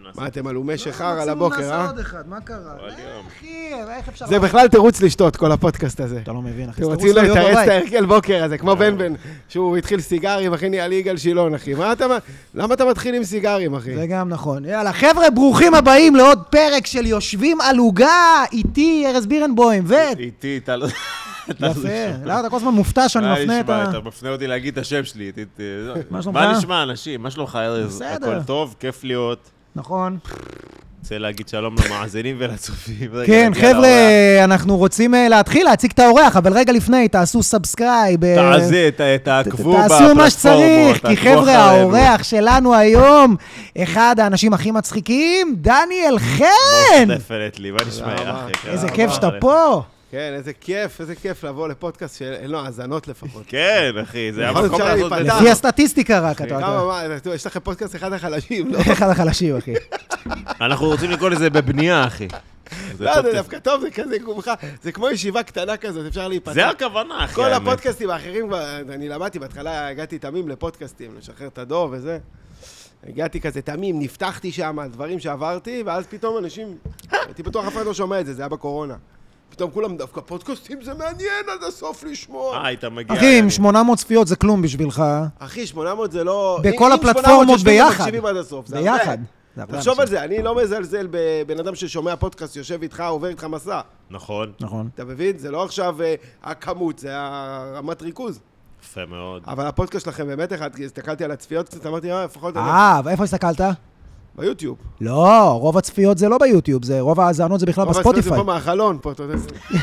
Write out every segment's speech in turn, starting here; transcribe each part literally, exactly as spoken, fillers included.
מה, אתם אלומי שחר על הבוקר, אה? נעשה עוד אחד, מה קרה? אחי, איך אפשר... זה בכלל תירוץ לשתות, כל הפודקאסט הזה. אתה לא מבין, אחי. אתם רוצים לו לתרץ את ההרכל בוקר הזה, כמו בן בן, שהוא התחיל סיגרים, אחי, נהיה לי יגאל שילון, אחי. למה אתה מתחיל עם סיגרים, אחי? זה גם נכון. יאללה, חבר'ה, ברוכים הבאים לעוד פרק של יושבים על עוגה, איתי ארז בירנבוים, ו... איתי, אתה לא... יפה. למה אתה כל הזמן מופתע שאני מפנה את ה... אתה מפנה אותי להגיד את השם שלי. מה שלומך? מה נשמע, אנשים? מה שלומך, ארז? בסדר. הכל טוב, כיף להיות. נכון. רוצה להגיד שלום למאזינים ולצופים. כן, חבר'ה, אנחנו רוצים להתחיל להציג את האורח, אבל רגע לפני, תעשו סאבסקרייב. תעזי, תעקבו בפלטפורמות. תעשו מה שצריך, כי חבר'ה, האורח שלנו היום, אחד האנשים הכי מצחיקים, דניאל חן. בוא חטפלת לי, מה נשמע, אחי? איזה כיף שאתה פה. כן, איזה כיף, איזה כיף לבוא לפודקאסט שאין לו האזנות לפחות. כן, אחי, זה המקום לעשות בזה. לפי הסטטיסטיקה רק, אתה יודע. יש לכם פודקאסט אחד החלשים, לא? אחד החלשים, אחי. אנחנו רוצים לקרוא לזה בבנייה, אחי. לא, זה דווקא טוב, זה כזה, זה כמו ישיבה קטנה כזאת, אפשר להיפתח. זה הכוונה, אחי. כל הפודקאסטים האחרים, אני למדתי, בהתחלה הגעתי תמים לפודקאסטים, לשחרר את הדור וזה. הגעתי כזה תמים, נפתחתי שם, דברים שעברתי, ואז פתאום אנשים, הייתי בטוח אף אחד לא שומע את זה, זה היה בקורונה. פתאום כולם דווקא פודקאסטים, זה מעניין עד הסוף לשמוע. אה, היית מגיע... אחי, עם שמונה מאות צפיות זה כלום בשבילך. אחי, שמונה מאות זה לא... בכל הפלטפורמות ביחד. זה ביחד. תחשוב על זה, אני לא מזלזל בבן אדם ששומע פודקאסט, יושב איתך, עובר איתך מסע. נכון. נכון. אתה מבין? זה לא עכשיו הכמות, זה הרמת ריכוז. יפה מאוד. אבל הפודקאסט שלכם באמת אחד, כי הסתכלתי על הצפיות קצת, אמרתי, אה, לפחות... אה, ואיפה הסתכלת? ביוטיוב. לא, רוב הצפיות זה לא ביוטיוב, זה רוב ההאזנות זה בכלל בספוטיפיי. רוב הצפיות זה פה מהחלון, פה, אתה יודע.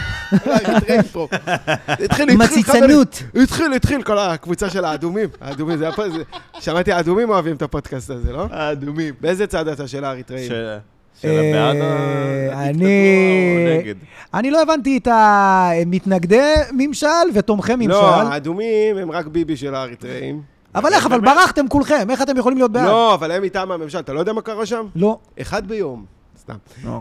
התחיל פה. התחיל, מציצנות. התחיל, התחיל כל הקבוצה של האדומים. האדומים, זה היה פה, שמעתי, האדומים אוהבים את הפודקאסט הזה, לא? האדומים. באיזה צד אתה של האריתראים? של הבעד הדיקטטורה או נגד? אני לא הבנתי את המתנגדי ממשל ותומכי ממשל. לא, האדומים הם רק ביבי של האריתראים. אבל איך, אבל ברחתם כולכם, איך אתם יכולים להיות בעד? לא, אבל הם איתם הממשל, אתה לא יודע מה קרה שם? לא. אחד ביום, סתם.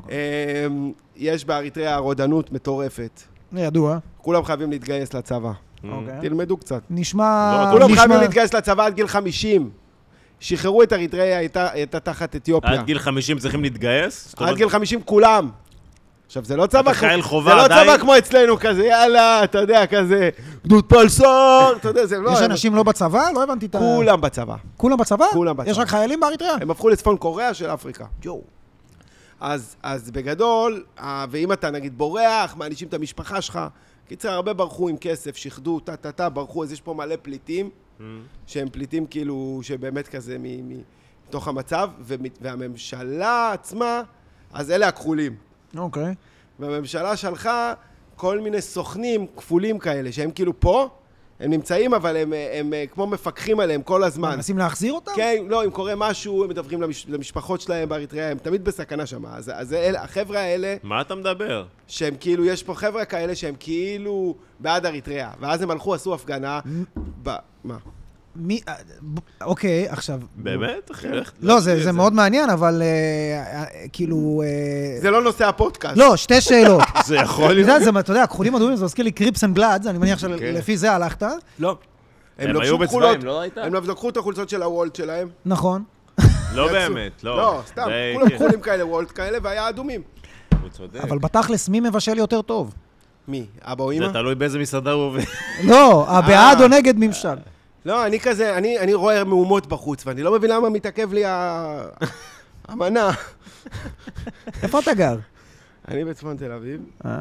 יש באריתריאה רודנות מטורפת. ידוע. כולם חייבים להתגייס לצבא. תלמדו קצת. נשמע... כולם חייבים להתגייס לצבא עד גיל חמישים. שחררו את אריתריאה, הייתה תחת אתיופיה. עד גיל חמישים צריכים להתגייס? עד גיל חמישים כולם. עכשיו, זה לא צבא, חייל חובה, זה לא צבא כמו אצלנו, כזה, יאללה, אתה יודע, כזה, גדוד פלסר, אתה יודע, זה לא... יש אנשים לא בצבא? לא הבנתי את ה... כולם בצבא. כולם בצבא? כולם בצבא. יש רק חיילים באריתריאה? הם הפכו לצפון קוריאה של אפריקה. יו. אז, אז בגדול, ואם אתה נגיד בורח, מענישים את המשפחה שלך, קיצר, הרבה ברחו עם כסף, שחדו, טה-טה-טה, ברחו, אז יש פה מלא פליטים, שהם פליטים כאילו, שבאמת כזה מתוך המצב, והממשלה עצמה, אז אלה הכחולים. אוקיי. והממשלה שלחה כל מיני סוכנים כפולים כאלה, שהם כאילו פה, הם נמצאים, אבל הם, הם, הם כמו מפקחים עליהם כל הזמן. מנסים להחזיר אותם? כן, לא, אם קורה משהו, הם מדווחים למש, למשפחות שלהם באריתריאה, הם תמיד בסכנה שם. אז, אז אלה, החבר'ה האלה... מה אתה מדבר? שהם כאילו, יש פה חבר'ה כאלה שהם כאילו בעד אריתריאה, ואז הם הלכו, עשו הפגנה ב... מה? מי... אוקיי, עכשיו... באמת? אחי? לא, זה, זה מאוד מעניין, אבל כאילו... זה לא נושא הפודקאסט. לא, שתי שאלות. זה יכול להיות. אתה יודע, כחולים אדומים, זה מזכיר לי קריפס אנד בלאדס, אני מניח שלפי זה הלכת. לא. הם היו בצבעים, לא ראית? הם לקחו את החולצות של הוולט שלהם. נכון. לא באמת, לא. לא, סתם, כולם כחולים כאלה, וולט כאלה, והיה אדומים. הוא צודק. אבל בתכלס, מי מבשל יותר טוב? מי? אבא או אמא? זה תלוי באיזה מסעדה הוא עובד. לא, הבעד או נגד ממשל. לא, אני כזה, אני, אני רואה מהומות בחוץ, ואני לא מבין למה מתעכב לי המנה. איפה אתה גר? אני בצפון תל אביב.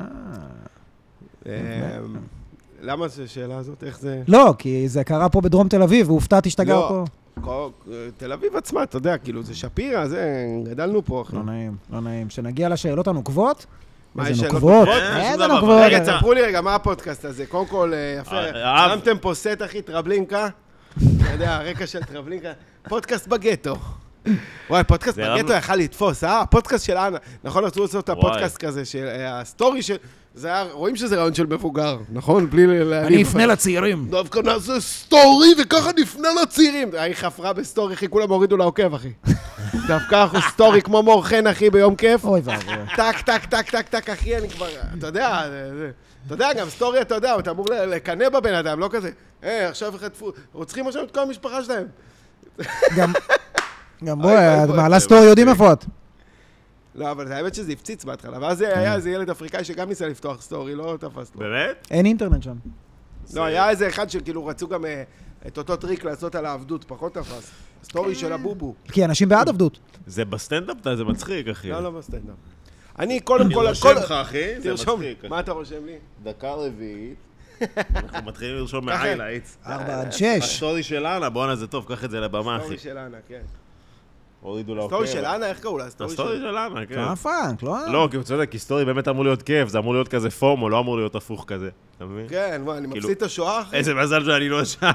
למה זו שאלה הזאת? איך זה... לא, כי זה קרה פה בדרום תל אביב, והופתעתי שאתה גר פה. תל אביב עצמה, אתה יודע, כאילו, זה שפירה, זה, גדלנו פה. לא נעים, לא נעים. שנגיע לשאלות הנוקבות? מה איזה שאלות נוקבות? נוקבות? איזה נוקבות? רגע, תספרו לי רגע, מה הפודקאסט הזה? קודם כל, יפה. הרמתם פה סט, אחי, טרבלינקה. אתה יודע, הרקע של טרבלינקה. פודקאסט בגטו. וואי, פודקאסט בגטו יכל לתפוס, אה? הפודקאסט של אנה. נכון, רצו לעשות את הפודקאסט כזה, הסטורי של... זה היה, רואים שזה רעיון של מבוגר, נכון? בלי להניב. אני אפנה לצעירים. דווקא נעשה סטורי, וככה נפנה לצעירים. היא חפרה בסטורי, אחי, כולם הורידו לעוקב, אחי. דווקא אנחנו סטורי כמו מורחן, אחי, ביום כיף. אוי ואבוי. טק, טק, טק, טק, טק, אחי, אני כבר... אתה יודע, אתה יודע, גם סטורי, אתה יודע, אתה אמור לקנא בבן אדם, לא כזה. אה, עכשיו חטפו, רוצחים עכשיו את כל המשפחה שלהם. גם... גם בואי, מעלה סטורי יודעים איפה את. לא, אבל האמת שזה הפציץ בהתחלה, ואז היה איזה ילד אפריקאי שגם ניסה לפתוח סטורי, לא תפס לו. באמת? אין אינטרנט שם. לא, היה איזה אחד שכאילו רצו גם את אותו טריק לעשות על העבדות, פחות תפס. סטורי של הבובו. כי אנשים בעד עבדות. זה בסטנדאפ, זה מצחיק, אחי. לא, לא בסטנדאפ. אני קודם כל... אני רושם לך, אחי, זה מצחיק. מה אתה רושם לי? דקה רביעית. אנחנו מתחילים לרשום מהיילייטס. ארבע עד שש. הסטורי של אנה, בואנה, זה טוב, קח את זה לבמה, אחי. סטורי של אנה, כן. הורידו לה סטורי של אנה, איך קראו לה? הסטורי של אנה, כן. קרה פאנק, לא? לא, כי הוא צודק, כי סטורי באמת אמור להיות כיף, זה אמור להיות כזה פורמו, לא אמור להיות הפוך כזה. אתה מבין? כן, מה, אני מפסיד את השואה, אחי? איזה מזל שאני לא שם.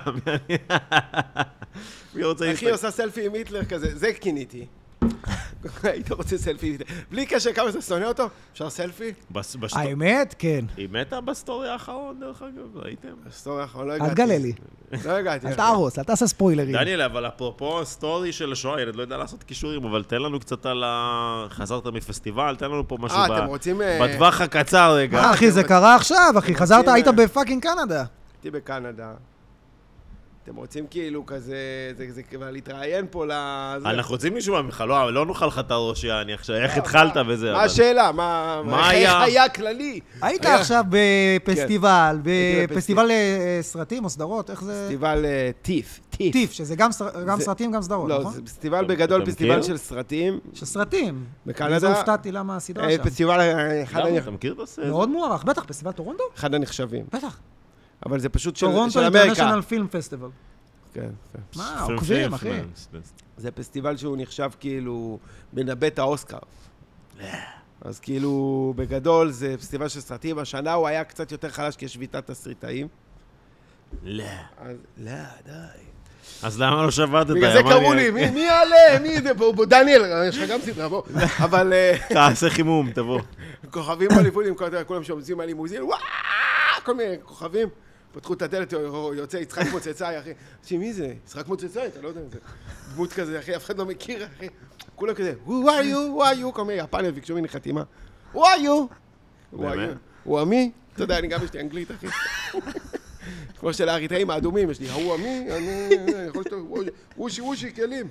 מי רוצה להסתכל? אחי עושה סלפי עם היטלר כזה, זה קיניתי. היית רוצה סלפי עם היטלר. בלי קשר כמה אתה שונא אותו, אפשר סלפי? האמת, כן. היא מתה בסטורי האחרון, דרך אגב, ראיתם? בסטורי האחרון, לא אל הגעתי. תגלה לי. לא הגעתי. אל תהרוס, אל תעשה ספוילרים. דניאל, אבל אפרופו הסטורי של השואה, ילד לא יודע לעשות קישורים, אבל תן לנו קצת על ה... חזרת מפסטיבל, תן לנו פה משהו אה, אתם רוצים... בטווח הקצר רגע. מה, אחי, זה קרה עכשיו, אחי. חזרת, היית בפאקינג קנדה. הייתי בקנדה. אתם רוצים כאילו כזה, זה, זה כבר להתראיין פה ל... אנחנו רוצים מישהו ממך, לא, לא נוכל לך את הראש, יעני, עכשיו, איך התחלת וזה, מה השאלה? מה היה? איך היה כללי? היית עכשיו בפסטיבל, בפסטיבל סרטים או סדרות, איך זה? פסטיבל טיף, טיף. טיף, שזה גם סרטים, גם סדרות, נכון? לא, זה פסטיבל בגדול, פסטיבל של סרטים. של סרטים. בקנדה. וזה הופתעתי למה הסדרה שם. פסטיבל, למה, אתה מכיר את הסרט? מאוד מוערך, בטח, פסטיבל טורונטו? אחד הנחשבים. בטח. אבל זה פשוט של טורונטו אמריקה. אינטרנשיונל פילם פסטיבל. כן, מה, עוקבים, אחי. זה פסטיבל שהוא נחשב כאילו מנבא את האוסקר. אז כאילו, בגדול זה פסטיבל של סרטים. השנה הוא היה קצת יותר חלש כשביתת תסריטאים. לא. לא, די. אז למה לא שברת את זה? בגלל זה קראו לי, מי יעלה? מי זה? בוא, דניאל, יש לך גם סדרה, בוא. אבל... תעשה חימום, תבוא. כוכבים בליוונים, כולם שעומדים על לימוזין, וואו, כל מיני כוכבים. פתחו את הדלת, יוצא יצחק מוצצאי, אחי. אחי, מי זה? יצחק מוצצאי, אתה לא יודע מה זה. דמות כזה, אחי, אף אחד לא מכיר, אחי. כולם כזה, who are you, who are you, כל מיני יפניות, ביקשו ממני חתימה. who are you? באמת? הוא עמי? אתה יודע, אני גם יש לי אנגלית, אחי. כמו של האריתראים האדומים, יש לי, הוא עמי, אני יכול לשתות, וושי וושי כלים.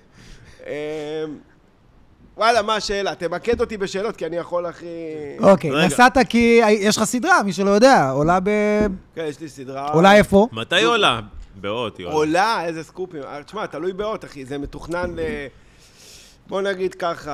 וואלה, מה השאלה? תמקד אותי בשאלות, כי אני יכול, אחי... אוקיי, נסעת כי יש לך סדרה, מי שלא יודע, עולה ב... כן, יש לי סדרה... עולה איפה? מתי היא עולה? באות היא עולה. עולה, איזה סקופים. תשמע, תלוי באות, אחי, זה מתוכנן ל... בוא נגיד ככה,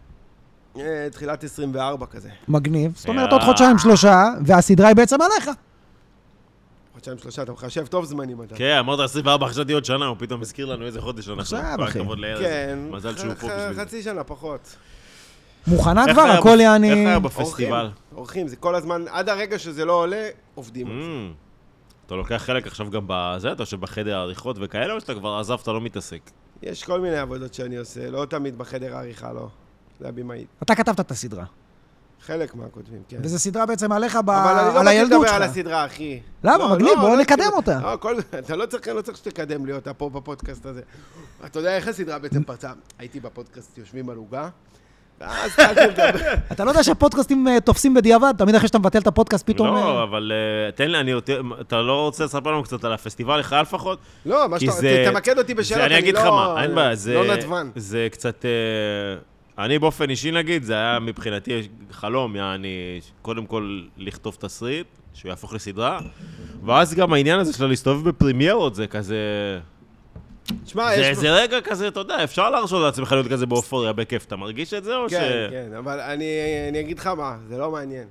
תחילת עשרים וארבע כזה. מגניב. זאת אומרת, עוד חודשיים שלושה, והסדרה היא בעצם עליך. חודשיים שלושה, אתה מחשב טוב זמנים אתה. כן, אמרת עשרים וארבע, חשבתי עוד שנה, הוא פתאום הזכיר לנו איזה חודש אנחנו. עכשיו, אחי. כן, מזל שהוא פה בשביל זה. חצי שנה פחות. מוכנה כבר, הכל יעני... איך היה בפסטיבל? אורחים, זה כל הזמן, עד הרגע שזה לא עולה, עובדים על זה. אתה לוקח חלק עכשיו גם בזה, אתה שבחדר העריכות וכאלה, או שאתה כבר עזבת, לא מתעסק? יש כל מיני עבודות שאני עושה, לא תמיד בחדר העריכה, לא. זה הבימאית. אתה כתבת את הסדרה. חלק מהכותבים, כן. וזו סדרה בעצם עליך על אבל הילדות שלך. אני לא מדבר על הסדרה, אחי. למה? מגניב, בואו נקדם אותה. אתה לא צריך שתקדם לי אותה פה בפודקאסט הזה. אתה יודע איך הסדרה בעצם פרצה? הייתי בפודקאסט יושבים על עוגה, ואז התחלתי לדבר. אתה לא יודע שהפודקאסטים תופסים בדיעבד? תמיד אחרי שאתה מבטל את הפודקאסט פתאום... לא, אבל תן לי, אתה לא רוצה לספר לנו קצת על הפסטיבל, לך לפחות? לא, מה שאתה... תמקד אותי בשאלות, אני לא נדוון. זה קצת... אני באופן אישי נגיד, זה היה מבחינתי חלום, יעני, קודם כל לכתוב תסריט, שהוא יהפוך לסדרה, ואז גם העניין הזה של להסתובב בפרימיירות, זה כזה... תשמע, יש... זה רגע כזה, אתה יודע, אפשר להרשות לעצמך להיות כזה באופוריה, בכיף. אתה מרגיש את זה או ש... כן, כן, אבל אני אגיד לך מה, זה לא מעניין.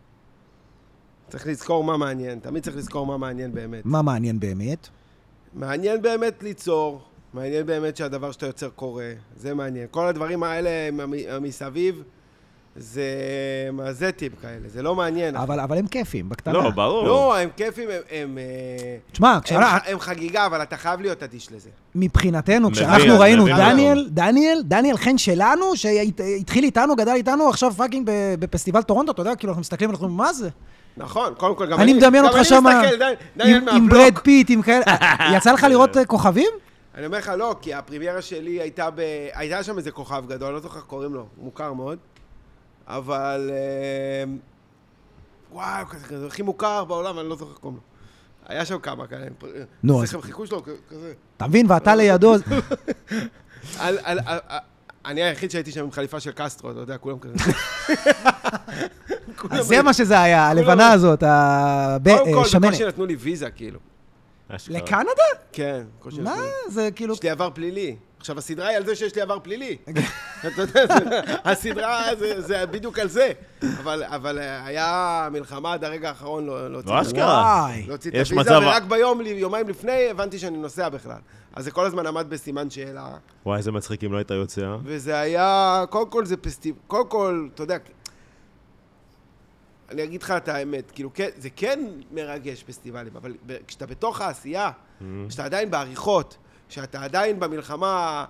צריך לזכור מה מעניין, תמיד צריך לזכור מה מעניין באמת. מה מעניין באמת? מעניין באמת ליצור. מעניין באמת שהדבר שאתה יוצר קורה, זה מעניין. כל הדברים האלה מסביב, זה מהזטים כאלה, זה לא מעניין. אבל, אבל הם כיפים, בקטנה. לא, ברור. לא, הם כיפים, הם... הם תשמע, כשאנחנו... הם, הם חגיגה, אבל אתה חייב להיות אדיש לזה. מבחינתנו, כשאנחנו ראינו דניאל, דניאל, דניאל חן שלנו, שהתחיל איתנו, גדל איתנו, עכשיו פאקינג בפסטיבל טורונטו, אתה יודע, כאילו אנחנו מסתכלים, אנחנו, מה זה? נכון, קודם כל, גם אני מדמיין אותך שם עם ברד פיט, עם כאלה. יצא לך לראות כוכבים? אני אומר לך לא, כי הפרימיירה שלי הייתה ב... הייתה שם איזה כוכב גדול, אני לא זוכר קוראים לו, הוא מוכר מאוד. אבל... וואו, כזה הכי מוכר בעולם, אני לא זוכר קוראים לו. היה שם כמה כאלה. נו, אז... זה חיכו שלו כזה. אתה מבין, ואתה לידו... אני היחיד שהייתי שם עם חליפה של קסטרו, אתה יודע, כולם כזה. אז זה מה שזה היה, הלבנה הזאת, השמנת. קודם כל, זה כל שנתנו לי ויזה, כאילו. לקנדה? כן. מה? זה כאילו... יש לי עבר פלילי. עכשיו, הסדרה היא על זה שיש לי עבר פלילי. אתה יודע, הסדרה זה בדיוק על זה. אבל היה מלחמה עד הרגע האחרון להוציא את הוויזה, ורק ביום, יומיים לפני, הבנתי שאני נוסע בכלל. אז זה כל הזמן עמד בסימן שאלה. וואי, איזה מצחיק אם לא היית יוצא. וזה היה, קודם כל זה פסטיבל, קודם כל, אתה יודע, אני אגיד לך את האמת, כאילו, זה כן מרגש פסטיבלים, אבל כשאתה בתוך העשייה, כשאתה עדיין בעריכות, כשאתה עדיין במלחמה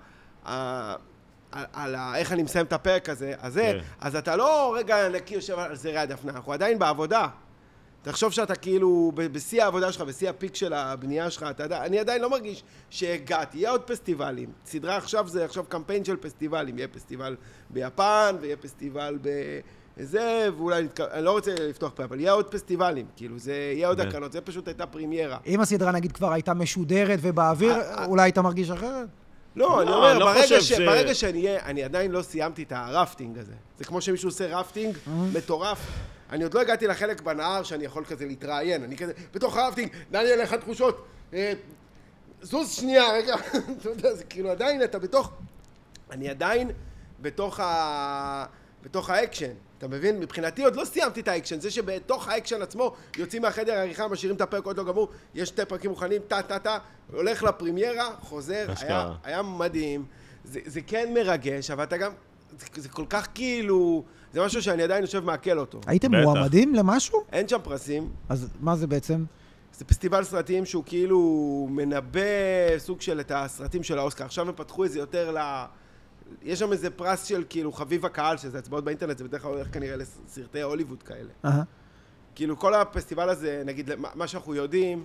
על איך אני מסיים את הפרק הזה, אז אתה לא רגע נקי יושב על זרי הדפנה, אנחנו עדיין בעבודה. תחשוב שאתה כאילו בשיא העבודה שלך, בשיא הפיק של הבנייה שלך, אתה יודע, אני עדיין לא מרגיש שהגעתי, יהיה עוד פסטיבלים. סדרה עכשיו זה עכשיו קמפיין של פסטיבלים, יהיה פסטיבל ביפן, ויהיה פסטיבל בזה, ואולי, אני לא רוצה לפתוח פה, אבל יהיה עוד פסטיבלים, כאילו, זה יהיה עוד הקרנות, זה פשוט הייתה פרימיירה. אם הסדרה נגיד כבר הייתה משודרת ובאוויר, אולי היית מרגיש אחרת? לא, אני אומר, ברגע שאני אהיה, אני עדיין לא סיימתי את הרפטינג הזה. זה כמו שמישהו עושה רפטינג מטורף. אני עוד לא הגעתי לחלק בנהר שאני יכול כזה להתראיין. אני כזה, בתוך הרפטינג, דניאל, איך התחושות? זוז שנייה, רגע. אתה יודע, זה כאילו עדיין, אתה בתוך... אני עדיין בתוך ה... בתוך האקשן. אתה מבין? מבחינתי עוד לא סיימתי את האקשן. זה שבתוך האקשן עצמו יוצאים מהחדר העריכה, משאירים את הפרק, עוד לא גמור, יש שתי פרקים מוכנים, טה, טה, טה, הולך לפרימיירה, חוזר, היה, היה מדהים. זה, זה כן מרגש, אבל אתה גם... זה, זה כל כך כאילו... זה משהו שאני עדיין יושב מעכל אותו. הייתם מועמדים למשהו? אין שם פרסים. אז מה זה בעצם? זה פסטיבל סרטים שהוא כאילו מנבא סוג של את הסרטים של האוסקר. עכשיו הם פתחו איזה יותר ל... יש שם איזה פרס של כאילו חביב הקהל, שזה הצבעות באינטרנט, זה בדרך כלל הולך כנראה לסרטי הוליווד כאלה. Uh-huh. כאילו כל הפסטיבל הזה, נגיד, מה שאנחנו יודעים,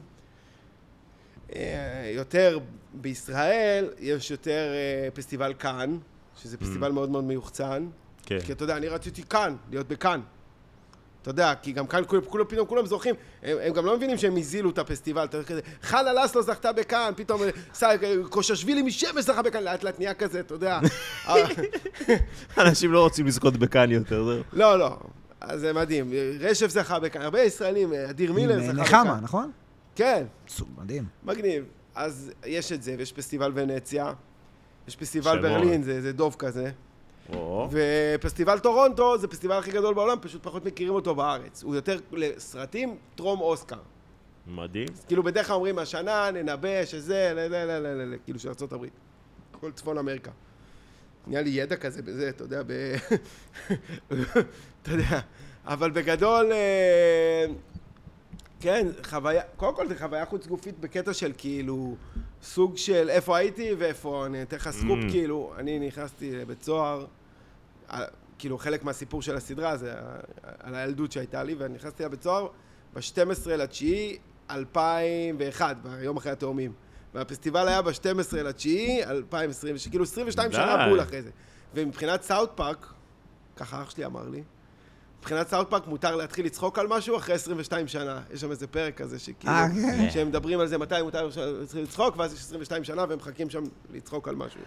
יותר בישראל, יש יותר פסטיבל כאן, שזה פסטיבל mm. מאוד מאוד מיוחצן. Okay. כי אתה יודע, אני רציתי כאן, להיות בכאן. אתה יודע, כי גם כאן כולם, פתאום כולם זוכים, הם, הם גם לא מבינים שהם הזילו את הפסטיבל, אתה יודע כזה, חנה לסלו זכתה בכאן, פתאום קוששווילי משמש זכה בכאן, לאט לאט נהיה כזה, אתה יודע. אנשים לא רוצים לזכות בכאן יותר, זהו. לא, לא, אז זה מדהים, רשף זכה בכאן, הרבה ישראלים, אדיר מילר זכה בכאן. נחמה, נכון? כן. מדהים. מגניב. אז יש את זה, ויש פסטיבל ונציה, יש פסטיבל ברלין, זה, זה דוב כזה. ופסטיבל טורונטו זה פסטיבל הכי גדול בעולם, פשוט פחות מכירים אותו בארץ. הוא יותר לסרטים טרום אוסקר. מדהים. כאילו בדרך כלל אומרים, השנה ננבא שזה, לא, לא, לא, לא, לא, כאילו של ארצות הברית. כל צפון אמריקה. נהיה לי ידע כזה בזה, אתה יודע, ב... אתה יודע, אבל בגדול, כן, חוויה, קודם כל זה חוויה חוץ גופית בקטע של כאילו, סוג של איפה הייתי ואיפה, אני אתן לך סקופ, mm. כאילו, אני נכנסתי לבית סוהר, כאילו חלק מהסיפור של הסדרה זה על הילדות שהייתה לי, ואני נכנסתי לבית סוהר ב-שתים עשרה לתשיעי אלפיים ואחת, ביום אחרי התאומים. והפסטיבל היה ב-שתים עשרה לתשיעי אלפיים ועשרים, כאילו עשרים ושתיים שנה בול אחרי זה. ומבחינת סאוט פארק, ככה אח שלי אמר לי, מבחינת סאוט פארק מותר להתחיל לצחוק על משהו אחרי עשרים ושתיים שנה. יש שם איזה פרק כזה שכאילו, שהם מדברים על זה מתי מותר לצחוק, ואז יש עשרים ושתיים שנה והם מחכים שם לצחוק על משהו.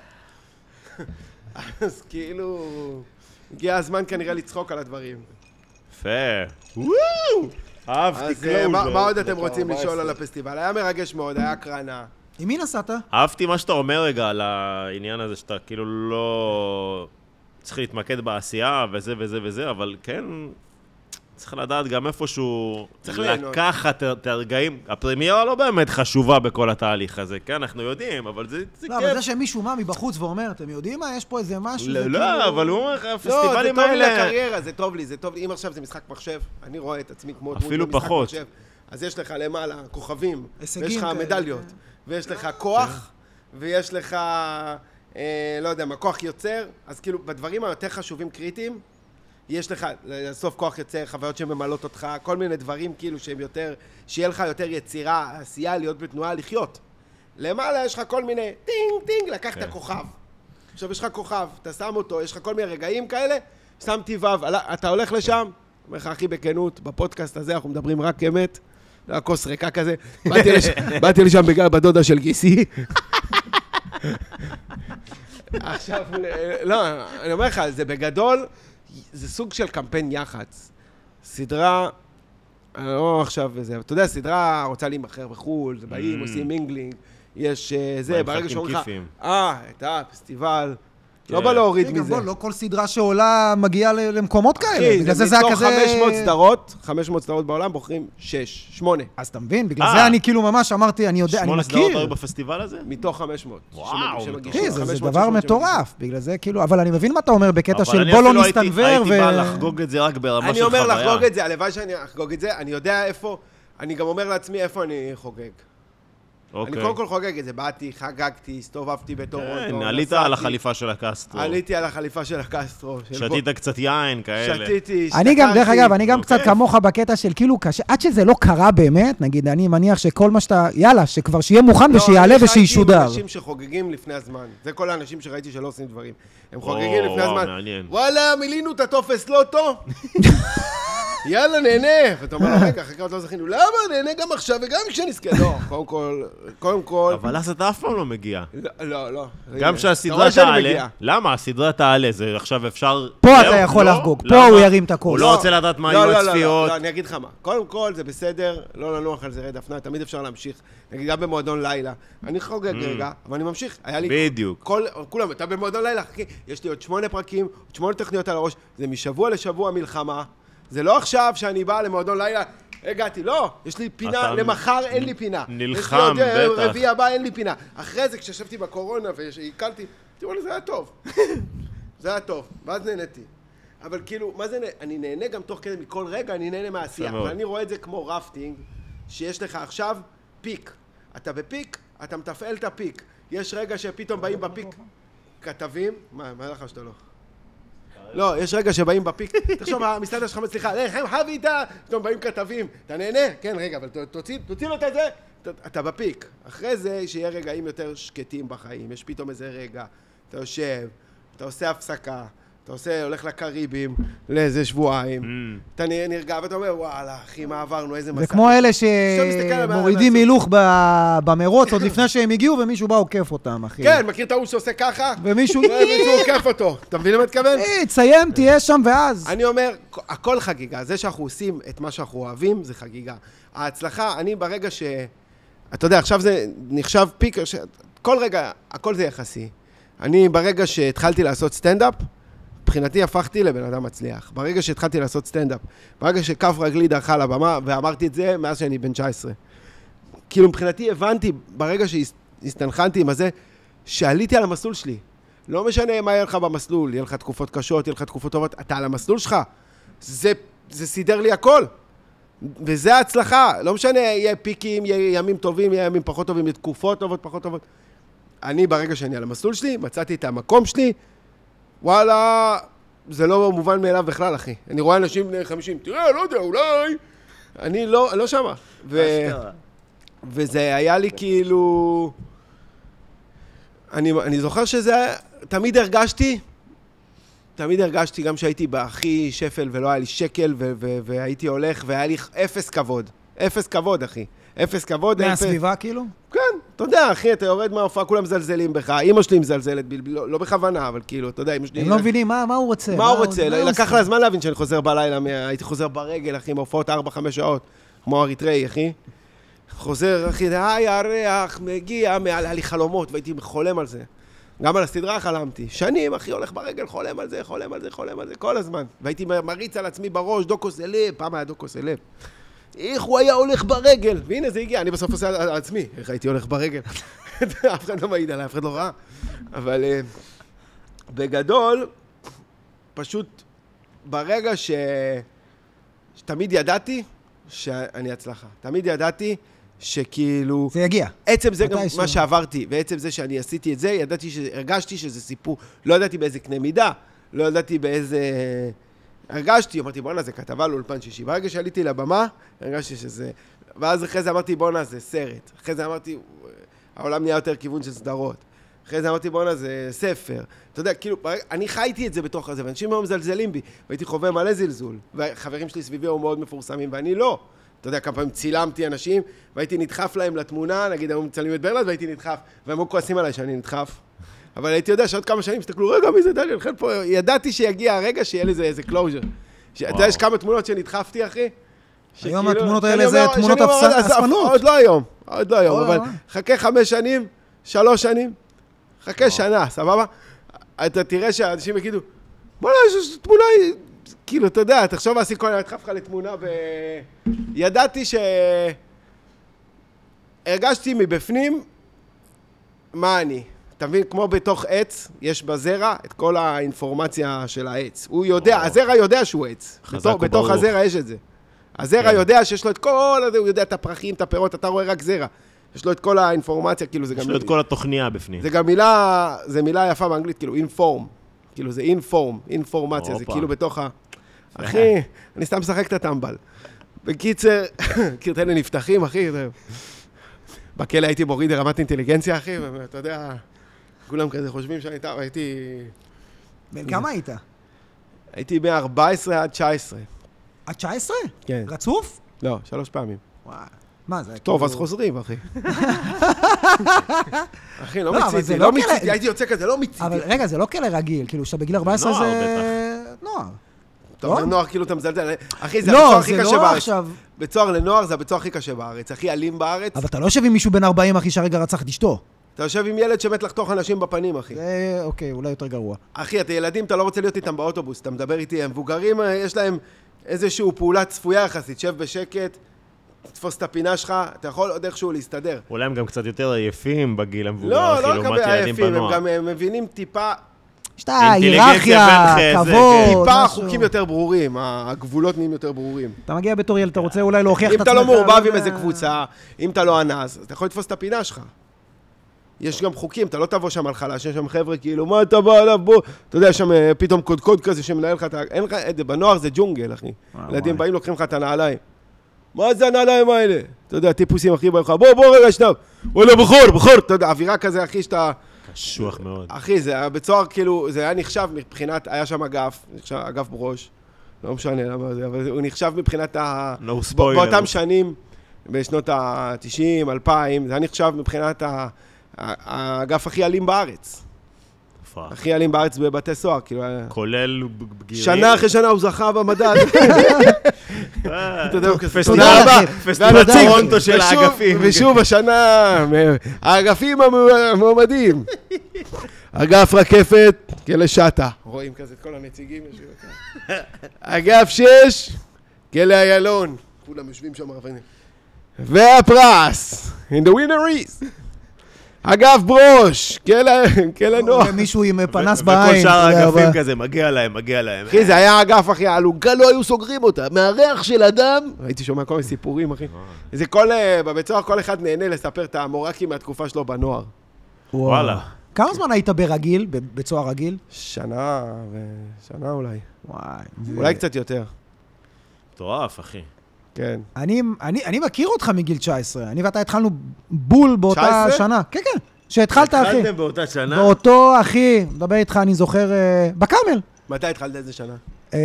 אז כאילו, הגיע הזמן כנראה לצחוק על הדברים. יפה. וואו! אהבתי קלוז'ר. מה עוד אתם רוצים לשאול על הפסטיבל? היה מרגש מאוד, היה הקרנה. עם מי נסעת? אהבתי מה שאתה אומר רגע על העניין הזה, שאתה כאילו לא... צריך להתמקד בעשייה וזה וזה וזה, אבל כן, צריך לדעת גם איפשהו לקחת את הרגעים. הפרמיירה לא באמת חשובה בכל התהליך הזה, כן, אנחנו יודעים, אבל זה כיף. לא, אבל זה שמישהו מה מבחוץ ואומר, אתם יודעים מה, יש פה איזה משהו, לא, לא, אבל הוא אומר לך, הפסטיבלים האלה... לא, זה טוב לי לקריירה, לקריירה, זה טוב לי, זה טוב לי. אם עכשיו זה משחק מחשב, אני רואה את עצמי כמו... אפילו פחות. אז יש לך למעלה כוכבים, ויש לך מדליות, ויש לך כוח, ויש לך... לא יודע מה, כוח יוצר, אז כאילו בדברים היותר חשובים קריטיים, יש לך לסוף כוח יוצר, חוויות שממלאות אותך, כל מיני דברים כאילו שהם יותר, שיהיה לך יותר יצירה, עשייה, להיות בתנועה, לחיות. למעלה יש לך כל מיני טינג טינג, לקח את הכוכב. עכשיו יש לך כוכב, אתה שם אותו, יש לך כל מיני רגעים כאלה, שמתי וו, אתה הולך לשם, אומר לך הכי בכנות, בפודקאסט הזה אנחנו מדברים רק אמת, הכוס ריקה כזה. באתי לשם בדודה של גיסי. עכשיו, לא, אני אומר לך, זה בגדול, זה סוג של קמפיין יח"צ. סדרה, לא עכשיו וזה, אתה יודע, סדרה רוצה להימחר בחול, זה באים, עושים אינגלינג, יש זה, ברגע שאומרים לך, אה, הייתה פסטיבל, לא בא להוריד מזה. לא כל סדרה שעולה מגיעה למקומות כאלה, בגלל זה זה היה כזה... מתוך חמש מאות סדרות, חמש מאות סדרות בעולם, בוחרים שש, שמונה. אז אתה מבין, בגלל זה אני כאילו ממש אמרתי, אני יודע, אני מכיר. שמונה סדרות היו בפסטיבל הזה? מתוך חמש מאות. וואו, זה דבר מטורף, בגלל זה כאילו, אבל אני מבין מה אתה אומר בקטע של בוא לא נסתנוור ו... הייתי בא לחגוג את זה רק ברמה של חוויה. אני אומר לחגוג את זה, הלוואי שאני אחגוג את זה, אני יודע איפה, אני גם אומר לעצמי איפה אני חוגג. אני קודם כל חוגג את זה, באתי, חגגתי, הסתובבתי בטורונטו. כן, עלית על החליפה של הקסטרו. עליתי על החליפה של הקסטרו. שתית קצת יין, כאלה. שתיתי, אני גם, דרך אגב, אני גם קצת כמוך בקטע של כאילו קשה, עד שזה לא קרה באמת, נגיד, אני מניח שכל מה שאתה, יאללה, שכבר שיהיה מוכן ושיעלה ושישודר. לא, אני חייתי עם אנשים שחוגגים לפני הזמן. זה כל האנשים שראיתי שלא עושים דברים. הם חוגגים לפני הזמן. וואלה, מילינו את הטופס לוטו. יאללה, נהנה. ואתה אומר, רגע, אחרי כמה לא זכינו, למה? נהנה גם עכשיו וגם כשנזכה. לא, קודם כל, קודם כל... אבל אז אתה אף פעם לא מגיע. לא, לא. גם שהסדרה תעלה... למה? הסדרה תעלה, זה עכשיו אפשר... פה אתה יכול לחגוג, פה הוא ירים את הכל. הוא לא רוצה לדעת מה היו הצפיות. לא, אני אגיד לך מה. קודם כל, זה בסדר, לא לנוח על זרי דפנה, תמיד אפשר להמשיך. נגיד, גם במועדון לילה. אני חוגג רגע, אבל אני ממשיך. היה לי... בדיוק. כולם, אתה במועדון לילה, יש לי עוד שמונה פרקים, עוד שמונה תוכניות על הראש. זה משבוע לשבוע מלחמה. זה לא עכשיו שאני בא למועדון לילה, הגעתי, לא, יש לי פינה, למחר אין לי פינה. נלחם, בטח. יש לי עוד רביעי הבא, אין לי פינה. אחרי זה, כששבתי בקורונה והקלתי, תראו לי, זה היה טוב. זה היה טוב, ואז נהניתי. אבל כאילו, מה זה, אני נהנה גם תוך כדי מכל רגע, אני נהנה מהעשייה. ואני רואה את זה כמו רפטינג, שיש לך עכשיו פיק. אתה בפיק, אתה מתפעל את הפיק. יש רגע שפתאום באים בפיק כתבים, מה, מה לך שאתה לא? לא, יש רגע שבאים בפיק, תחשוב, המסתדר שלך מצליחה, לחם חבי איתה, פתאום באים כתבים, אתה נהנה? כן, רגע, אבל תוציא לו את זה, אתה בפיק. אחרי זה, שיהיה רגעים יותר שקטים בחיים, יש פתאום איזה רגע, אתה יושב, אתה עושה הפסקה, אתה עושה, הולך לקריבים, לאיזה שבועיים, אתה נרגע ואתה אומר, וואלה, אחי, מה עברנו, איזה מסע. זה כמו אלה שמורידים הילוך במרוץ, עוד לפני שהם הגיעו, ומישהו בא עוקף אותם, אחי. כן, מכיר את ההוא שעושה ככה? ומישהו עוקף אותו. אתה מבין למה התכוון? תסיים, תהיה שם ואז. אני אומר, הכל חגיגה. זה שאנחנו עושים את מה שאנחנו אוהבים, זה חגיגה. ההצלחה, אני ברגע ש... אתה יודע, עכשיו זה נחשב פיק, כל רגע, הכל זה יחסי. אני ברגע שהתחלתי לעשות סטנדאפ, מבחינתי הפכתי לבן אדם מצליח. ברגע שהתחלתי לעשות סטנדאפ, ברגע שכף רגלי דרכה על הבמה, ואמרתי את זה מאז שאני בן תשע עשרה. כאילו מבחינתי הבנתי, ברגע שהסתנחנתי עם הזה, שעליתי על המסלול שלי. לא משנה מה יהיה לך במסלול, יהיה לך תקופות קשות, יהיה לך תקופות טובות, אתה על המסלול שלך. זה, זה סידר לי הכל. וזה ההצלחה. לא משנה, יהיה פיקים, יהיה ימים טובים, יהיה ימים פחות טובים, יהיה תקופות טובות, פחות טובות. אני ברגע שאני על המסלול שלי, מצאתי את המקום שלי, וואלה, זה לא מובן מאליו בכלל, אחי. אני רואה אנשים בני חמישים, תראה, לא יודע, אולי... אני לא, לא שמה. ו... וזה היה לי כאילו... אני, אני זוכר שזה... תמיד הרגשתי, תמיד הרגשתי גם שהייתי בהכי שפל ולא היה לי שקל, ו- ו- והייתי הולך והיה לי אפס כבוד. אפס כבוד, אחי. אפס כבוד, אפס... מהסביבה כאילו? כן, אתה יודע, אחי, אתה יורד מההופעה, כולם מזלזלים בך, אמא שלי מזלזלת, לא, לא בכוונה, אבל כאילו, אתה יודע, אמא שלי... הם לא מבינים, מה, מה הוא רוצה? מה הוא רוצה? לקח לה זמן להבין שאני חוזר בלילה, הייתי חוזר ברגל, אחי, מהופעות ארבע חמש שעות, כמו אריתראי, אחי. חוזר, אחי, היי, הריח, מגיע, היה לי חלומות, והייתי חולם על זה. גם על הסדרה חלמתי. שנים, אחי, הולך ברגל, חולם על זה, חולם על זה, חולם על זה, כל הזמן. והייתי מריץ על עצמי בראש, דוקו סלב, פעם היה דוקו סלב. איך הוא היה הולך ברגל? והנה זה הגיע, אני בסוף עושה על עצמי, איך הייתי הולך ברגל. אף אחד לא מעיד עליי, אף אחד לא ראה. אבל בגדול, פשוט ברגע ש... שתמיד ידעתי שאני הצלחה. תמיד ידעתי שכאילו... זה יגיע. עצם זה גם מה שעברתי, ועצם זה שאני עשיתי את זה, ידעתי שהרגשתי שזה סיפור. לא ידעתי באיזה קנה מידה, לא ידעתי באיזה... הרגשתי, אמרתי, בוא'נה, זה כתבה לאולפן שישי. ברגע שעליתי לבמה, הרגשתי שזה... ואז אחרי זה אמרתי, בוא'נה, זה סרט. אחרי זה אמרתי, העולם נהיה יותר כיוון של סדרות. אחרי זה אמרתי, בוא'נה, זה ספר. אתה יודע, כאילו, אני חייתי את זה בתוך הזה, ואנשים מאוד מזלזלים בי, והייתי חווה מלא זלזול. והחברים שלי סביבי היו מאוד מפורסמים, ואני לא. אתה יודע, כמה פעמים צילמתי אנשים, והייתי נדחף להם לתמונה, נגיד, הם מצלמים את ברלנד, והייתי נדחף, והם היו כועסים עליי שאני נדחף. אבל הייתי יודע שעוד כמה שנים הסתכלו, רגע, מי זה דניאל? פה, ידעתי שיגיע הרגע שיהיה לזה איזה קלוז'ר. אתה יודע, יש כמה תמונות שנדחפתי, אחי? היום התמונות האלה זה תמונות אספנות. עוד לא היום, עוד לא היום, אבל חכה חמש שנים, שלוש שנים, חכה שנה, סבבה? אתה תראה שהאנשים יגידו, בוא נראה, יש תמונה, כאילו, אתה יודע, תחשוב עשי כל נדחף לך לתמונה, וידעתי ש... הרגשתי מבפנים מה אני. אתה מבין, כמו בתוך עץ, יש בזרע את כל האינפורמציה של העץ. הוא יודע, הזרע יודע שהוא עץ. בתוך הזרע יש את זה. הזרע יודע שיש לו את כל הזה, הוא יודע את הפרחים, את הפירות, אתה רואה רק זרע. יש לו את כל האינפורמציה, כאילו זה גם... יש לו את כל התוכניה בפנים. זה גם מילה, זה מילה יפה באנגלית, כאילו אינפורם. כאילו זה אינפורם, אינפורמציה, זה כאילו בתוך ה... אחי, אני סתם משחק את הטמבל. בקיצר, קרטני נפתחים, אחי. בכלא הייתי מוריד לרמת אינטליגנציה, אחי, ואתה יודע, כולם כזה חושבים שאני איתה, והייתי... בן כמה היית? הייתי מ-ארבע עשרה עד תשע עשרה. עד תשע עשרה? כן. רצוף? לא, שלוש פעמים. וואי. מה זה? טוב, אז חוזרים, אחי. אחי, לא מיציתי, לא מיציתי, הייתי יוצא כזה, לא מיציתי. אבל רגע, זה לא כאלה רגיל, כאילו שאתה בגיל ארבע עשרה זה... נוער. טוב, נוער כאילו אתה מזלזל. אחי, זה הבצוער הכי קשה בארץ. לא, בצוער לנוער זה הבצוער הכי קשה בארץ, הכי אלים בארץ. אבל אתה לא יושב עם מישהו בן ארבעים, אחי, שהרגע רצח את אשתו. אתה יושב עם ילד שמת לחתוך אנשים בפנים, אחי. זה, אוקיי, אולי יותר גרוע. אחי, אתה ילדים, אתה לא רוצה להיות איתם באוטובוס, אתה מדבר איתי, הם מבוגרים, יש להם איזושהי פעולה צפויה יחסית, שב בשקט, תתפוס את הפינה שלך, אתה יכול עוד איכשהו להסתדר. אולי הם גם קצת יותר עייפים בגיל המבוגר, לא, לא כבי עייפים, הם גם מבינים טיפה... יש את ההיררכיה, כבוד. טיפה חוקים יותר ברורים, הגבולות נהיים יותר ברורים. אתה מגיע בתור ילד, אתה רוצה אולי להוכיח את עצמך. אם אתה לא מעורבב עם איזה קבוצה, אם אתה לא אנס, אתה יכול לתפוס את הפינה שלך. יש גם חוקים, אתה לא תבוא שם על חלש, יש שם חבר'ה כאילו, מה אתה בא עליו, בוא. אתה יודע, שם פתאום קודקוד כזה שמנהל לך, אין לך, בנוער זה ג'ונגל, אחי. ילדים באים, לוקחים לך את הנעליים. מה זה הנעליים האלה? אתה יודע, טיפוסים הכי באים לך, בוא, בוא רגע, שנייה. וואלה, בחור, בחור. אתה יודע, אווירה כזה, אחי, שאתה... קשוח מאוד. אחי, זה היה בצוער, כאילו, זה היה נחשב מבחינת, היה שם אגף, נחשב, אגף בראש, לא משנה למה זה, אבל הוא נחשב מבחינת ה... No spoiler. באותם שנים, בשנות ה-תשעים, אלפיים, זה היה נחשב מבחינת האגף הכי אלים בארץ. הכי אלים בארץ בבתי סוהר, כאילו... כולל בגירים. שנה אחרי שנה הוא זכה במדד. אתה יודע, תודה רבה. פסטיבל טורונטו של האגפים. ושוב, השנה, האגפים המועמדים. אגף רקפת, כלא שטה. רואים כזה את כל הנציגים. אגף שש, כלא איילון. כולם יושבים שם רבנים. והפרס, in the winner is. אגף ברוש, כאלה נוח. מישהו עם פנס בעין. וכל שאר האגפים כזה, מגיע להם, מגיע להם. אחי, זה היה אגף, אחי, האלונקה לא היו סוגרים אותה. מהריח של אדם, הייתי שומע כל מיני סיפורים, אחי. זה כל, בבית סוהר כל אחד נהנה לספר את המורקים מהתקופה שלו בנוער. וואלה. כמה זמן היית ברגיל, בבית סוהר רגיל? שנה, שנה אולי. וואי. אולי קצת יותר. מטורף, אחי. כן. אני, אני, אני מכיר אותך מגיל תשע עשרה. אני ואתה התחלנו בול באותה תשע עשרה? שנה. כן, כן. שהתחלת, אחי. התחלתם באותה שנה? באותו, אחי, מדבר איתך, אני זוכר, בקרמל. מתי התחלת איזה שנה?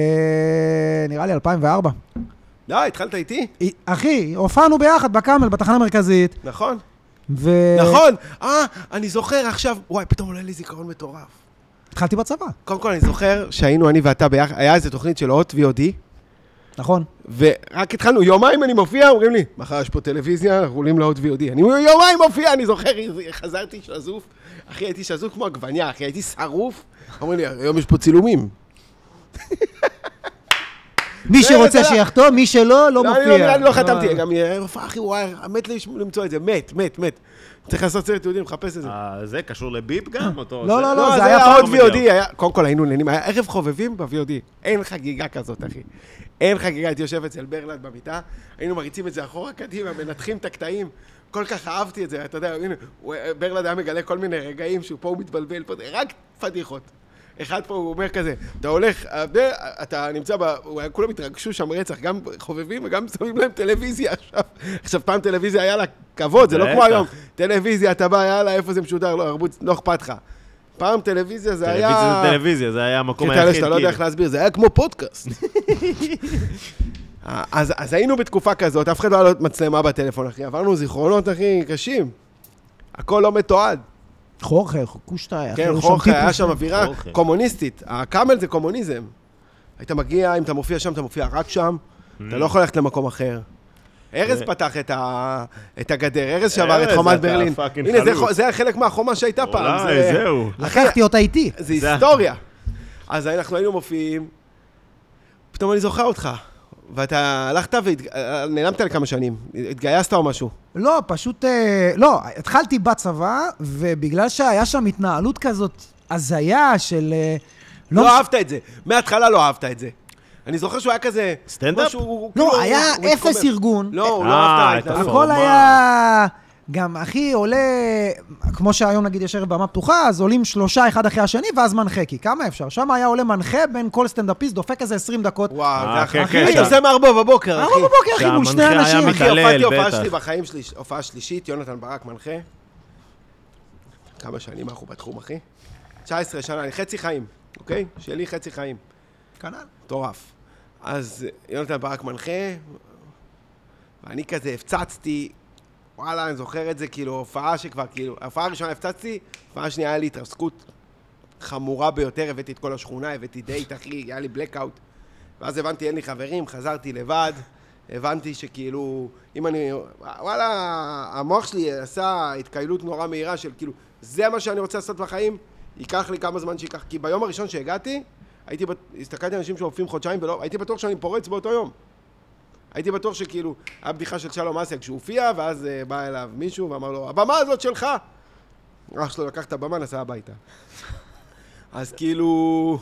נראה לי אלפיים וארבע. לא, התחלת איתי? אחי, הופענו ביחד בקרמל, בתחנה המרכזית. נכון. ו... נכון. אה, אני זוכר עכשיו, וואי, פתאום עולה לי זיכרון מטורף. התחלתי בצבא. קודם כל, אני זוכר שהיינו אני ואתה ביחד, היה איזו תוכנית של הוט וי או די. נכון. ורק התחלנו, יומיים אני מופיע, אומרים לי, מחר יש פה טלוויזיה, אנחנו עולים להוט וי או די. אני יומיים מופיע, אני זוכר, חזרתי שזוף. אחי, הייתי שזוף כמו עגבניה, אחי, הייתי שרוף. אומרים לי, היום יש פה צילומים. מי שרוצה שיחתום, מי שלא, לא מופיע. אני לא חתמתי, גם הופעה, אחי, וואי, מת למצוא את זה, מת, מת, מת. צריך לעשות סרט יהודים, לחפש את זה. זה קשור לביפ גם? לא, לא, לא, זה היה הוט וי או די. קודם כל היינו נהנים, היה ערב חובבים ב-וי או די. אין חגיגה כזאת, אחי. אין חגיגה, הייתי יושב אצל ברלנד במיטה, היינו מריצים את זה אחורה קדימה, מנתחים את הקטעים. כל כך אהבתי את זה, אתה יודע, ברלנד היה מגלה כל מיני רגעים שהוא פה הוא מתבלבל, פה, רק פדיחות. אחד פה הוא אומר כזה, אתה הולך, אתה נמצא ב... כולם התרגשו שם רצח, גם חובבים וגם שמים להם טלוויזיה עכשיו. עכשיו פעם טלוויזיה היה לה כבוד, זה לא כמו היום. טלוויזיה, אתה בא, יאללה, איפה זה משודר, לא, הרבוץ, לא אכפת לך. פעם טלוויזיה זה היה... טלוויזיה זה טלוויזיה, זה היה המקום היחיד. שאתה לא יודע איך להסביר, זה היה כמו פודקאסט. אז, אז היינו בתקופה כזאת, אף אחד לא היה לו מצלמה בטלפון, אחי. עברנו זיכרונות, אחי, קשים. הכל לא מתועד. חורכה, קושטה. כן, חורכה, היה שם אווירה קומוניסטית. הקאמל זה קומוניזם. היית מגיע, אם אתה מופיע שם, אתה מופיע רק שם, אתה לא יכול ללכת למקום אחר. ארז פתח את הגדר, ארז שעבר את חומת ברלין. הנה, זה חלק מהחומה שהייתה פעם. אולי, זהו. לקחתי אותה איתי. זה היסטוריה. אז אנחנו היינו מופיעים, פתאום אני זוכר אותך, ואתה הלכת ונעלמת לכמה שנים, התגייסת או משהו? לא, פשוט, לא, התחלתי בצבא, ובגלל שהיה שם התנהלות כזאת הזיה של... לא אהבת את זה, מההתחלה לא אהבת את זה. אני זוכר שהוא היה כזה... סטנדאפ? לא, היה אפס ארגון. לא, הוא לא אהבת את זה. הכל היה... גם, אחי, עולה, כמו שהיום נגיד יש ערב במה פתוחה, אז עולים שלושה אחד אחרי השני, ואז מנחה, כי כמה אפשר? שם היה עולה מנחה בין כל סטנדאפיסט, דופק איזה עשרים דקות. וואו, זה אחי, אחי, אני עושה מארבע בבוקר, אחי. ארבע בבוקר, אחי, מול שני אנשים. הופעתי הופעה שלי בחיים שלי, הופעה שלישית, יונתן ברק מנחה. כמה שנים אנחנו בתחום, אחי? תשע עשרה שנה, אני חצי חיים, אוקיי? שלי חצי חיים. כנ"ל. מטורף. אז יונתן ברק מנחה, ואני כזה הפצצתי, וואלה, אני זוכר את זה, כאילו, הופעה שכבר, כאילו, ההופעה הראשונה הפצצתי, ההופעה השנייה היה לי התרסקות חמורה ביותר, הבאתי את כל השכונה, הבאתי דייט, אחי, היה לי בלקאוט, ואז הבנתי, אין לי חברים, חזרתי לבד, הבנתי שכאילו, אם אני, וואלה, המוח שלי עשה התקיילות נורא מהירה של, כאילו, זה מה שאני רוצה לעשות בחיים, ייקח לי כמה זמן שיקח, כי ביום הראשון שהגעתי, הייתי, הסתכלתי אנשים שהופעים חודשיים, ולא, הייתי בטוח שאני פורץ באותו יום. הייתי בטוח שכאילו, היה בדיחה של שלום אסיה כשהוא הופיע, ואז uh, בא אליו מישהו ואמר לו, הבמה הזאת שלך! אח שלו לקח את הבמה, נסע הביתה. אז כאילו...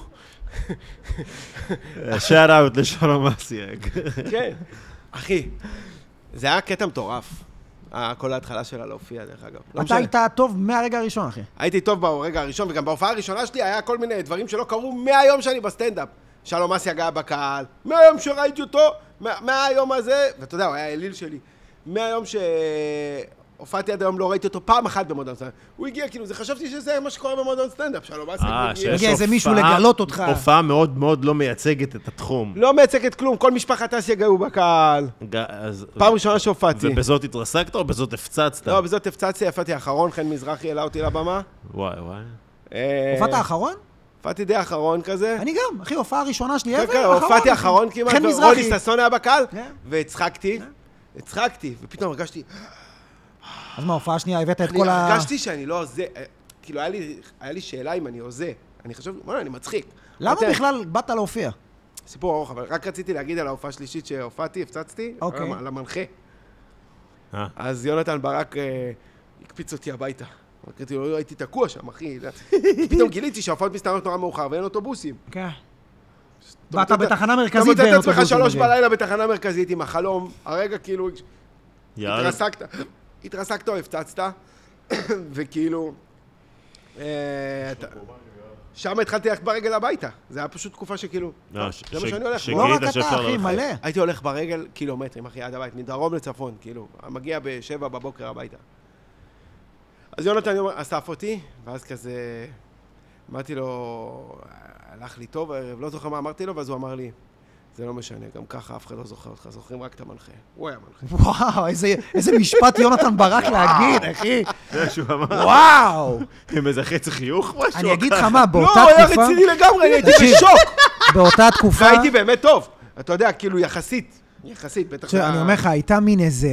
שאט אאוט לשלום אסיה. כן. אחי, זה היה קטע מטורף. כל ההתחלה שלה להופיע, דרך אגב. אתה היית טוב מהרגע הראשון, אחי. הייתי טוב ברגע הראשון, וגם בהופעה הראשונה שלי היה כל מיני דברים שלא קרו מהיום שאני בסטנדאפ. שלום אסיה גאה בקהל, מהיום שראיתי אותו, מהיום הזה, ואתה יודע, הוא היה אליל שלי. מהיום שהופעתי עד היום לא ראיתי אותו פעם אחת במועדון סטנדאפ. הוא הגיע, כאילו, זה חשבתי שזה מה שקורה במועדון סטנדאפ, שלום אסיה הגיע. הגיע איזה מישהו לגלות אותך. הופעה מאוד מאוד לא מייצגת את התחום. לא מייצגת כלום, כל משפחת אסיה גאו בקהל. פעם ראשונה שהופעתי. ובזאת התרסקת או בזאת הפצצת? לא, בזאת הפצצתי, יפעתי האחרון, חן מזרחי העלה אותי לבמה. וואי, וואי. הופעת האחרון? הופעתי די אחרון כזה. אני גם, אחי, הופעה הראשונה שלי, כן, כן, הופעתי אחרון כמעט, ורוני ססון היה בקהל, והצחקתי, הצחקתי, ופתאום הרגשתי... אז מה, ההופעה השנייה, הבאת את כל ה... אני הרגשתי שאני לא עוזה, כאילו, היה לי שאלה אם אני עוזה. אני חושב, בוא'נה, אני מצחיק. למה בכלל באת להופיע? סיפור ארוך, אבל רק רציתי להגיד על ההופעה השלישית שהופעתי, הפצצתי, על המנחה. אז יונתן ברק הקפיץ אותי הביתה. אמרתי לו, הייתי תקוע שם, אחי. פתאום גיליתי שההופעות מסתיימות נורא מאוחר ואין אוטובוסים. כן. באת בתחנה מרכזית ואין אוטובוסים. אתה מוצא את עצמך שלוש בלילה בתחנה מרכזית עם החלום, הרגע כאילו... התרסקת. התרסקת או הפצצת, וכאילו... שם התחלתי ללכת ברגל הביתה. זה היה פשוט תקופה שכאילו... זה מה שאני הולך. לא רק אתה, אחי, מלא. הייתי הולך ברגל קילומטרים, אחי, עד הבית, מדרום לצפון, כאילו. מגיע בשבע בבוקר הביתה. אז יונתן אסף אותי, ואז כזה... אמרתי לו, הלך לי טוב, לא זוכר מה אמרתי לו, ואז הוא אמר לי, זה לא משנה, גם ככה אף אחד לא זוכר אותך, זוכרים רק את המנחה. הוא היה מנחה. וואו, איזה משפט יונתן ברק להגיד, אחי. זה שהוא אמר. וואו. עם איזה חצי חיוך משהו. אני אגיד לך מה, באותה תקופה... לא, היה רציני לגמרי, אני הייתי בשוק. באותה תקופה... והייתי באמת טוב. אתה יודע, כאילו יחסית. יחסית, בטח... אני אומר לך, הייתה מין איזה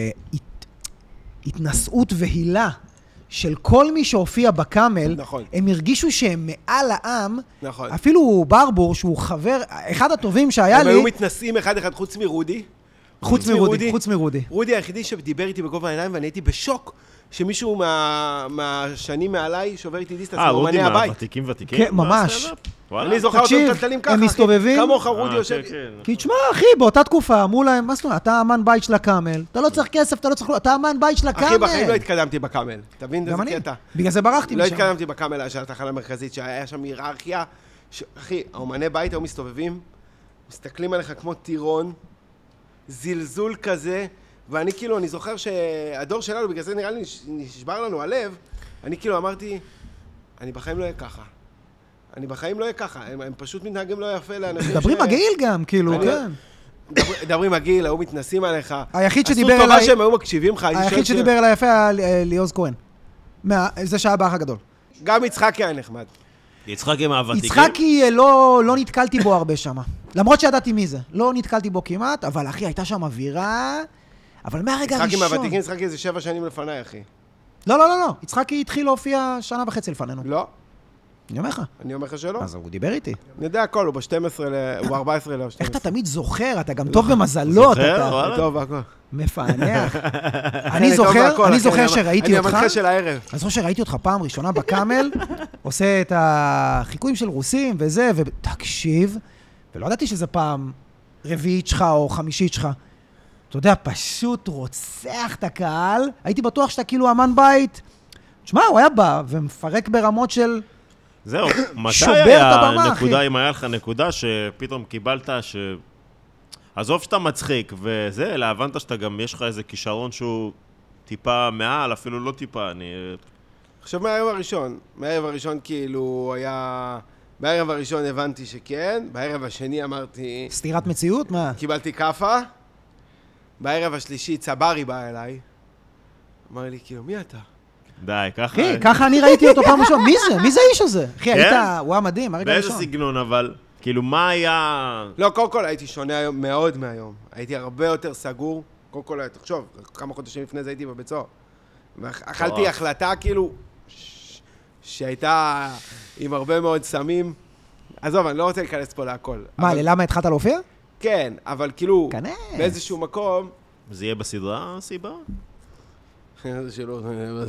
התנשאות והילה. של כל מי שהופיע בקאמל, נכון. הם הרגישו שהם מעל העם, נכון. אפילו ברבור, שהוא חבר, אחד הטובים שהיה הם לי... הם היו מתנסים אחד אחד חוץ מרודי. חוץ מרודי, חוץ מרודי. רודי היחידי שדיבר איתי בגובה העיניים, ואני הייתי בשוק שמישהו מה, מהשנים מעליי שובר איתי דיסטנס, אה, רודי מהבית. מהוותיקים ותיקים? כן, ממש. אני זוכר אותם טלטלים ככה, הם מסתובבים. כמוך רודי יושב... כי תשמע, אחי, באותה תקופה אמרו להם, מה זאת אומרת, אתה אמן בית של הקאמל, אתה לא צריך כסף, אתה לא צריך... אתה אמן בית של הקאמל. אחי, בחיים לא התקדמתי בקאמל. תבין איזה קטע. בגלל זה ברחתי משם. לא התקדמתי בקאמל של התחנה המרכזית, שהיה שם היררכיה. אחי, האומני בית היו מסתובבים, מסתכלים עליך כמו טירון, זלזול כזה, ואני כאילו, אני זוכר שהדור שלנו, בגלל זה נראה לי נשבר לנו הלב, אני כאילו אמרתי, אני בחיים לא אהיה ככה. אני בחיים לא אהיה ככה, הם, הם פשוט מתנהגים לא יפה לאנשים ש... מדברים מגעיל גם, כאילו, אני, כן. מדברים מגיל, היו מתנסים עליך. היחיד שדיבר עשו טובה אליי... שהם היו מקשיבים לך. היחיד שדיבר אליי יפה היה ליאוז כהן. זה שהיה באח הגדול. גם יצחקי היה נחמד. יצחקי מהוותיקים? יצחקי לא נתקלתי בו הרבה שם. למרות שידעתי מי זה. לא נתקלתי בו כמעט, אבל אחי, הייתה שם אווירה... אבל מהרגע הראשון... יצחקי מהוותיקים, יצחקי איזה שבע שנים לפניי, אחי. לא, לא, לא, לא. יצחקי התחיל להופיע שנה וחצי לפנינו. לא. אני אומר לך. אני אומר לך שלא. אז הוא דיבר איתי. אני יודע הכל, הוא ב-שתים עשרה, הוא ב-ארבע עשרה לא, איך אתה תמיד זוכר? אתה גם טוב במזלות. זוכר? טוב, הכל. מפענח. אני זוכר, אני זוכר שראיתי אותך. אני המנחה של הערב. אני זוכר שראיתי אותך פעם ראשונה בקאמל, עושה את החיקויים של רוסים וזה, ותקשיב, ולא ידעתי שזה פעם רביעית שלך או חמישית שלך. אתה יודע, פשוט רוצח את הקהל. הייתי בטוח שאתה כאילו אמן בית. תשמע, הוא היה בא ומפרק ברמות של... זהו, מתי היה נקודה, אם היה לך נקודה שפתאום קיבלת ש... עזוב שאתה מצחיק, וזה, אלא הבנת שאתה גם, יש לך איזה כישרון שהוא טיפה מעל, אפילו לא טיפה, אני... עכשיו, מהערב הראשון, מהערב הראשון כאילו היה... בערב הראשון הבנתי שכן, בערב השני אמרתי... סתירת מציאות? מה? קיבלתי קפה, בערב השלישי צברי בא אליי, אמר לי, כאילו, מי אתה? די, ככה... אחי, ככה אני ראיתי אותו פעם ראשון, מי זה? מי זה האיש הזה? אחי, היית... הוא היה מדהים, הרגע הראשון. באיזה סגנון, אבל... כאילו, מה היה... לא, קודם כל הייתי שונה היום, מאוד מהיום. הייתי הרבה יותר סגור. קודם כל, תחשוב, כמה חודשים לפני זה הייתי בבית סוהר. ואכלתי החלטה, כאילו, שהייתה עם הרבה מאוד סמים. עזוב, אני לא רוצה להיכנס פה להכל. מה, ללמה התחלת להופיע? כן, אבל כאילו, כנס. באיזשהו מקום... זה יהיה בסדרה, הסיבה? שלא...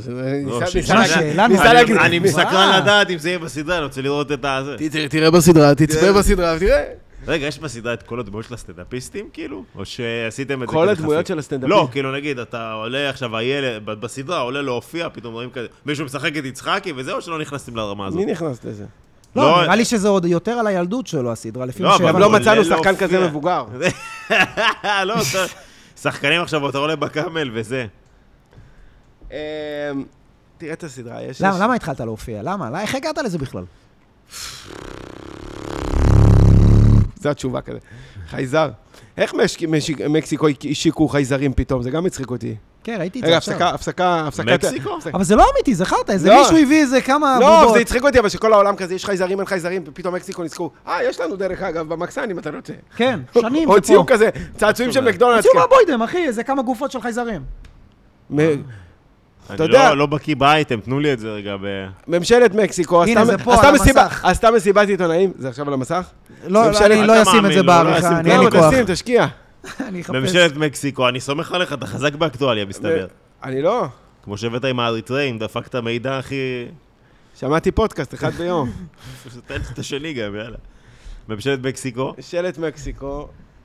אני מסקרן לדעת אם זה יהיה בסדרה, אני רוצה לראות את הזה. תראה בסדרה, תצפה בסדרה, תראה. רגע, יש בסדרה את כל הדמויות של הסטנדאפיסטים, כאילו? או שעשיתם את זה? כל הדמויות של הסטנדאפיסטים? לא, כאילו נגיד, אתה עולה עכשיו, הילד, בסדרה עולה להופיע, פתאום רואים כזה, מישהו משחק את יצחקי, וזהו שלא נכנסים לרמה הזאת. מי נכנס לזה? לא, נראה לי שזה עוד יותר על הילדות שלו, הסדרה, לפי מה שהבנו. לא מצאנו שחקן כזה מבוגר. לא, שחקנים עכשיו, אתה עולה בקאמל וזה. תראה את הסדרה, יש... למה, למה התחלת להופיע? למה? איך הגעת לזה בכלל? זו התשובה כזה. חייזר. איך מקסיקו השיקו חייזרים פתאום? זה גם מצחיק אותי. כן, ראיתי את זה עכשיו. רגע, הפסקה, הפסקה... מקסיקו? אבל זה לא אמיתי, זה חרטה, איזה מישהו הביא איזה כמה בובות. לא, זה הצחיק אותי, אבל שכל העולם כזה, יש חייזרים, אין חייזרים, ופתאום מקסיקו נזכו. אה, יש לנו דרך אגב, במקסן, אם אתה רוצה. כן, שנים זה פה. הוציאו כזה, צעצועים של מקדונלדס. הוציאו מהבוידם, אחי, איזה כמה גופות של חייזרים. אני לא בקיא באייטם, תנו לי את זה רגע ב... ממשלת מקסיקו, עשתה מסיבת עיתונאים, זה עכשיו על המסך? לא, אני לא אשים את זה בעריכה, אני אין לי כוח. תשקיע. ממשלת מקסיקו, אני סומך עליך, אתה חזק באקטואליה, מסתבר. אני לא. כמו שבאת עם האריתראים, דפקת מידע הכי... שמעתי פודקאסט, אחד ביום. תן את השני גם, יאללה. ממשלת מקסיקו. ממשלת מקסיקו.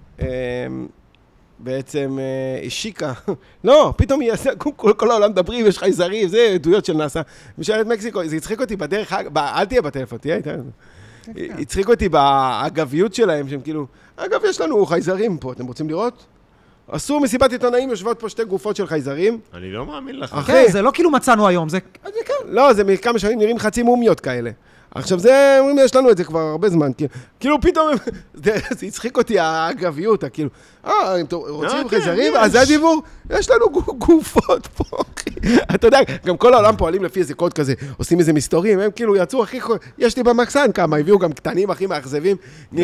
בעצם השיקה, לא, פתאום כל העולם מדברים, יש חייזרים, זה עדויות של נאסא. ממשלת מקסיקו, זה הצחיק אותי בדרך, אל תהיה בטלפון, תהיה איתנו. הצחיק אותי באגביות שלהם, שהם כאילו, אגב, יש לנו חייזרים פה, אתם רוצים לראות? עשו מסיבת עיתונאים, יושבות פה שתי גופות של חייזרים. אני לא מאמין לך. כן, זה לא כאילו מצאנו היום, זה... לא, זה מכמה שנים נראים חצי מומיות כאלה. עכשיו זה, אומרים, יש לנו את זה כבר הרבה זמן, כאילו פתאום, זה הצחיק אותי האגביות, כאילו, אה, אם רוצים חייזרים, אז זה הדיבור, יש לנו גופות פה, אחי. אתה יודע, גם כל העולם פועלים לפי איזה קוד כזה, עושים איזה מסתורים, הם כאילו יצאו, אחי, יש לי במקסן כמה, הביאו גם קטנים, הכי מאכזבים,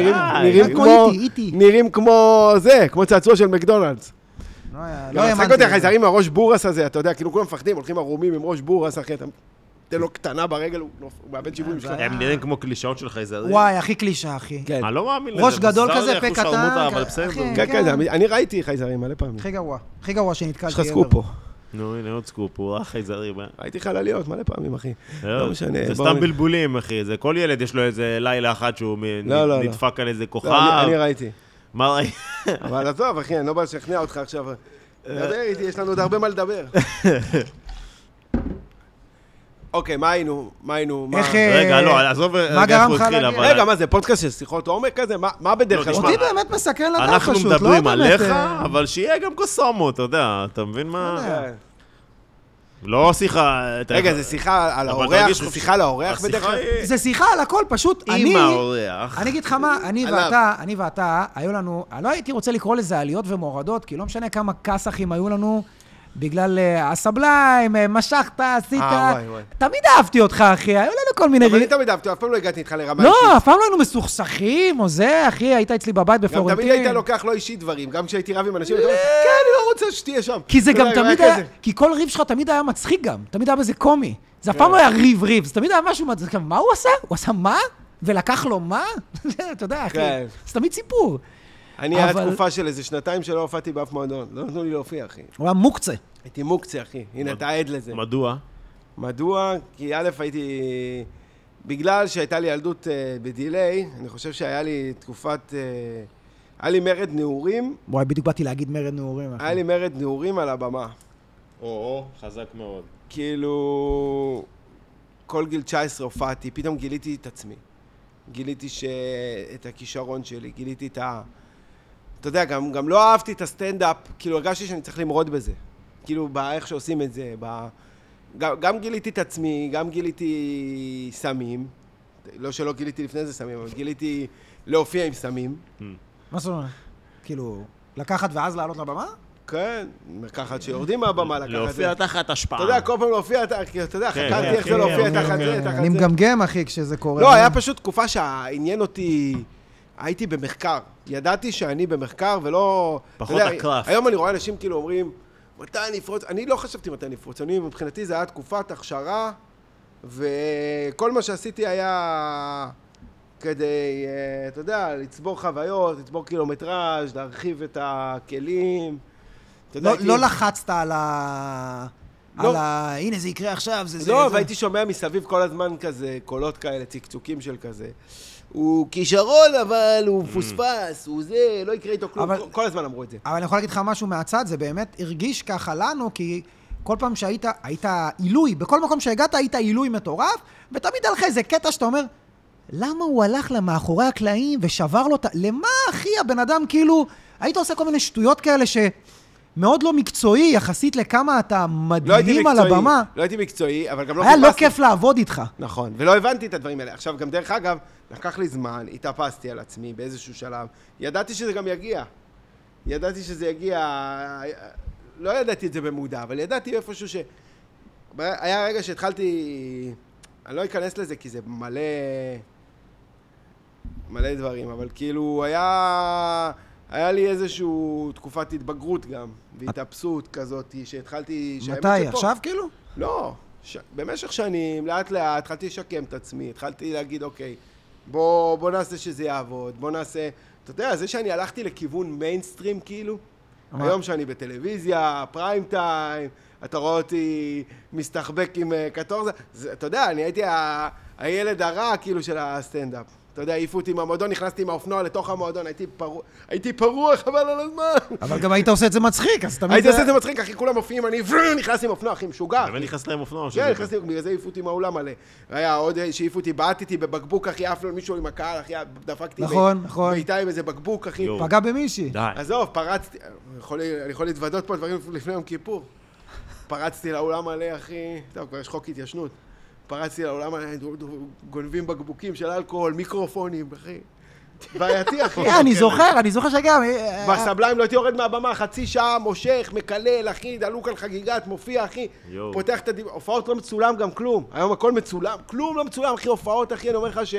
נראים כמו זה, כמו צעצוע של מקדונלדס. לא הצחיק אותי החייזרים עם הראש בורס הזה, אתה יודע, כאילו כולם מפחדים, הולכים ערומים עם ראש בורס, אחי, תן לו קטנה ברגל, הוא מאבד שיווי שלו. הם נראים כמו קלישאות של חייזרים. וואי, הכי קלישה, אחי. אני לא מאמין לזה. ראש גדול כזה, פה קטן. כן, כן, אני ראיתי חייזרים מלא פעמים. הכי גרוע. הכי גרוע שנתקלתי. יש לך סקופ פה. נו, הנה עוד סקופ, הוא ראה חייזרים. ראיתי חלליות מלא פעמים, אחי. לא משנה. זה סתם בלבולים, אחי. כל ילד יש לו איזה לילה אחד שהוא נדפק על איזה כוכב. אני ראיתי. מה ראית? אבל עזוב, אחי, אני לא בא לשכנע אותך עכשיו. דבר איתי, יש לנו עוד הרבה מה לדבר. אוקיי, מה היינו? מה היינו? איך... רגע, לא, עזוב רגע איך הוא התחיל, אבל... רגע, מה זה, פודקאסט של שיחות עומק כזה? מה בדרך כלל? אותי באמת מסקרן לדעת פשוט, אנחנו מדברים עליך, אבל שיהיה גם קוסומו, אתה יודע, אתה מבין מה... לא שיחה... רגע, זה שיחה על האורח, זה שיחה על האורח בדרך כלל? זה שיחה על הכל, פשוט אני... עם האורח. אני אגיד לך מה, אני ואתה, אני ואתה, היו לנו, אני לא הייתי רוצה לקרוא לזה עליות ומורדות, כי לא משנה כמה כסחים היו לנו, בגלל הסבליים, משכת, עשית... תמיד אהבתי אותך, אחי, היו לנו כל מיני... אבל אני תמיד אהבתי, אף פעם לא הגעתי איתך לרמה אישית. לא, אף פעם לא היינו מסוכסכים, או זה, אחי, היית אצלי בבית בפלורנטין. גם תמיד היית לוקח לא אישי דברים, גם כשהייתי רב עם אנשים, כן, אני לא רוצה שתהיה שם. כי זה גם תמיד היה... כי כל ריב שלך תמיד היה מצחיק גם, תמיד היה בזה קומי. זה אף פעם לא היה ריב ריב, זה תמיד היה משהו מצחיק. מה הוא עשה? הוא עשה מה? ולקח לו מה? אתה יודע, אחי, זה תמיד סיפור. אני היה תקופה של איזה שנתיים שלא הופעתי באף מועדון. לא נתנו לי להופיע, אחי. הוא היה מוקצה. הייתי מוקצה, אחי. הנה, אתה עד לזה. מדוע? מדוע? כי א' הייתי... בגלל שהייתה לי ילדות בדיליי, אני חושב שהיה לי תקופת... היה לי מרד נעורים. וואי, בדיוק באתי להגיד מרד נעורים. היה לי מרד נעורים על הבמה. או, חזק מאוד. כאילו... כל גיל תשע עשרה הופעתי, פתאום גיליתי את עצמי. גיליתי ש... את הכישרון שלי, גיליתי את ה... אתה יודע, גם, גם לא אהבתי את הסטנדאפ, כאילו הרגשתי שאני צריך למרוד בזה. כאילו, באיך שעושים את זה, ב... גם, גם גיליתי את עצמי, גם גיליתי סמים. לא שלא גיליתי לפני זה סמים, אבל גיליתי להופיע עם סמים. מה זאת אומרת? כאילו, לקחת ואז לעלות לבמה? כן, לקחת שיורדים מהבמה, לקחת... להופיע תחת השפעה. אתה יודע, כל פעם להופיע, אתה יודע, חקרתי איך זה להופיע תחת זה, תחת זה. אני מגמגם, אחי, כשזה קורה. לא, היה פשוט תקופה שהעניין אותי... הייתי במחקר. ידעתי שאני במחקר ולא... פחות הקלף. היום אני רואה אנשים כאילו אומרים, מתי נפרוץ? אני לא חשבתי מתי נפרוץ. אני, מבחינתי, זה היה תקופת הכשרה, וכל מה שעשיתי היה כדי, אתה יודע, לצבור חוויות, לצבור קילומטראז', להרחיב את הכלים. לא לחצת על ה... על ה... הנה, זה יקרה עכשיו, זה זה... לא, והייתי שומע מסביב כל הזמן כזה, קולות כאלה, צקצוקים של כזה. הוא כישרון, אבל הוא פוספס, הוא זה, לא יקרה איתו כלום. כל הזמן אמרו את זה. אבל אני יכול להגיד לך משהו מהצד, זה באמת הרגיש ככה לנו, כי כל פעם שהיית, היית עילוי, בכל מקום שהגעת היית עילוי מטורף, ותמיד הלך איזה קטע שאתה אומר, למה הוא הלך למאחורי הקלעים ושבר לו את... למה, אחי, הבן אדם כאילו... היית עושה כל מיני שטויות כאלה ש... מאוד לא מקצועי, יחסית לכמה אתה מדהים על הבמה. לא הייתי מקצועי, אבל גם לא... היה לא כיף לעבוד איתך. נכון, ולא הבנתי את הדברים האלה. עכשיו, גם דרך אגב, לקח לי זמן, התאפסתי על עצמי באיזשהו שלב. ידעתי שזה גם יגיע. ידעתי שזה יגיע... לא ידעתי את זה במודע, אבל ידעתי איפשהו ש... היה רגע שהתחלתי... אני לא אכנס לזה כי זה מלא... מלא דברים, אבל כאילו היה... היה לי איזשהו תקופת התבגרות גם, והתאפסות כזאת, שהתחלתי... מתי? עכשיו כאילו? לא, ש... במשך שנים, לאט לאט, התחלתי לשקם את עצמי, התחלתי להגיד, אוקיי, בוא, בוא נעשה שזה יעבוד, בוא נעשה... אתה יודע, זה שאני הלכתי לכיוון מיינסטרים כאילו, מה? היום שאני בטלוויזיה, פריים טיים, אתה רואה אותי מסתחבק עם קטורזה, זה, אתה יודע, אני הייתי ה... הילד הרע כאילו של הסטנדאפ. אתה יודע, העיפו אותי מהמועדון, נכנסתי עם האופנוע לתוך המועדון, הייתי פרוע, הייתי פרוע, חבל על הזמן. אבל גם היית עושה את זה מצחיק, אז תמיד... הייתי עושה את זה מצחיק, אחי, כולם מופיעים, אני נכנסתי עם אופנוע, אחי, משוגע. באמת נכנסת להם אופנוע? כן, נכנסתי, בגלל זה העיפו אותי מהאולם מלא. היה עוד שהעיפו אותי, בעטתי בבקבוק, אחי, עף לו מישהו עם הקהל, אחי, דפקתי... נכון, נכון. ואיתה עם איזה בקבוק, אחי. פגע במישהי. עזוב, פרצתי, אני יכול להתוודות פה דברים לפני יום כיפור. פרצתי לאולם מלא, אחי, טוב, כבר יש חוק התיישנות. פרצתי לעולם, גונבים בקבוקים של אלכוהול, מיקרופונים, אחי. בעייתי, אחי. אני זוכר, אני זוכר שגם... בסבליים לא הייתי יורד מהבמה, חצי שעה, מושך, מקלל, אחי, דלוק על חגיגת, מופיע, אחי. פותח את הדיבור, הופעות לא מצולם גם כלום. היום הכל מצולם, כלום לא מצולם, אחי, הופעות, אחי, אני אומר לך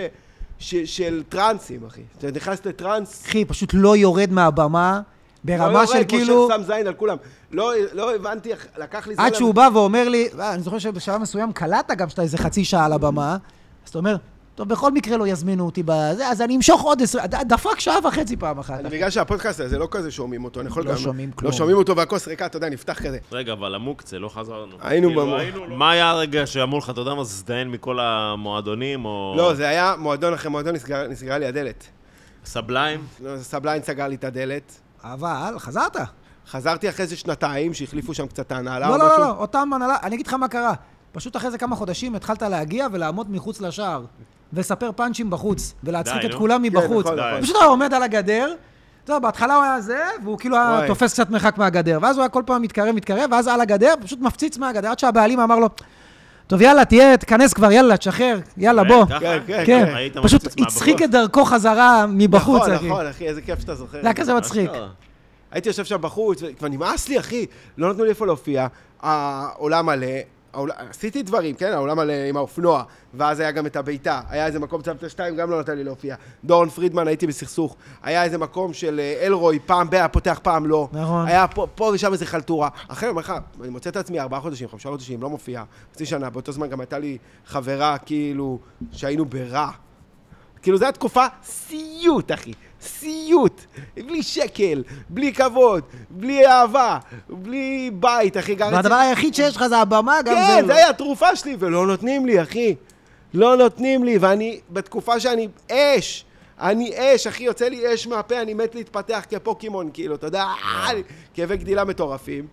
של טרנסים, אחי. אתה נכנס לטרנס... אחי, פשוט לא יורד מהבמה. ברמה של כאילו... לא שם זין על כולם. לא, לא הבנתי, לקח לי זין... עד שהוא בא ואומר לי, אני זוכר שבשלב מסוים קלטת גם שאתה איזה חצי שעה על הבמה, אז אתה אומר, טוב, בכל מקרה לא יזמינו אותי בזה, אז אני אמשוך עוד עשרה, דפק שעה וחצי פעם אחת. אני בגלל שהפודקאסט הזה לא כזה שומעים אותו, אני יכול גם... לא שומעים כלום. לא שומעים אותו והכוס ריקה, אתה יודע, נפתח כזה. רגע, אבל המוקצה, לא חזרנו. היינו במוע... מה היה הרגע שאמרו לך, אתה יודע מה, זדיין מכל המועדונים, או... לא, זה היה מועדון אחרי מועדון, נסגרה לי הדלת. סבליים? סבליים סגר לי את הדלת. אבל, חזרת. חזרתי אחרי זה שנתיים, שהחליפו שם קצת ההנהלה או משהו. לא, לא, לא, אותם הנהלה, אני אגיד לך מה קרה. פשוט אחרי זה כמה חודשים התחלת להגיע ולעמוד מחוץ לשער, ולספר פאנצ'ים בחוץ, ולהצחיק את כולם מבחוץ. פשוט אתה עומד על הגדר, טוב, בהתחלה הוא היה זה, והוא כאילו היה תופס קצת מרחק מהגדר, ואז הוא היה כל פעם מתקרב, מתקרב, ואז על הגדר, פשוט מפציץ מהגדר, עד שהבעלים אמר לו, טוב, יאללה, תהיה, תכנס כבר, יאללה, תשחרר, יאללה, בוא. כן, כן, כן. פשוט הצחיק את דרכו חזרה מבחוץ, אחי. נכון, נכון, אחי, איזה כיף שאתה זוכר. זה היה כזה מצחיק. הייתי יושב שם בחוץ, וכבר נמאס לי, אחי, לא נתנו לי איפה להופיע, העולם מלא, עשיתי דברים, כן, העולם מלא עם האופנוע, ואז היה גם את הביתה, היה איזה מקום צוותא שתיים, גם לא נתן לי להופיע. דורון פרידמן, הייתי בסכסוך, היה איזה מקום של אלרוי, פעם בה, פותח פעם לא. נכון. היה פה, פה ושם איזה חלטורה. אחרי, אומר לך, אני מוצא את עצמי ארבעה חודשים, חמישה חודשים, לא מופיע, חצי שנה, באותו זמן גם הייתה לי חברה, כאילו, שהיינו ברע. כאילו, זו הייתה תקופה סיוט, אחי. סיוט, בלי שקל, בלי כבוד, בלי אהבה, בלי בית, אחי. והדבר היחיד שיש לך זה הבמה, גם זה לא. כן, זה היה התרופה שלי, ולא נותנים לי, אחי. לא נותנים לי, ואני, בתקופה שאני אש, אני אש, אחי, יוצא לי אש מהפה, אני מת להתפתח כפוקימון, כאילו, אתה יודע, כאבי גדילה מטורפים.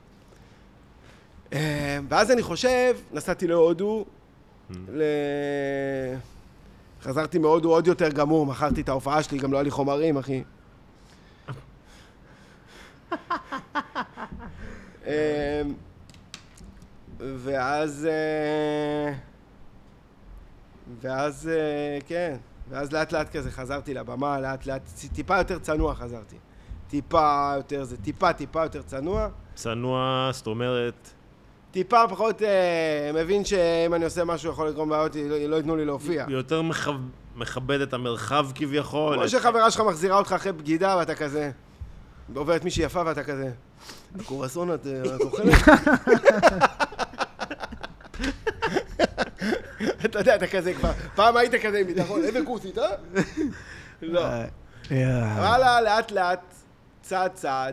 ואז אני חושב, נסעתי להודו, ל... חזרתי מהודו עוד יותר גמור, מכרתי את ההופעה שלי, גם לא היה לי חומרים, אחי. ואז... ואז, כן, ואז לאט לאט כזה חזרתי לבמה, לאט לאט, טיפה יותר צנוע חזרתי. טיפה יותר, זה טיפה, טיפה יותר צנוע. צנוע, זאת אומרת... טיפה פחות אה, מבין שאם אני עושה משהו יכול לקרום בעיות, לא, לא ייתנו לי להופיע. יותר מכב... מכבד את המרחב כביכול. כמו שחברה שלך מחזירה אותך אחרי בגידה ואתה כזה, עוברת מישהי יפה ואתה כזה, הקורסון את אוכלת? אתה יודע, אתה כזה כבר, פעם היית כזה עם ביטחון, איזה כוסית, אה? לא. וואלה, לאט לאט, צעד צעד.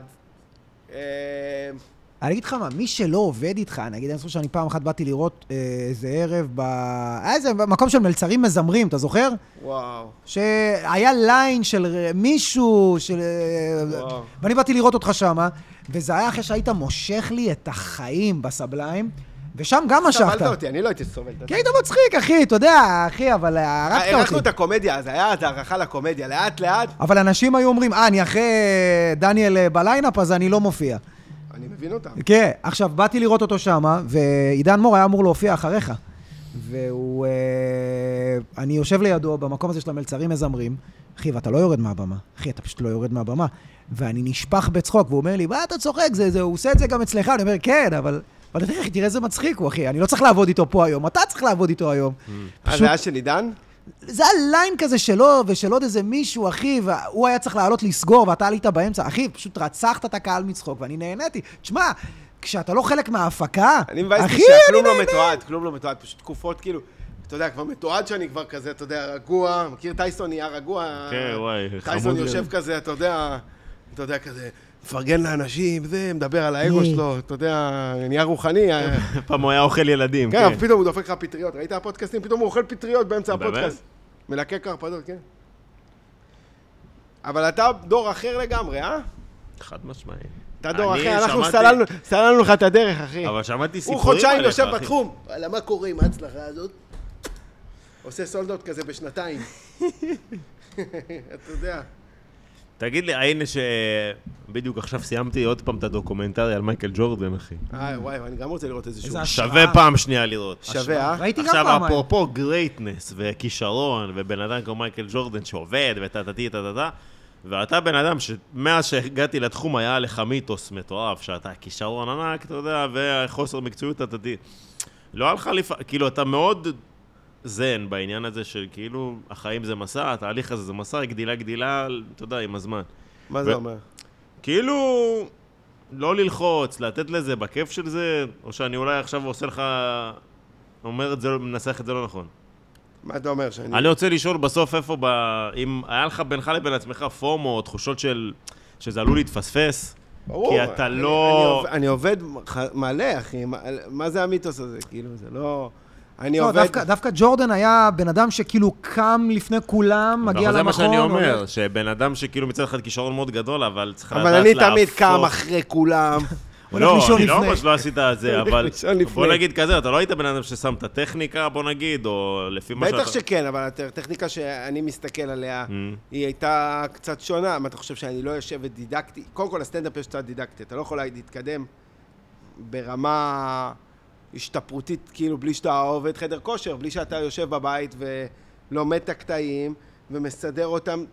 אני אגיד לך מה, מי שלא עובד איתך, נגיד, אני חושב שאני פעם אחת באתי לראות איזה ערב, היה איזה מקום של מלצרים מזמרים, אתה זוכר? וואו. שהיה ליין של מישהו, של... וואו. ואני באתי לראות אותך שמה, וזה היה אחרי שהיית מושך לי את החיים בסבליים, ושם גם משכת. סבלת אותי, אני לא הייתי סובל את זה. כי היית מצחיק, אחי, אתה יודע, אחי, אבל הרקת אותי. הלכנו את הקומדיה, זה היה הערכה לקומדיה, לאט לאט. אבל אנשים היו אומרים, אה, אני אחרי דניאל בליינאפ, אז אני לא מופיע. אני מבין אותם. כן, עכשיו, באתי לראות אותו שמה, ועידן מור היה אמור להופיע אחריך. והוא... אני יושב לידו במקום הזה של המלצרים מזמרים, אחי, ואתה לא יורד מהבמה. אחי, אתה פשוט לא יורד מהבמה. ואני נשפח בצחוק, והוא אומר לי, מה אתה צוחק? זה, זה, הוא עושה את זה גם אצלך. אני אומר, כן, אבל... אבל תראה, תראה איזה מצחיק הוא, אחי. אני לא צריך לעבוד איתו פה היום. אתה צריך לעבוד איתו היום. אז זה היה של עידן? זה הליין כזה שלו, ושל עוד איזה מישהו, אחי, והוא היה צריך לעלות לסגור, ואתה עלית באמצע. אחי, פשוט רצחת את הקהל מצחוק, ואני נהניתי. תשמע, כשאתה לא חלק מההפקה, אני מבאס לי שכלום לא מתועד, כלום לא מתועד, פשוט תקופות כאילו, אתה יודע, כבר מתועד שאני כבר כזה, אתה יודע, רגוע, מכיר טייסון נהיה רגוע, כן, וואי, חמוד. טייסון יושב כזה, אתה יודע, אתה יודע, כזה, מפרגן לאנשים, זה, מדבר על האגו שלו, אתה יודע, נהיה רוחני. פעם הוא היה אוכל ילדים, כן. כן, פתאום הוא דופק לך פטריות, ראית הפודקאסטים? פתאום הוא אוכל פטריות באמצע הפודקאסט. מלקק קרפדות, כן. אבל אתה דור אחר לגמרי, אה? חד משמעי. אתה דור אחר, אנחנו סללנו לך את הדרך, אחי. אבל שמעתי סיפורים עליך, אחי. הוא חודשיים יושב בתחום. וואלה, מה קורה עם ההצלחה הזאת? עושה סולדות כזה בשנתיים. אתה יודע. תגיד לי, הנה שבדיוק עכשיו סיימתי עוד פעם את הדוקומנטרי על מייקל ג'ורדן, אחי. אה, וואי, אני גם רוצה לראות איזשהו. שווה פעם שנייה לראות. שווה, אה? ראיתי גם פעם. עכשיו, אפרופו גרייטנס וכישרון, ובן אדם כמו מייקל ג'ורדן שעובד, וטטטי, טטטה, ואתה בן אדם שמאז שהגעתי לתחום היה לך מיתוס מטורף, שאתה כישרון ענק, אתה יודע, וחוסר מקצועיות, טטטי. לא הלכה לפעמים, כאילו, אתה מאוד זן בעניין הזה של כאילו, החיים זה מסע, התהליך הזה זה מסע, גדילה גדילה, אתה יודע, עם הזמן. מה זה אומר? כאילו, לא ללחוץ, לתת לזה בכיף של זה, או שאני אולי עכשיו עושה לך, אומר את זה, מנסח את זה לא נכון. מה אתה אומר? שאני... אני רוצה לשאול בסוף איפה, ב... אם היה לך בינך לבין עצמך פומו, תחושות של, שזה עלול להתפספס, ברור, כי אתה אני, לא... אני, אני עובד מלא, אחי, מה, מה זה המיתוס הזה? כאילו, זה לא... אני לא, עובד... דווקא, דווקא ג'ורדן היה בן אדם שכאילו קם לפני כולם, מגיע למכון. זה מה שאני אומר, או... שבן אדם שכאילו מצד אחד כישרון מאוד גדול, אבל צריך לדעת אבל אני להפוך... תמיד קם אחרי כולם, לא, אני לא ממש לא עשית את זה, אבל בוא נגיד כזה, אתה לא היית בן אדם ששם את הטכניקה, בוא נגיד, או לפי מה שאתה... בטח שכן, אבל הטכניקה שאני מסתכל עליה, היא הייתה קצת שונה. מה אתה חושב שאני לא יושב ודידקטי? קודם כל, הסטנדאפ יש קצת דידקטי. אתה לא יכול להתקדם ברמה השתפרותית, כאילו, בלי שאתה עובד חדר כושר, בלי שאתה יושב בבית ולומד את הקטעים ומסדר אותם.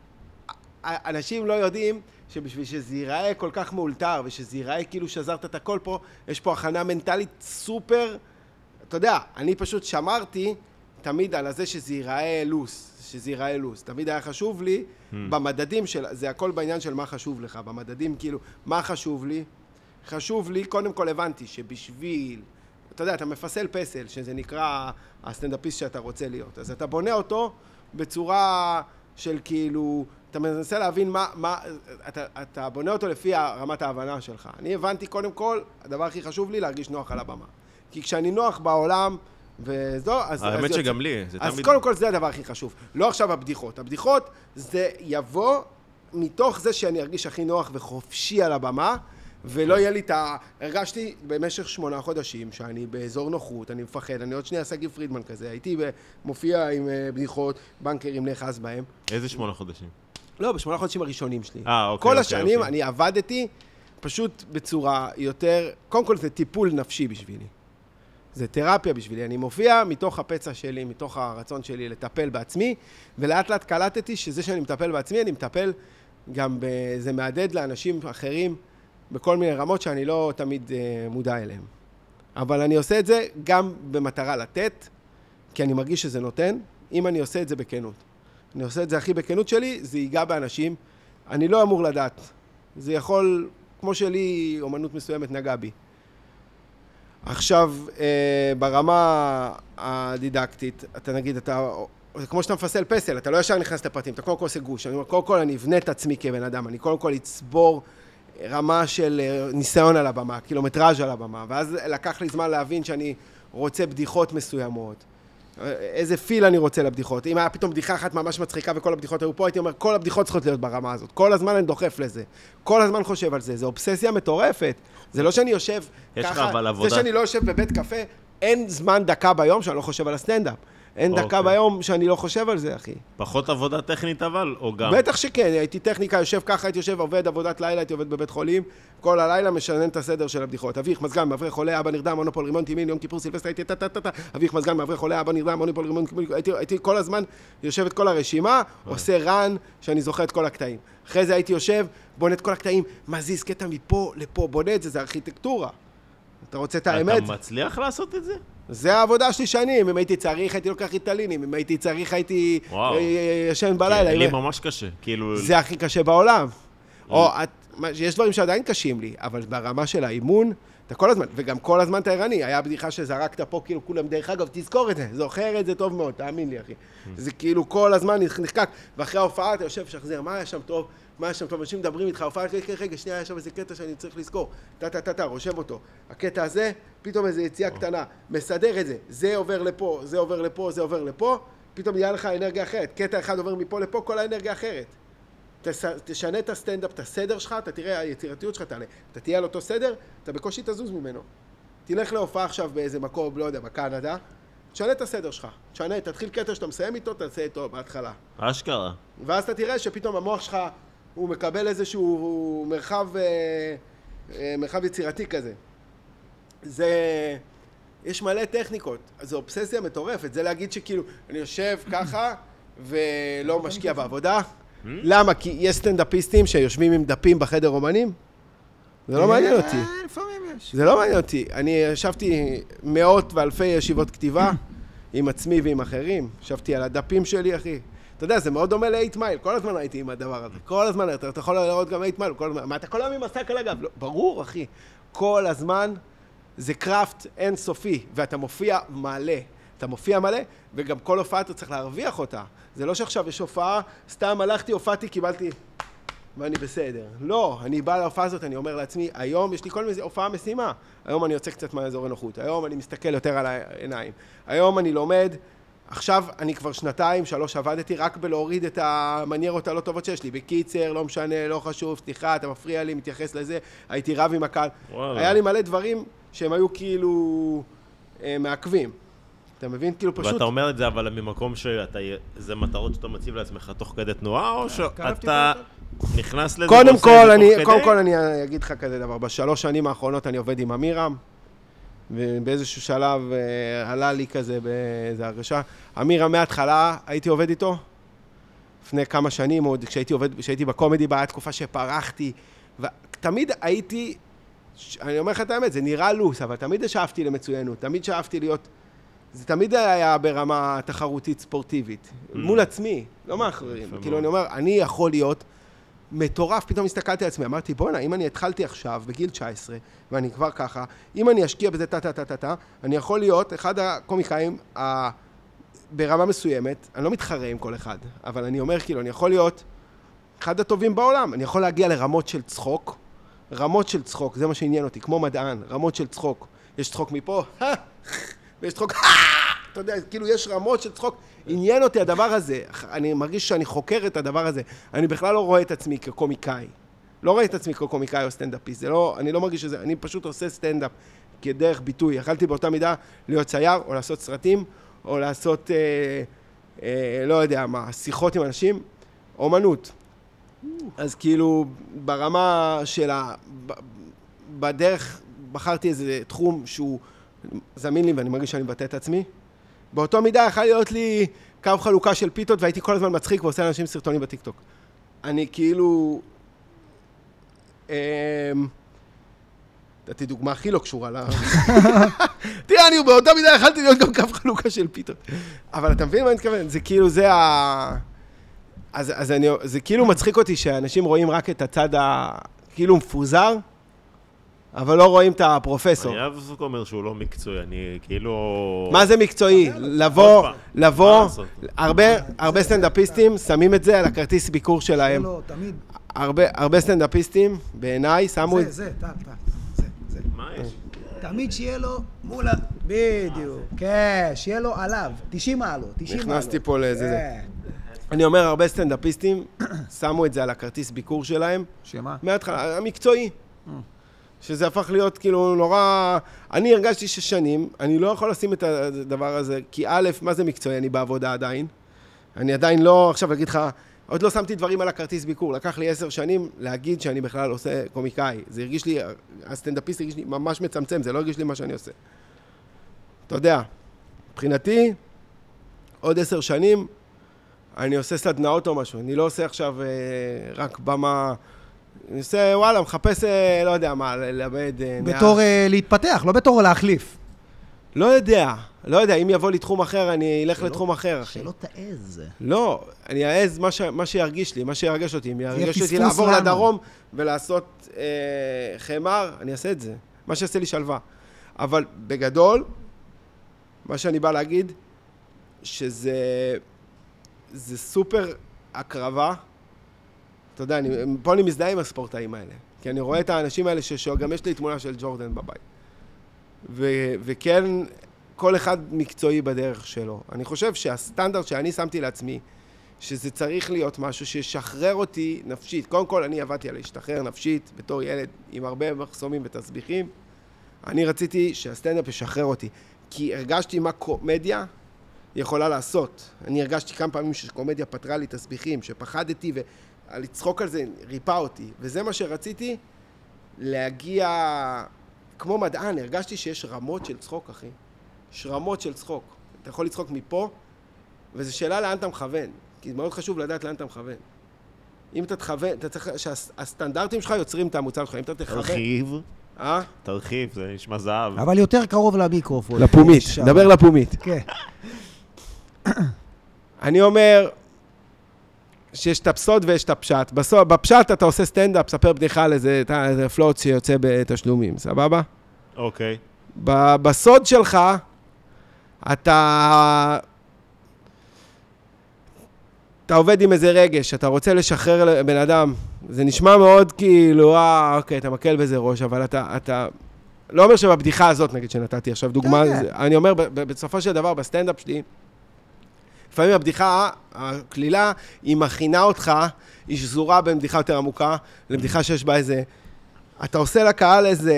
אנשים לא יודעים שבשביל שזה ייראה כל כך מאולתר, ושזה ייראה כאילו שזרת את הכל פה, יש פה הכנה מנטלית סופר, אתה יודע, אני פשוט שמרתי תמיד על זה שזה ייראה לוס, שזה ייראה לוס. תמיד היה חשוב לי, hmm. במדדים של, זה הכל בעניין של מה חשוב לך, במדדים כאילו, מה חשוב לי? חשוב לי, קודם כל הבנתי שבשביל, אתה יודע, אתה מפסל פסל, שזה נקרא הסטנדאפיסט שאתה רוצה להיות, אז אתה בונה אותו בצורה של כאילו, אתה מנסה להבין מה, מה, אתה, אתה בונה אותו לפי רמת ההבנה שלך. אני הבנתי קודם כל, הדבר הכי חשוב לי להרגיש נוח על הבמה. כי כשאני נוח בעולם, וזו, אז... האמת שגם לי, זה תמיד... אז קודם כל זה הדבר הכי חשוב. לא עכשיו הבדיחות. הבדיחות זה יבוא מתוך זה שאני ארגיש הכי נוח וחופשי על הבמה, ולא יהיה לי את ה... הרגשתי במשך שמונה חודשים שאני באזור נוחות, אני מפחד, אני עוד שנייה סגי פרידמן כזה, הייתי מופיע עם בדיחות, בנקרים נחס בהם. איזה שמונה חודשים? לא, בשמונה חודשים הראשונים שלי. אה, אוקיי, כל אוקיי, השנים אוקיי. אני עבדתי פשוט בצורה יותר... קודם כל זה טיפול נפשי בשבילי. זה תרפיה בשבילי. אני מופיע מתוך הפצע שלי, מתוך הרצון שלי לטפל בעצמי, ולאט לאט קלטתי שזה שאני מטפל בעצמי, אני מטפל גם, זה מעדד לאנשים אחרים בכל מיני רמות שאני לא תמיד מודע אליהם. אבל אני עושה את זה גם במטרה לתת, כי אני מרגיש שזה נותן, אם אני עושה את זה בכנות. אני עושה את זה הכי בכנות שלי, זה ייגע באנשים, אני לא אמור לדעת. זה יכול, כמו שלי, אומנות מסוימת נגע בי. עכשיו, אה, ברמה הדידקטית, אתה נגיד, אתה, כמו שאתה מפסל פסל, אתה לא ישר נכנס לפרטים, אתה קודם כל עושה גוש. אני אומר, קודם כל אני אבנה את עצמי כבן אדם, אני קודם כל אצבור רמה של ניסיון על הבמה, קילומטראז' על הבמה, ואז לקח לי זמן להבין שאני רוצה בדיחות מסוימות. איזה פיל אני רוצה לבדיחות. אם היה פתאום בדיחה אחת ממש מצחיקה וכל הבדיחות היו פה, הייתי אומר, כל הבדיחות צריכות להיות ברמה הזאת. כל הזמן אני דוחף לזה. כל הזמן חושב על זה. זה אובססיה מטורפת. זה לא שאני יושב ככה, זה שאני לא יושב בבית קפה, אין זמן דקה ביום שאני לא חושב על הסטנדאפ. אין דקה ביום שאני לא חושב על זה, אחי. פחות עבודה טכנית אבל, או גם? בטח שכן, הייתי טכניקה, יושב ככה, הייתי יושב, עובד עבודת לילה, הייתי עובד בבית חולים, כל הלילה משנן את הסדר של הבדיחות. אביך, מזגן, מעברי חולה, אבא נרדם, מונופול, רימון, תימין, יום כיפור, סילבסטר, הייתי טה-טה-טה, אביך, מזגן, מעברי חולה, אבא נרדם, מונופול, רימון, הייתי כל הזמן יושב את כל הרשימה, עושה רן, שאני זוכר את כל הקטעים. אחרי זה הייתי יושב, בונה את כל הקטעים, מזיז קטע מפה לפה, בונה את זה, זה ארכיטקטורה. אתה רוצה את האמת? אתה מצליח לעשות את זה? זה העבודה שלי שנים, אם הייתי צריך הייתי לוקח איטלינים, אם הייתי צריך הייתי ישן בלילה. לי ממש קשה, כאילו... זה הכי קשה בעולם. או, יש דברים שעדיין קשים לי, אבל ברמה של האימון, אתה כל הזמן, וגם כל הזמן אתה ערני, היה בדיחה שזרקת פה, כאילו כולם דרך אגב, תזכור את זה, זוכר את זה טוב מאוד, תאמין לי אחי. זה כאילו כל הזמן נחקק, ואחרי ההופעה אתה יושב שחזר, מה היה שם טוב? מה היה שם טוב? אנשים מדברים איתך, הופעה, רגע, שנייה, היה שם איזה קטע שאני צריך לזכור. טה-טה-טה, רושם אותו. הקטע הזה, פתאום איזו יציאה קטנה, מסדר את זה, זה עובר לפה, זה עובר לפה, זה עובר לפה, פתאום יהיה לך אנרגיה אחרת. קטע אחד עובר מפה לפה, כל האנרגיה אחרת. תשנה את הסטנדאפ, את הסדר שלך, אתה תראה, היצירתיות שלך תעלה. אתה תהיה על אותו סדר, אתה בקושי תזוז ממנו. תלך להופעה עכשיו באיזה מקום, לא יודע, בקנדה, תשנה את הסדר שלך. תשנה, תתחיל קטע שאתה מסיים איתו, תעשה איתו בהתחלה. אשכרה. ואז אתה תראה שפתאום המוח שלך, הוא מקבל איזשהו מרחב, מרחב יצירתי כזה. זה... יש מלא טכניקות. זו אובססיה מטורפת. זה להגיד שכאילו, אני יושב ככה ולא משקיע בעבודה. למה? כי יש סטנדאפיסטים שיושבים עם דפים בחדר אומנים? זה לא מעניין אותי. לפעמים יש. זה לא מעניין אותי. אני ישבתי מאות ואלפי ישיבות כתיבה עם עצמי ועם אחרים. ישבתי על הדפים שלי, אחי. אתה יודע, זה מאוד דומה ל-אייט מייל. כל הזמן הייתי עם הדבר הזה. כל הזמן, אתה, אתה יכול לראות גם אייט מייל. מה, אתה כל הזמן עם מסק על הגב? לא, ברור, אחי. כל הזמן זה קראפט אינסופי, ואתה מופיע מלא. אתה מופיע מלא, וגם כל הופעה אתה צריך להרוויח אותה. זה לא שעכשיו יש הופעה, סתם הלכתי, הופעתי, קיבלתי, ואני בסדר. לא, אני בא להופעה הזאת, אני אומר לעצמי, היום יש לי כל מיני הופעה משימה. היום אני יוצא קצת מהאזור הנוחות. היום אני מסתכל יותר על העיניים. היום אני לומד עכשיו אני כבר שנתיים, שלוש עבדתי רק בלהוריד את המניירות הלא טובות שיש לי. בקיצר, לא משנה, לא חשוב, סליחה, אתה מפריע לי, מתייחס לזה, הייתי רב עם הקהל. וואלה. היה לי מלא דברים שהם היו כאילו אה, מעכבים. אתה מבין? כאילו פשוט... ואתה אומר את זה, אבל ממקום שזה מטרות שאתה מציב לעצמך תוך כדי תנועה, או שאתה נכנס לזה ועושה את זה תוך כדי? קודם כל אני אגיד לך כזה דבר. בשלוש שנים האחרונות אני עובד עם אמירם, ובאיזשהו שלב אה, עלה לי כזה באיזו הרגשה. אמירם מההתחלה הייתי עובד איתו, לפני כמה שנים, עוד כשהייתי עובד, כשהייתי בקומדי, באה תקופה שפרחתי, ותמיד הייתי, אני אומר לך את האמת, זה נראה לוס, אבל תמיד שאפתי למצוינות, תמיד שאפתי להיות, זה תמיד היה ברמה תחרותית ספורטיבית, מול עצמי, לא מאחרים. כאילו אני אומר, אני יכול להיות מטורף, פתאום הסתכלתי על עצמי, אמרתי, בוא'נה, אם אני התחלתי עכשיו, בגיל תשע עשרה, ואני כבר ככה, אם אני אשקיע בזה טה-טה-טה-טה, אני יכול להיות אחד הקומיקאים ה... ברמה מסוימת, אני לא מתחרה עם כל אחד, אבל אני אומר, כאילו, אני יכול להיות אחד הטובים בעולם, אני יכול להגיע לרמות של צחוק, רמות של צחוק, זה מה שעניין אותי, כמו מדען, רמות של צחוק. יש צחוק מפה, ויש צחוק, אתה יודע, כאילו יש רמות של צחוק, עניין אותי הדבר הזה, אני מרגיש שאני חוקר את הדבר הזה, אני בכלל לא רואה את עצמי כקומיקאי, לא רואה את עצמי כקומיקאי או סטנדאפיסט, זה לא, אני לא מרגיש שזה, אני פשוט עושה סטנדאפ כדרך ביטוי, יכלתי באותה מידה להיות צייר או לעשות סרטים, או לעשות, אה, אה, לא יודע מה, שיחות עם אנשים, אומנות. אז כאילו, ברמה של ה... בדרך, בחרתי איזה תחום שהוא זמין לי, ואני מרגיש שאני מבטא את עצמי. באותו מידה יכול להיות לי קו חלוקה של פיתות, והייתי כל הזמן מצחיק ועושה לאנשים סרטונים בטיקטוק. אני כאילו... אה, נתתי דוגמה הכי לא קשורה לה... תראה, אני באותה מידה יכלתי להיות גם קו חלוקה של פיתות. אבל אתה מבין מה אני מתכוון? זה כאילו, זה ה... אז, אז אני, זה כאילו מצחיק אותי שאנשים רואים רק את הצד ה... כאילו מפוזר, אבל לא רואים את הפרופסור. אני אוהב זאת אומר שהוא לא מקצועי, אני כאילו... מה זה מקצועי? לבוא, לבוא, הרבה, הרבה סטנדאפיסטים שמים את זה על הכרטיס ביקור שלהם. לא, תמיד. הרבה, הרבה סטנדאפיסטים, בעיניי, שמו את... זה, זה, טל, טל. מה יש? תמיד שיהיה לו מול ה... בדיוק. כן, שיהיה לו עליו. תשעים מעלות, תשעים מעלות. נכנסתי פה לזה. אני אומר, הרבה סטנדאפיסטים שמו את זה על הכרטיס ביקור שלהם. שמה? מההתחלה, המקצועי. שזה הפך להיות כאילו נורא... אני הרגשתי ששנים, אני לא יכול לשים את הדבר הזה, כי א', מה זה מקצועי? אני בעבודה עדיין. אני עדיין לא, עכשיו אגיד לך, עוד לא שמתי דברים על הכרטיס ביקור. לקח לי עשר שנים להגיד שאני בכלל עושה קומיקאי. זה הרגיש לי, הסטנדאפיסט הרגיש לי ממש מצמצם, זה לא הרגיש לי מה שאני עושה. אתה יודע, מבחינתי, עוד עשר שנים, אני עושה סדנאות או משהו. אני לא עושה עכשיו אה, רק במה... אני עושה, וואלה, מחפש, אה, לא יודע מה, ללמד... אה, בתור אה, להתפתח, לא בתור להחליף. לא יודע, לא יודע, אם יבוא לי תחום אחר, אני אלך לתחום אחר, אחי. שלא תעז. לא, אני אעז מה, ש... מה שירגיש לי, מה שירגש אותי. אם ירגש אותי לעבור לדרום ולעשות אה, חמר, אני אעשה את זה. מה שיעשה לי שלווה. אבל בגדול, מה שאני בא להגיד, שזה זה סופר הקרבה. אתה יודע, אני, פה אני מזדהה עם הספורטאים האלה. כי אני רואה את האנשים האלה שגם יש לי תמונה של ג'ורדן בבית. ו- וכן, כל אחד מקצועי בדרך שלו. אני חושב שהסטנדרט שאני שמתי לעצמי, שזה צריך להיות משהו שישחרר אותי נפשית. קודם כל, אני עבדתי על להשתחרר נפשית בתור ילד עם הרבה מחסומים ותסביכים. אני רציתי שהסטנדאפ ישחרר אותי, כי הרגשתי מה קומדיה יכולה לעשות. אני הרגשתי כמה פעמים שקומדיה פתרה לי תסביכים, שפחדתי ולצחוק על זה ריפא אותי. וזה מה שרציתי, להגיע... כמו מדען, הרגשתי שיש רמות של צחוק, אחי. יש רמות של צחוק. אתה יכול לצחוק מפה, וזו שאלה לאן אתה מכוון. כי מאוד חשוב לדעת לאן אתה מכוון. אם אתה תכוון, אתה צריך, שהסטנדרטים שלך יוצרים את המוצר שלך. אם אתה תכוון... תרחיב. אה? תרחיב, זה נשמע זהב. אבל יותר קרוב למיקרופון. לפומית, דבר לפומית. כן. אני אומר שיש את הפסוד ויש את הפשט. בפשט אתה עושה סטנדאפ, ספר בדיחה על איזה פלוט שיוצא בתשלומים, סבבה? אוקיי. בסוד שלך, אתה... אתה עובד עם איזה רגש, אתה רוצה לשחרר בן אדם. זה נשמע מאוד כאילו, אה, אוקיי, אתה מקל בזה ראש, אבל אתה... אתה... לא אומר שבבדיחה הזאת, נגיד, שנתתי עכשיו דוגמה, אני אומר, בסופו של דבר, בסטנדאפ שלי, לפעמים הבדיחה, הכלילה, היא מכינה אותך, היא שזורה בין בדיחה יותר עמוקה, לבדיחה שיש בה איזה... אתה עושה לקהל איזה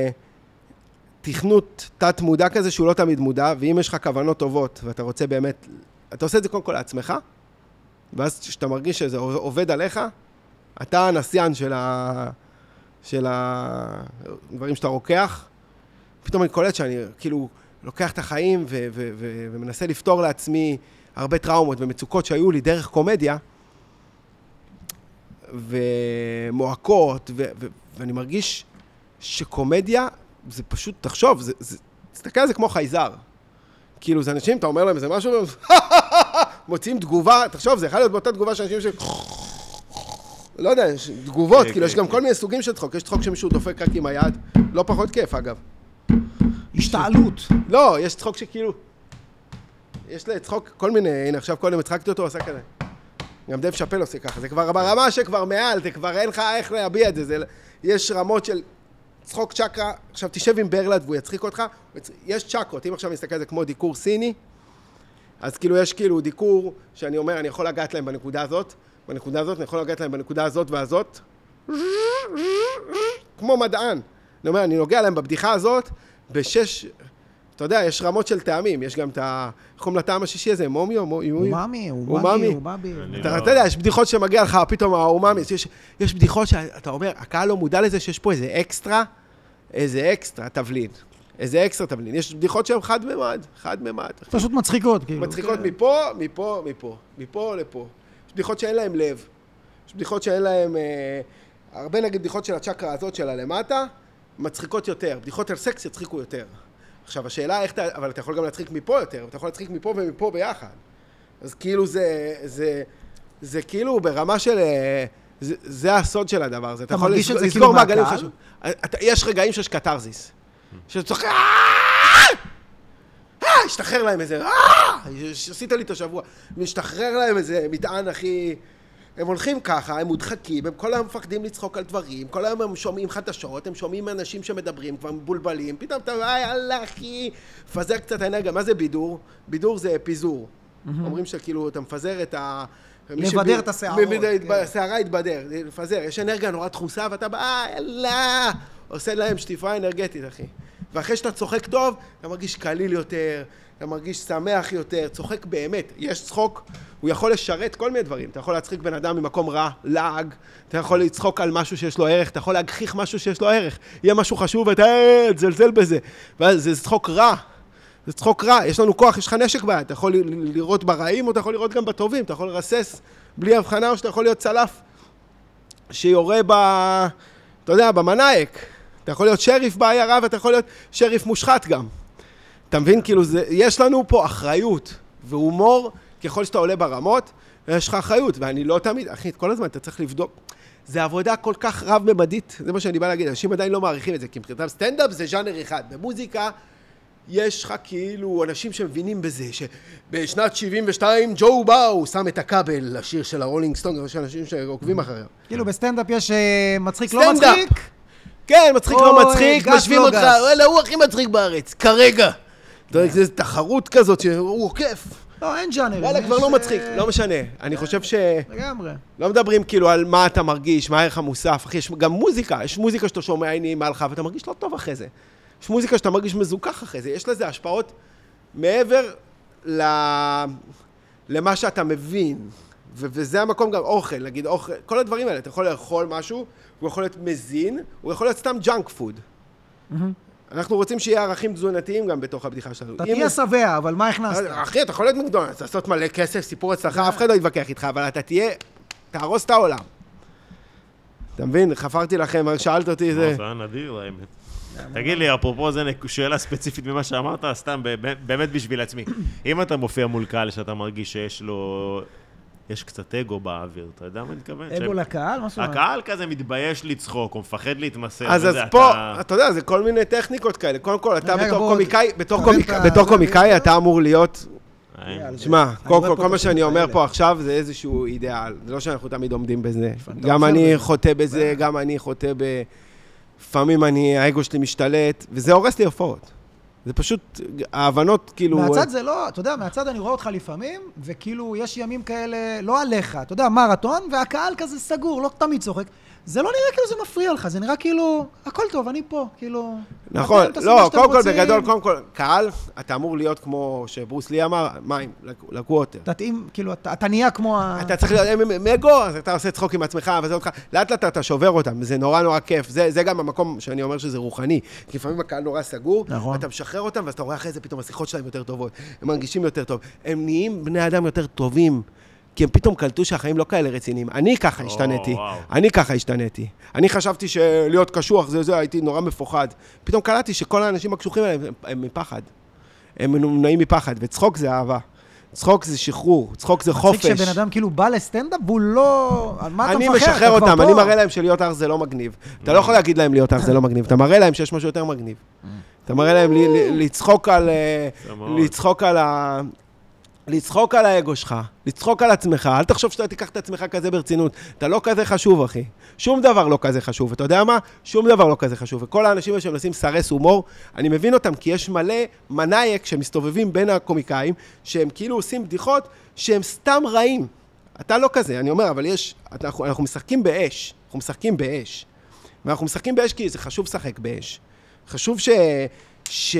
תכנות תת מודע כזה שהוא לא תמיד מודע, ואם יש לך כוונות טובות, ואתה רוצה באמת... אתה עושה את זה קודם כל לעצמך, ואז כשאתה מרגיש שזה עובד עליך, אתה הנסיין של ה... של הדברים שאתה רוקח, פתאום אני קולט שאני כאילו לוקח את החיים ו- ו- ו- ומנסה לפתור לעצמי הרבה טראומות ומצוקות שהיו לי דרך קומדיה, ומועקות, ו- ו- ואני מרגיש שקומדיה זה פשוט, תחשוב, זה, זה, תסתכל על זה כמו חייזר. כאילו, זה אנשים, אתה אומר להם, זה משהו, מוצאים תגובה, תחשוב, זה יכול להיות באותה תגובה שאנשים ש... לא יודע, יש תגובות, כאילו, יש גם כל מיני סוגים של צחוק. יש צחוק שמישהו דופק רק עם היד, לא פחות כיף, אגב. השתעלות. לא, יש צחוק שכאילו... יש לצחוק כל מיני, הנה, עכשיו קודם הצחקתי אותו, עושה כזה. גם דב שאפל עושה ככה, זה כבר ברמה שכבר מעל, זה כבר אין לך איך להביע את זה, זה... יש רמות של צחוק צ'קרה, עכשיו תשב עם ברלד והוא יצחיק אותך, יש צ'קרות, אם עכשיו נסתכל על זה כמו דיקור סיני, אז כאילו יש כאילו דיקור שאני אומר, אני יכול לגעת להם בנקודה הזאת, בנקודה הזאת, אני יכול לגעת להם בנקודה הזאת והזאת, כמו מדען. אני אומר, אני נוגע להם בבדיחה הזאת, בשש, אתה יודע, יש רמות של טעמים, יש גם את ה... איך קוראים לטעם השישי הזה, מומי או מומי? אוממי, אוממי, אוממי. אתה יודע, יש בדיחות שמגיע לך פתאום האוממי, יש בדיחות שאתה אומר, הקהל לא מודע לזה שיש פה איזה אקסטרה, איזה אקסטרה תבלין. איזה אקסטרה תבלין. יש בדיחות שהן חד ממד, חד ממד. פשוט מצחיקות, כאילו. מצחיקות מפה, מפה, מפה, מפה לפה. יש בדיחות שאין להם לב. יש בדיחות שאין להם... אה, הרבה נגיד בדיחות של הצ'קרה הזאת שלה למטה, מצחיקות יותר. בדיחות על סקס יצחיקו יותר. עכשיו, השאלה איך אתה... אבל אתה יכול גם להצחיק מפה יותר, אתה יכול להצחיק מפה ומפה ביחד. אז כאילו זה... זה, זה כאילו ברמה של... זה, זה הסוד של הדבר הזה. אתה מרגיש את זה כאילו מהקהל? יש רגעים שיש קטרזיס. שצוחק... השתחרר להם איזה... עשית לי את השבוע. משתחרר להם איזה מטען הכי... הם הולכים ככה, הם מודחקים, הם כל היום מפחדים לצחוק על דברים, כל היום הם שומעים חדשות, הם שומעים אנשים שמדברים, כבר מבולבלים, פתאום אתה אומר, יאללה אחי, פזר קצת האנרגיה. מה זה בידור? בידור זה פיזור. אומרים שכאילו אתה מפזר את ה... לבדר את השערות. השערה יתבדר, לפזר. יש אנרגיה נורא דחוסה ואתה בא, יאללה, עושה להם שטיפה אנרגטית, אחי. ואחרי שאתה צוחק טוב, אתה מרגיש קליל יותר, אתה מרגיש שמח יותר, צוחק באמת. יש צחוק, הוא יכול לשרת כל מיני דברים. אתה יכול להצחיק בן אדם ממקום רע, לעג, אתה יכול לצחוק על משהו שיש לו ערך, אתה יכול להגחיך משהו שיש לו ערך. יהיה משהו חשוב ואתה תזלזל בזה. ואז זה צחוק רע. זה צחוק רע. יש לנו כוח, יש לך נשק ביד. אתה יכול לראות ברעים או אתה יכול לראות גם בטובים. אתה יכול לרסס בלי הבחנה או שאתה יכול להיות צלף שיורה ב... אתה יודע, במנאייק. אתה יכול להיות שריף בעיירה ואתה יכול להיות שריף מושחת גם. אתה מבין? כאילו, זה, יש לנו פה אחריות והומור, ככל שאתה עולה ברמות, יש לך אחריות, ואני לא תמיד, אחי, כל הזמן אתה צריך לבדוק. זה עבודה כל כך רב-ממדית, זה מה שאני בא להגיד, אנשים עדיין לא מעריכים את זה, כי מבחינתם סטנדאפ זה ז'אנר אחד. במוזיקה יש לך כאילו אנשים שמבינים בזה, שבשנת שבעים ושתיים ג'ו באו שם את הכבל לשיר של הרולינג סטונג, יש אנשים שעוקבים אחריה. כאילו בסטנדאפ יש מצחיק לא מצחיק? כן, מצחיק לא מצחיק, משווים אותך, וואלה, הוא הכי מצחיק בארץ, כרגע. זו תחרות כזאת שהוא עוקף. לא, אין ז'אנרים. וואלה, כבר לא מצחיק, לא משנה. אני חושב ש... לגמרי. לא מדברים כאילו על מה אתה מרגיש, מה הערך המוסף. אחי, יש גם מוזיקה, יש מוזיקה שאתה שומע עיני מעלך, ואתה מרגיש לא טוב אחרי זה. יש מוזיקה שאתה מרגיש מזוכח אחרי זה. יש לזה השפעות מעבר למה שאתה מבין. וזה המקום גם אוכל, נגיד אוכל, כל הדברים האלה. אתה יכול לאכול משהו, הוא יכול להיות מזין, הוא יכול להיות סתם ג'אנק פוד. אנחנו רוצים שיהיה ערכים תזונתיים גם בתוך הבדיחה שלנו. אתה תהיה שבע, אבל מה הכנסת? אחי, אתה יכול להיות מקדונלדס, לעשות מלא כסף, סיפור הצלחה, אף אחד לא יתווכח איתך, אבל אתה תהיה, תהרוס את העולם. אתה מבין? חפרתי לכם, שאלת אותי זה... זה היה נדיר, האמת. תגיד לי, אפרופו זה שאלה ספציפית ממה שאמרת, סתם באמת בשביל עצמי. אם אתה מופיע מול קהל שאתה מרגיש שיש לו... יש קצת אגו באוויר, אתה יודע מה אני מתכוון? אגו לקהל? מה זאת אומרת? הקהל כזה מתבייש לצחוק, הוא מפחד להתמסר. אז אז פה, אתה יודע, זה כל מיני טכניקות כאלה. קודם כל, אתה בתור קומיקאי, בתור קומיקאי אתה אמור להיות... שמע, כל מה שאני אומר פה עכשיו זה איזשהו אידיאל. זה לא שאנחנו תמיד עומדים בזה. גם אני חוטא בזה, גם אני חוטא ב... לפעמים אני, האגו שלי משתלט, וזה הורס לי הופעות. זה פשוט, ההבנות כאילו... מהצד זה לא, אתה יודע, מהצד אני רואה אותך לפעמים, וכאילו יש ימים כאלה, לא עליך, אתה יודע, מרתון, והקהל כזה סגור, לא תמיד צוחק. זה לא נראה כאילו זה מפריע לך, זה נראה כאילו, הכל טוב, אני פה, כאילו... נכון, לא, קודם כל בגדול, קודם כל, קהל, אתה אמור להיות כמו שברוס לי אמר, מים, לקווטר. תתאים, כאילו, אתה נהיה כמו ה... אתה צריך להיות מגו, אז אתה עושה צחוק עם עצמך, וזה אותך, לאט לאט אתה שובר אותם, זה נורא נורא כיף, זה גם המקום שאני אומר שזה רוחני, כי לפעמים הקהל נורא סגור, אתה משחרר אותם, ואז אתה רואה אחרי זה פתאום השיחות שלהם יותר טובות, הם מרגישים יותר טוב, הם נהיים בני אדם יותר טובים, כי הם פתאום קלטו שהחיים לא כאלה רציניים. אני ככה השתניתי. אני ככה השתניתי. אני חשבתי שלהיות קשוח, זה זה, הייתי נורא מפוחד. פתאום קלטתי שכל האנשים הקשוחים האלה הם מפחד. הם מנועים מפחד, וצחוק זה אהבה. צחוק זה שחרור, צחוק זה חופש. מצחיק שבן אדם כאילו בא לסטנדאפ והוא לא... על מה אתה מפחד? אני משחרר אותם, אני מראה להם שלהיות אח זה לא מגניב. אתה לא יכול להגיד להם להיות אח זה לא מגניב, אתה מראה להם שיש משהו יותר מגניב. אתה מראה להם לצחוק על... לצחוק על ה... לצחוק על האגו שלך, לצחוק על עצמך, אל תחשוב שאתה תיקח את עצמך כזה ברצינות, אתה לא כזה חשוב, אחי. שום דבר לא כזה חשוב, אתה יודע מה? שום דבר לא כזה חשוב, וכל האנשים שהם נשים סרס הומור, אני מבין אותם, כי יש מלא מנאייק שמסתובבים בין הקומיקאים, שהם כאילו עושים בדיחות שהם סתם רעים. אתה לא כזה, אני אומר, אבל יש, אנחנו, אנחנו משחקים באש, אנחנו משחקים באש, ואנחנו משחקים באש כי זה חשוב לשחק באש. חשוב ש... ש...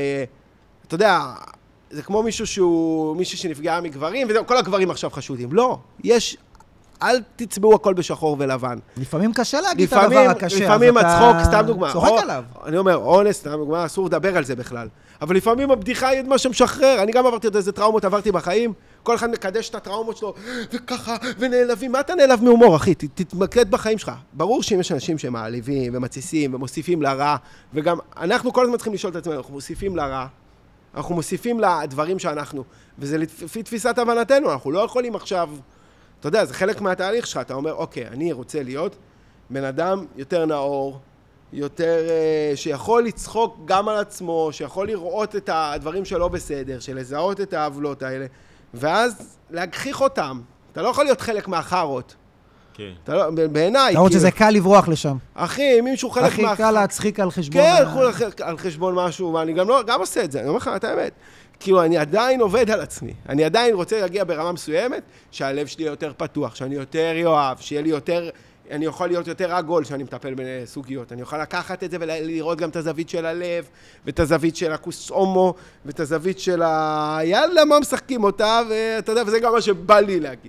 אתה יודע... זה כמו מישהו שהוא, מישהו שנפגע מגברים, וכל הגברים עכשיו חשודים. לא, יש, אל תצבעו הכל בשחור ולבן. לפעמים קשה להגיד את הדבר הקשה. לפעמים הצחוק, סתם דוגמה. צוחק עליו. אני אומר, אונס, סתם דוגמה, אסור לדבר על זה בכלל. אבל לפעמים הבדיחה היא מה שמשחרר. אני גם עברתי את איזה טראומות, עברתי בחיים. כל אחד מקדש את הטראומות שלו, וככה, ונעלבים. מה אתה נעלב מהומור, אחי? תתמקד בחיים שלך. ברור שאם יש אנשים שהם מעליבים ומציסים ומוסיפים לרע, וגם אנחנו כל הזמן צריכים לשאול את עצמנו, אנחנו מוסיפים לרע. אנחנו מוסיפים לדברים שאנחנו, וזה לפי תפיסת הבנתנו, אנחנו לא יכולים עכשיו, אתה יודע, זה חלק מהתהליך שלך, אתה אומר, אוקיי, אני רוצה להיות בן אדם יותר נאור, יותר, שיכול לצחוק גם על עצמו, שיכול לראות את הדברים שלא בסדר, של לזהות את העוולות האלה, ואז להגחיך אותם. אתה לא יכול להיות חלק מהחרות. כן. אתה לא, בעיניי... אתה רואה שזה קל לברוח לשם. אחי, אם מישהו חלק הכי קל להצחיק על חשבון... כן, על חשבון משהו, ואני גם לא, גם עושה את זה, אני אומר לך, את האמת. כאילו, אני עדיין עובד על עצמי. אני עדיין רוצה להגיע ברמה מסוימת, שהלב שלי יותר פתוח, שאני יותר יואב, שיהיה לי יותר... אני יכול להיות יותר עגול שאני מטפל בסוגיות. אני יכול לקחת את זה ולראות גם את הזווית של הלב, ואת הזווית של הכוס הומו, ואת הזווית של ה... יאללה, מה משחקים אותה, ואתה יודע, וזה גם מה שבא לי להגיד.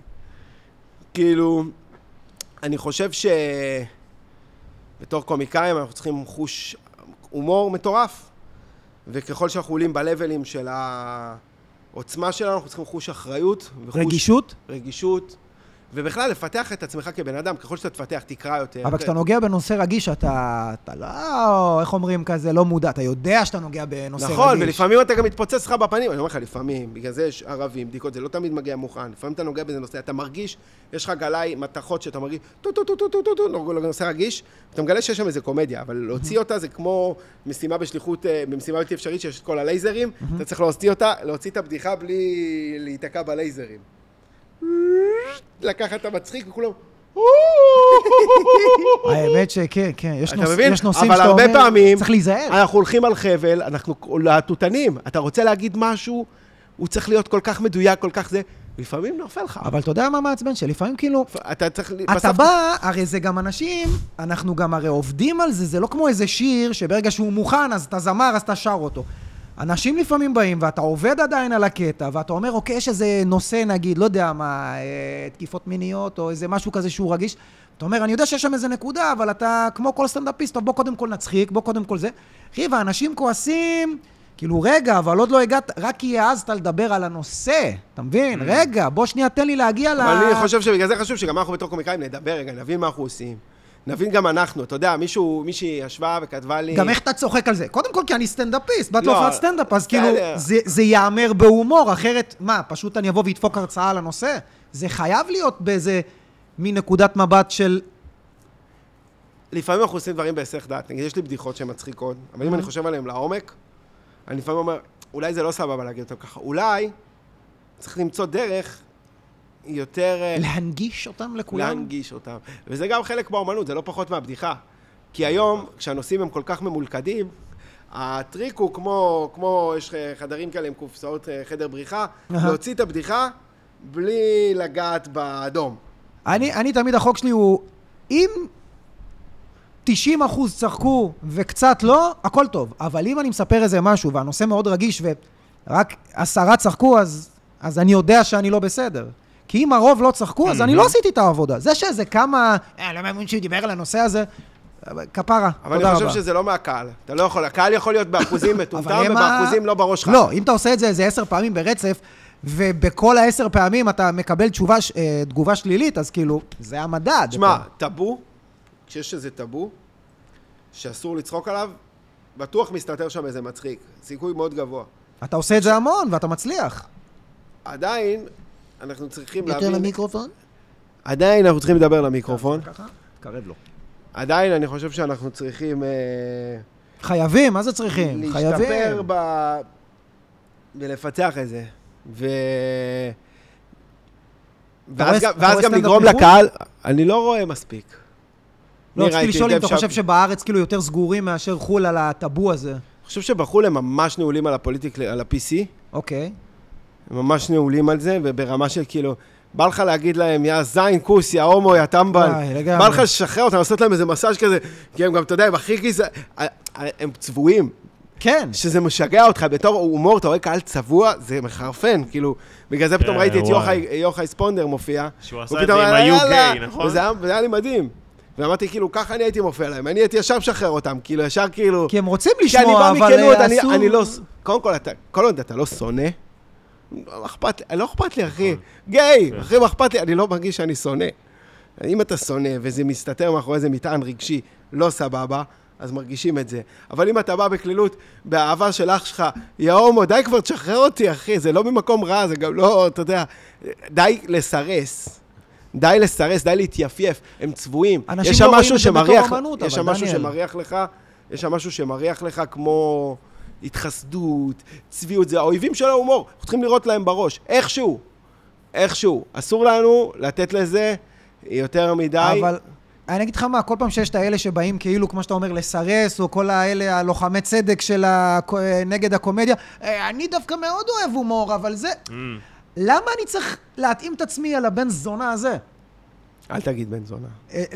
כאילו... אני חושב שבתור קומיקאים אנחנו צריכים חוש הומור מטורף, וככל שאנחנו עולים בלבלים של העוצמה שלנו, אנחנו צריכים חוש אחריות. וחוש רגישות? רגישות, ובכלל לפתח את עצמך כבן אדם, ככל שאתה תפתח תקרא יותר. אבל כשאתה נוגע בנושא רגיש, אתה, אתה לא, איך אומרים כזה, לא מודע, אתה יודע שאתה נוגע בנושא רגיש. נכון, ולפעמים אתה גם מתפוצץ לך בפנים, אני אומר לך, לפעמים, בגלל זה יש ערבים, בדיקות, זה לא תמיד מגיע מוכן, לפעמים אתה נוגע בזה נושא, אתה מרגיש, יש לך גלאי מתחות שאתה מרגיש, טו טו טו טו טו טו טו, נושא רגיש, אתה מגלה שיש שם איזה קומדיה, אבל להוציא אותה זה כמו משימה בשליחות, במשימה בלתי אפשרית שיש את כל הלייזרים, אתה צריך להוציא אותה, להוציא את הבדיחה בלי להיתקע בלייזרים. לקחת את המצחיק וכולם... האמת שכן, כן, יש נושאים שאתה אומר, צריך להיזהר. אנחנו הולכים על חבל, אנחנו להטוטנים, אתה רוצה להגיד משהו, הוא צריך להיות כל כך מדויק, כל כך זה, לפעמים נופל לך. אבל אתה יודע מה מעצבן, שלפעמים כאילו, אתה צריך... אתה בא, הרי זה גם אנשים, אנחנו גם הרי עובדים על זה, זה לא כמו איזה שיר, שברגע שהוא מוכן, אז אתה זמר, אז אתה שר אותו. אנשים לפעמים באים, ואתה עובד עדיין על הקטע, ואתה אומר, אוקיי, יש איזה נושא, נגיד, לא יודע מה, תקיפות מיניות, או איזה משהו כזה שהוא רגיש. אתה אומר, אני יודע שיש שם איזה נקודה, אבל אתה, כמו כל סטנדאפיסט, בוא קודם כל נצחיק, בוא קודם כל זה. אחי, והאנשים כועסים, כאילו, רגע, אבל עוד לא הגעת, רק כי העזת לדבר על הנושא, אתה מבין? רגע, בוא שנייה, תן לי להגיע ל... אבל אני חושב שבגלל זה חשוב שגם אנחנו בתור קומיקאים נדבר רגע, נבין מה אנחנו עושים. נבין גם אנחנו, אתה יודע, מישהו, מישהי ישבה וכתבה לי... גם איך אתה צוחק על זה? קודם כל, כי אני סטנדאפיסט, באת להופעת סטנדאפ, אז כאילו, זה יאמר בהומור, אחרת, מה, פשוט אני אבוא וידפוק הרצאה על הנושא? זה חייב להיות באיזה מין נקודת מבט של... לפעמים אנחנו עושים דברים בהיסח דעת, נגיד, יש לי בדיחות שהן מצחיקות, אבל אם אני חושב עליהן לעומק, אני לפעמים אומר, אולי זה לא סבבה להגיד אותם ככה, אולי צריך למצוא דרך יותר... להנגיש אותם לכולם? להנגיש אותם. וזה גם חלק באומנות, זה לא פחות מהבדיחה. כי היום, כשהנושאים הם כל כך ממולכדים, הטריק הוא כמו, כמו יש חדרים כאלה עם קופסאות חדר בריחה, להוציא את הבדיחה בלי לגעת באדום. אני, אני תמיד החוק שלי הוא, אם תשעים אחוז צחקו וקצת לא, הכל טוב. אבל אם אני מספר איזה משהו והנושא מאוד רגיש ורק עשרה צחקו, אז, אז אני יודע שאני לא בסדר. כי אם הרוב לא צחקו, אז אני לא עשיתי את העבודה. זה שזה כמה, אה, לא מאמין שהוא דיבר על הנושא הזה, כפרה, אבל אני חושב שזה לא מהקהל. אתה לא יכול, הקהל יכול להיות באחוזים מטומטם ובאחוזים לא בראש שלך. לא, אם אתה עושה את זה איזה עשר פעמים ברצף, ובכל העשר פעמים אתה מקבל תשובה, תגובה שלילית, אז כאילו, זה המדד. תשמע, טאבו, כשיש איזה טאבו, שאסור לצחוק עליו, בטוח מסתתר שם איזה מצחיק. סיכוי מאוד גבוה. אתה עושה את זה המון, ואתה מצליח. עדיין, אנחנו צריכים להבין... יותר למיקרופון? עדיין אנחנו צריכים לדבר למיקרופון. ככה? תקרב לו. עדיין אני חושב שאנחנו צריכים... חייבים, מה זה צריכים? חייבים. להשתפר ב... ולפתח את זה. ו... ואז גם, ואז גם לגרום לקהל... אני לא רואה מספיק. לא, רציתי לשאול אם אתה חושב שבארץ כאילו יותר סגורים מאשר חול על הטאבו הזה. אני חושב שבחול הם ממש נעולים על הפוליטיק, על ה-פי סי. אוקיי. הם ממש נעולים על זה, וברמה של כאילו... בא לך להגיד להם, יא זין, כוס, יא הומו, יא טמבל. בא לך לשחרר אותם, לעשות להם איזה מסאז' כזה, כי הם גם, אתה יודע, הם הכי גזע... הם צבועים. כן. שזה משגע אותך, בתור הומור, אתה רואה קהל צבוע, זה מחרפן, כאילו, בגלל זה פתאום ראיתי את יוחאי ספונדר מופיע. שהוא עשה את זה עם ה-יו קיי, נכון? וזה היה לי מדהים. ואמרתי, כאילו, ככה אני הייתי מופיע להם, אני הייתי ישר משחרר אותם, כאילו, ישר כאילו... כי הם רוצים לשמוע, אבל אסור... אני לא... קודם כל, כל עוד אתה לא שונא, לא אכפת לי, אחי. גיי, אחי, מה אכפת לי? אני לא מרגיש שאני שונא. אם אתה שונא, וזה מסתתר מאחורי איזה מטען רגשי, לא סבבה, אז מרגישים את זה. אבל אם אתה בא בכלילות, באהבה של אח שלך, יא הומו, די כבר תשחרר אותי, אחי, זה לא ממקום רע, זה גם לא, אתה יודע, די לסרס. די לסרס, די להתייפייף, הם צבועים. יש שם משהו שמריח, יש שם משהו שמריח לך, יש שם משהו שמריח לך כמו התחסדות, צביעות, זה האויבים של ההומור, אנחנו צריכים לראות להם בראש, איכשהו, איכשהו, אסור לנו לתת לזה יותר מדי. אבל אני אגיד לך מה, כל פעם שיש את האלה שבאים כאילו, כמו שאתה אומר, לסרס, או כל האלה, הלוחמי צדק של נגד הקומדיה, אני דווקא מאוד אוהב הומור, אבל זה... למה אני צריך להתאים את עצמי על הבן זונה הזה? אל תגיד בן זונה.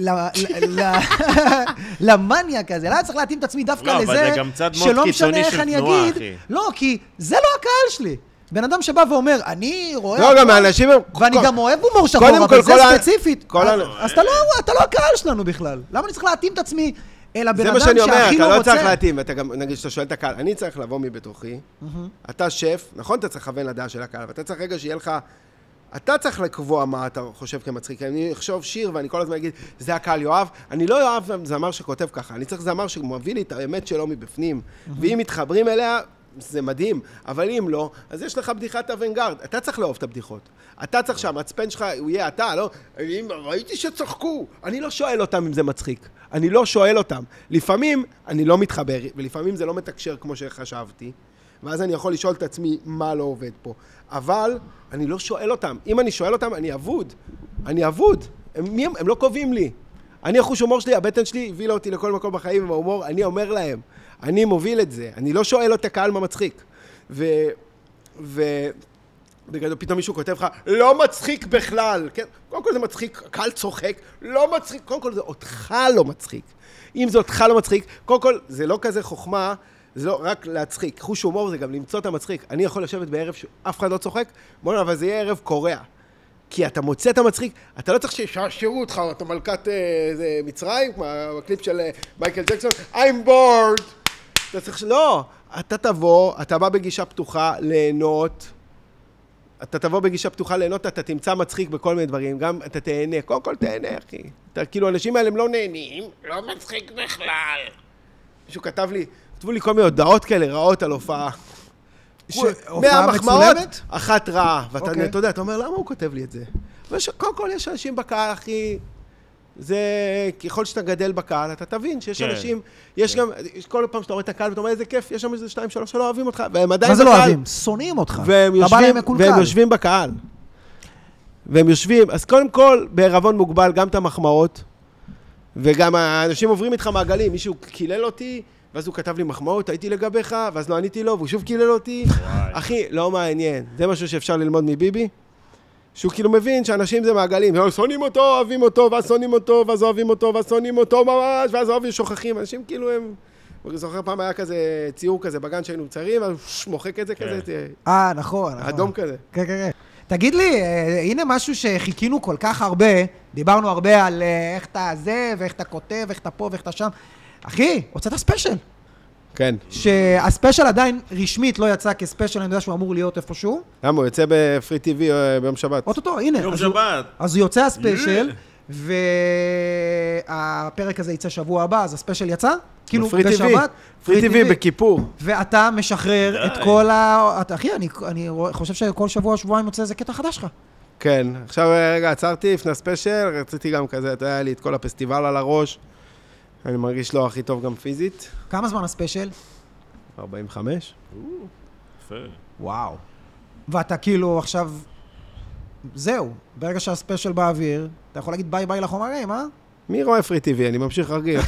למניאק הזה. למה צריך להתאים את עצמי דווקא לזה, שלא משנה איך אני אגיד. לא, כי זה לא הקהל שלי. בן אדם שבא ואומר, אני רואה... לא, גם האנשים... ואני גם אוהב הומור שחור, אבל זה ספציפית. אז אתה לא הקהל שלנו בכלל. למה אני צריך להתאים את עצמי אל הבן אדם שהכי לא רוצה? זה מה שאני אומר, אתה לא צריך להתאים. אתה גם, נגיד שאתה שואל את הקהל, אני צריך לבוא מבתוכי, אתה שף, נכון? אתה צריך לכוון לדעה של הקהל, ואתה צריך רגע שיהיה לך... אתה צריך לקבוע מה אתה חושב כמצחיק. אני אחשוב שיר ואני כל הזמן אגיד, זה הקהל יואב. אני לא יואב זמר שכותב ככה, אני צריך זמר שמביא לי את האמת שלו מבפנים. ואם מתחברים אליה, זה מדהים. אבל אם לא, אז יש לך בדיחת אוונגרד. אתה צריך לאהוב את הבדיחות. אתה צריך שהמצפן שלך, הוא יהיה אתה, לא? אם ראיתי שצחקו. אני לא שואל אותם אם זה מצחיק. אני לא שואל אותם. לפעמים אני לא מתחבר, ולפעמים זה לא מתקשר כמו שחשבתי. ואז אני יכול לשאול את עצמי מה לא עובד פה. אבל אני לא שואל אותם. אם אני שואל אותם, אני אבוד. אני אבוד. הם, הם, הם לא קובעים לי. אני החוש הומור שלי, הבטן שלי הבילה אותי לכל מקום בחיים עם ההומור, אני אומר להם. אני מוביל את זה. אני לא שואל את הקהל מה מצחיק. ו... ו... בגלל פתאום מישהו כותב לך, לא מצחיק בכלל. כן? קודם כל זה מצחיק, הקהל צוחק, לא מצחיק. קודם כל זה אותך לא מצחיק. אם זה אותך לא מצחיק, קודם כל זה לא כזה חוכמה, זה לא רק להצחיק. חוש הומור זה גם למצוא את המצחיק. אני יכול לשבת בערב שאף אחד לא צוחק, בוא נראה, אבל זה יהיה ערב קורע. כי אתה מוצא את המצחיק, אתה לא צריך שישארו אותך, אתה מלכת אה, מצרים, כמו הקליפ של אה, מייקל ג'קסון, I'm bored. אתה צריך ש... לא, אתה תבוא, אתה בא בגישה פתוחה ליהנות, אתה תבוא בגישה פתוחה ליהנות, אתה תמצא מצחיק בכל מיני דברים, גם אתה תהנה, קודם כל תהנה, אחי. אתה, כאילו, האנשים האלה הם לא נהנים, לא מצחיק בכלל. מישהו כתב לי, כתבו לי כל מיני הודעות כאלה רעות על הופעה. הופעה מצולמת? אחת רעה, ואתה אתה יודע, אתה אומר, למה הוא כותב לי את זה? וקודם כל יש אנשים בקהל, אחי, זה, ככל שאתה גדל בקהל, אתה תבין שיש אנשים, יש גם, כל פעם שאתה רואה את הקהל, ואתה אומר, איזה כיף, יש שם איזה שתיים, שלוש שלא אוהבים אותך, והם עדיין בקהל. מה זה לא אוהבים? שונאים אותך. והם יושבים בקהל. והם יושבים, אז קודם כל, בערבון מוגבל, גם את המחמאות, וגם האנשים עוברים איתך מעגלים, מישהו קילל אותי, ואז הוא כתב לי מחמאות, הייתי לגביך, ואז לא עניתי לו, והוא שוב קילל אותי. אחי, לא מעניין. זה משהו שאפשר ללמוד מביבי, שהוא כאילו מבין שאנשים זה מעגלים, שונאים אותו, אוהבים אותו, ואז שונאים אותו, ואז אוהבים אותו, ואז שונאים אותו ממש, ואז אוהבים שוכחים. אנשים כאילו הם... אני זוכר פעם היה כזה ציור כזה בגן שהיינו צרים, אז מוחק את זה כזה. אה, נכון. אדום כזה. כן, כן, כן. תגיד לי, הנה משהו שחיכינו כל כך הרבה, דיברנו הרבה על איך אתה זה, ואיך אתה כותב, ואיך אתה פה, ואיך אתה שם. אחי, הוצאת ספיישל. כן. שהספיישל עדיין רשמית לא יצא כספיישל, אני יודע שהוא אמור להיות איפשהו. למה, הוא יוצא בפרי טיווי ביום שבת. אוטוטו, הנה. יום שבת. אז הוא יוצא הספיישל, והפרק הזה יצא שבוע הבא, אז הספיישל יצא? כאילו, בשבת? פרי טיווי בכיפור. ואתה משחרר את כל ה... אחי, אני חושב שכל שבוע, שבועיים יוצא איזה קטע חדש לך. כן. עכשיו, רגע, עצרתי לפני הספיישל, רציתי גם כזה, אתה יודע לי את כל הפסטיבל על הראש. אני מרגיש לא הכי טוב גם פיזית. כמה זמן הספיישל? ארבעים וחמש. יפה. וואו. ואתה כאילו עכשיו... זהו, ברגע שהספיישל באוויר, אתה יכול להגיד ביי ביי לחומרים, אה? מי רואה פרי טיווי? אני ממשיך רגיל.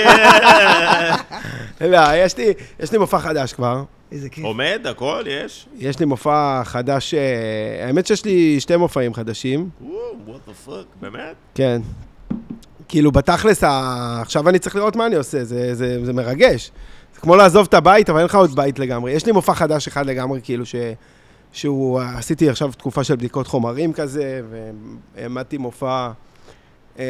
לא, יש לי, יש לי מופע חדש כבר. איזה כיף. עומד, הכל, יש? יש לי מופע חדש, האמת שיש לי שתי מופעים חדשים. וואו, what the fuck, באמת? כן. כאילו, בתכלס, עכשיו אני צריך לראות מה אני עושה, זה, זה, זה מרגש. זה כמו לעזוב את הבית, אבל אין לך עוד בית לגמרי. יש לי מופע חדש אחד לגמרי, כאילו, ש... שהוא, עשיתי עכשיו תקופה של בדיקות חומרים כזה, והעמדתי מופע אה,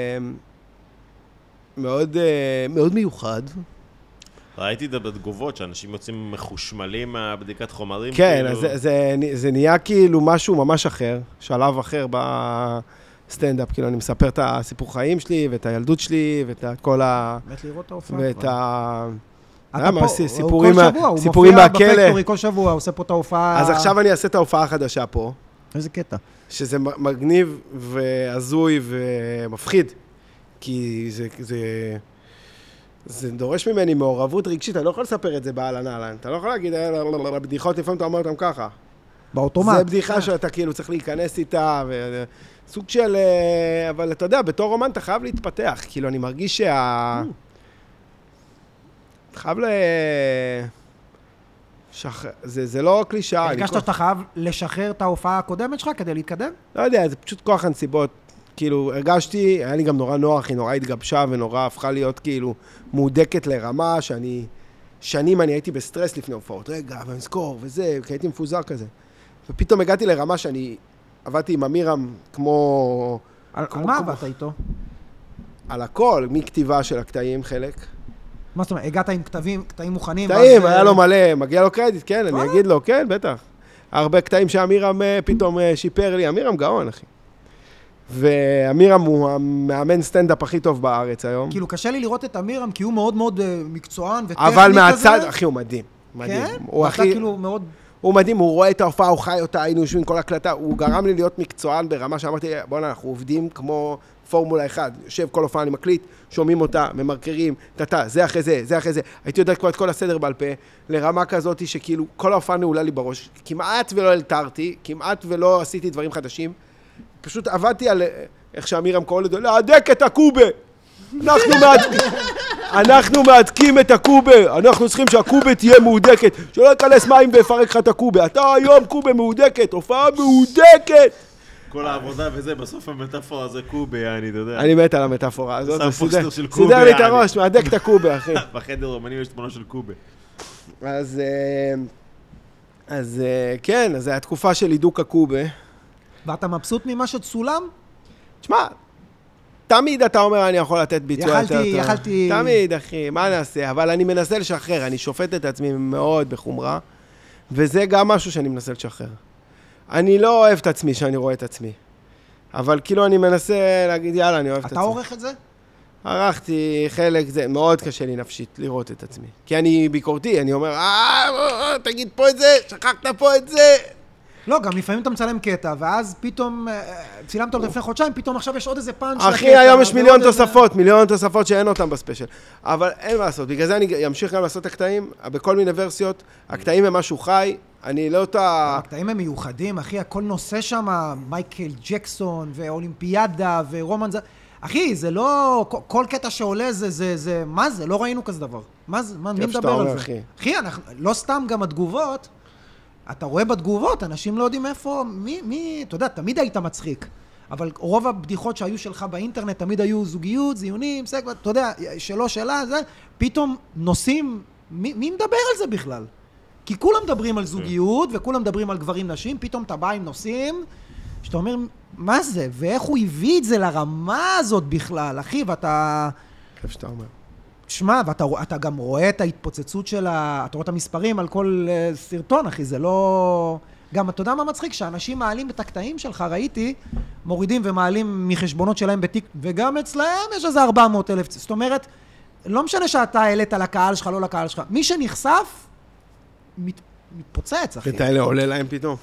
מאוד, אה, מאוד מיוחד. ראיתי את זה בתגובות, שאנשים יוצאים מחושמלים מהבדיקת חומרים. כן, כאילו... זה, זה, זה נהיה כאילו משהו ממש אחר, שלב אחר בסטנדאפ, כאילו אני מספר את הסיפור חיים שלי, ואת הילדות שלי, ואת כל ה... באמת לראות את ההופעה. ואת ה... אתה פה, סיפורים, כל שבוע, הוא סיפורים מופיע מהכלא. בפקטורי כל שבוע, הוא עושה פה את ההופעה... אז עכשיו אני אעשה את ההופעה החדשה פה. איזה קטע. שזה מגניב ועזוי ומפחיד. כי זה, זה, זה דורש ממני מעורבות רגשית, אני לא יכול לספר את זה בעלן אהלן. אתה לא יכול להגיד, בדיחות לפעמים אתה אומר אותם ככה. באוטומט. זה בדיחה שאתה כאילו צריך להיכנס איתה, סוג של... אבל אתה יודע, בתור רומן אתה חייב להתפתח. כאילו, אני מרגיש שה... אתה חייב ל... שח... זה, זה לא קלישה. הרגשת שאתה חייב לשחרר את ההופעה הקודמת שלך כדי להתקדם? לא יודע, זה פשוט כוח הנסיבות. כאילו, הרגשתי, היה לי גם נורא נוח, היא נורא התגבשה ונורא הפכה להיות כאילו מודקת לרמה שאני... שנים אני הייתי בסטרס לפני הופעות. רגע, ואני אזכור, וזה, כי הייתי מפוזר כזה. ופתאום הגעתי לרמה שאני עבדתי עם אמירם כמו... על, כמו, על מה כמו... עבדת איתו? על הכל, מכתיבה של הקטעים חלק. מה זאת אומרת, הגעת עם כתבים, קטעים מוכנים? קטעים, היה לו מלא, מגיע לו קרדיט, כן, אני אגיד לו, כן, בטח. הרבה קטעים שאמירם פתאום שיפר לי, אמירם גאון, אחי. ואמירם הוא המאמן סטנדאפ הכי טוב בארץ היום. כאילו, קשה לי לראות את אמירם, כי הוא מאוד מאוד מקצוען וטכני כזה. אבל מהצד, אחי, הוא מדהים. מדהים. כן? הוא אתה כאילו מאוד... הוא מדהים, הוא רואה את ההופעה, הוא חי אותה, היינו יושבים כל הקלטה, הוא גרם לי להיות מקצוען ברמה שאמרתי, בוא'נה, אנחנו עובדים כמו פורמולה אחד, יושב כל הופעה, אני מקליט, שומעים אותה, ממרקרים, תתה, זה אחרי זה, זה אחרי זה. הייתי יודע כבר את כל הסדר בעל פה, לרמה כזאת שכאילו כל ההופעה נעולה לי בראש, כמעט ולא אלתרתי, כמעט ולא עשיתי דברים חדשים, פשוט עבדתי על איך שאמירם קורא לדו, להדק את הקובה! אנחנו מהדקים, אנחנו מהדקים את הקובה, אנחנו צריכים שהקובה תהיה מהודקת, שלא יכנס מים ויפרק לך את הקובה, אתה היום קובה מהודקת, הופעה מהודקת! כל העבודה וזה, בסוף המטאפורה זה קובה, יעני, אתה יודע. אני מת על המטאפורה הזאת, שם פוסטר של קובה, סידר לי את הראש, מהדק את הקובה, אחי. בחדר רומנים יש תמונה של קובה. אז, אז כן, אז זה התקופה של הידוק הקובה. ואתה מבסוט ממה שצולם? תשמע, תמיד אתה אומר, אני יכול לתת ביצוע יותר טוב. יכלתי, יכלתי... תמיד, אחי, מה נעשה? אבל אני מנסה לשחרר, אני שופט את עצמי מאוד בחומרה, וזה גם משהו שאני מנסה לשחרר. אני לא אוהב את עצמי שאני רואה את עצמי, אבל כאילו אני מנסה להגיד, יאללה, אני אוהב את עצמי. אתה עורך את זה? ערכתי חלק, זה מאוד קשה לי נפשית לראות את עצמי. כי אני ביקורתי, אני אומר, אה, תגיד פה את זה, שכחת פה את זה. לא, גם לפעמים אתה מצלם קטע, ואז פתאום, צילמת אותו לפני חודשיים, פתאום עכשיו יש עוד איזה פאנץ' לקטע. אחי, היום יש מיליון תוספות, מיליון תוספות שאין אותם בספיישל. אבל אין מה לעשות, בגלל זה אני אמשיך גם לעשות את הקטעים, בכל מיני ורסיות, הקטעים הם משהו חי, אני לא אותה... הקטעים הם מיוחדים, אחי, הכל נושא שם, מייקל ג'קסון, ואולימפיאדה, ורומן זה... אחי, זה לא... כל קטע שעולה זה, זה, זה... מה זה? לא ראינו כזה דבר. מה זה? מי מדבר על זה? אחי, אחי אנחנו, לא סתם גם התגובות, אתה רואה בתגובות, אנשים לא יודעים איפה... מי, מי... אתה יודע, תמיד היית מצחיק. אבל רוב הבדיחות שהיו שלך באינטרנט תמיד היו זוגיות, זיונים, סק, אתה יודע, שלא שאלה, זה... פתאום נושאים... מי, מי מדבר על זה בכלל? כי כולם מדברים על זוגיות, וכולם מדברים על גברים נשים, פתאום אתה בא עם נושאים, שאתה אומר, מה זה? ואיך הוא הביא את זה לרמה הזאת בכלל, אחי, ואתה... כיף שאתה אומר. תשמע, ואתה אתה גם רואה את ההתפוצצות של ה... אתה רואה את המספרים על כל uh, סרטון, אחי, זה לא... גם, אתה יודע מה מצחיק? שאנשים מעלים את הקטעים שלך, ראיתי, מורידים ומעלים מחשבונות שלהם בטיק, וגם אצלהם יש איזה ארבע מאות אלף. זאת אומרת, לא משנה שאתה העלית לקהל שלך, לא לקהל שלך. מי שנחשף, מת, מתפוצץ, אחי. את האלה עולה להם פתאום.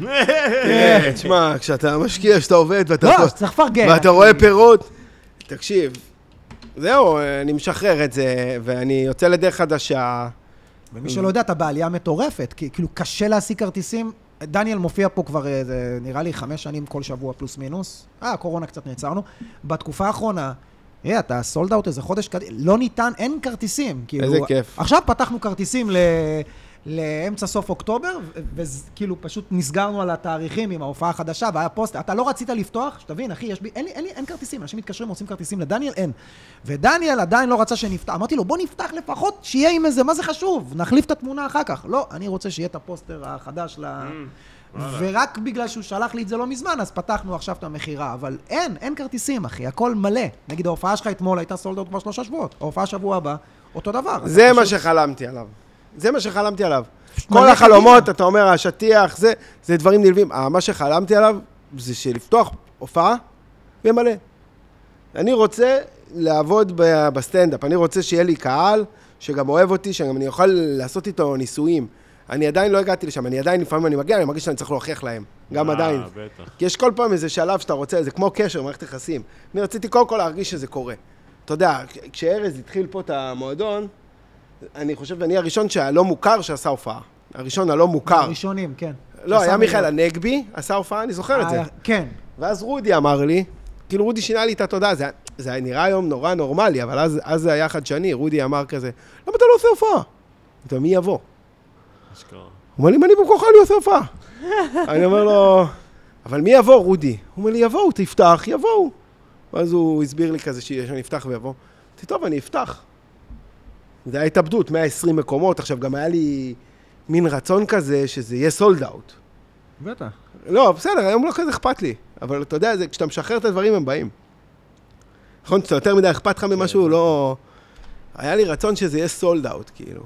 תשמע, כשאתה משקיע, כשאתה עובד, ואתה רואה פירות, תקשיב, זהו, אני משחרר את זה, ואני יוצא לדרך חדשה. ומי שלא יודע, אתה בעלייה מטורפת, כי כאילו קשה להשיג כרטיסים. דניאל מופיע פה כבר, נראה לי, חמש שנים כל שבוע פלוס מינוס. אה, הקורונה קצת נעצרנו. בתקופה האחרונה, אה, אתה סולד אאוט איזה חודש, לא ניתן, אין כרטיסים. איזה כיף. עכשיו פתחנו כרטיסים ל... לאמצע סוף אוקטובר, וכאילו פשוט נסגרנו על התאריכים עם ההופעה החדשה, והיה פוסט, אתה לא רצית לפתוח, שתבין, אחי, יש בי, אין לי, אין לי, אין כרטיסים, אנשים מתקשרים, עושים כרטיסים לדניאל, אין. ודניאל עדיין לא רצה שנפתח, אמרתי לו, בוא נפתח לפחות, שיהיה עם איזה, מה זה חשוב? נחליף את התמונה אחר כך. לא, אני רוצה שיהיה את הפוסטר החדש ל... ורק בגלל שהוא שלח לי את זה לא מזמן, אז פתחנו עכשיו את המחירה, אבל אין, אין כרטיסים, אחי, הכל מלא. נגיד, ההופעה שלך אתמול הייתה סולד אאוט כבר שלושה שבועות, ההופעה שבוע הבא, אותו דבר. זה מה שחלמתי עליו. זה מה שחלמתי עליו. כל החלומות, אתה אומר, השטיח, זה, זה דברים נלווים. מה שחלמתי עליו, זה שלפתוח הופעה ומלא. אני רוצה לעבוד בסטנדאפ, אני רוצה שיהיה לי קהל, שגם אוהב אותי, שגם אני אוכל לעשות איתו ניסויים. אני עדיין לא הגעתי לשם, אני עדיין, לפעמים אני מגיע, אני מרגיש שאני צריך להוכיח להם. גם עדיין. כי יש כל פעם איזה שלב שאתה רוצה, זה כמו קשר, מערכת יחסים. אני רציתי קודם כל להרגיש שזה קורה. אתה יודע, כשארז התחיל פה את המועדון, אני חושב, ואני הראשון שהלא מוכר שעשה הופעה. הראשון הלא מוכר. הראשונים, כן. לא, היה מיכאל הנגבי, עשה הופעה, אני זוכר את זה. כן. ואז רודי אמר לי, כאילו רודי שינה לי את התודעה, זה, זה נראה היום נורא נורמלי, אבל אז, אז זה היה חדשני, רודי אמר כזה, למה אתה לא עושה הופעה? אתה מי יבוא? הוא אומר לי, אם אני במקומך אני עושה הופעה. אני אומר לו, אבל מי יבוא, רודי? הוא אומר לי, יבואו, תפתח, יבואו. ואז הוא הסביר לי כזה שאני אפתח ויבוא. טוב, אני אפתח. זה היה התאבדות, מאה ועשרים מקומות, עכשיו גם היה לי מין רצון כזה שזה יהיה סולד אאוט. בטח. לא, בסדר, היום לא כזה אכפת לי, אבל אתה יודע, זה, כשאתה משחרר את הדברים הם באים. נכון, כשאתה יותר מדי אכפת לך ממשהו, לא... היה לי רצון שזה יהיה סולד אאוט, כאילו.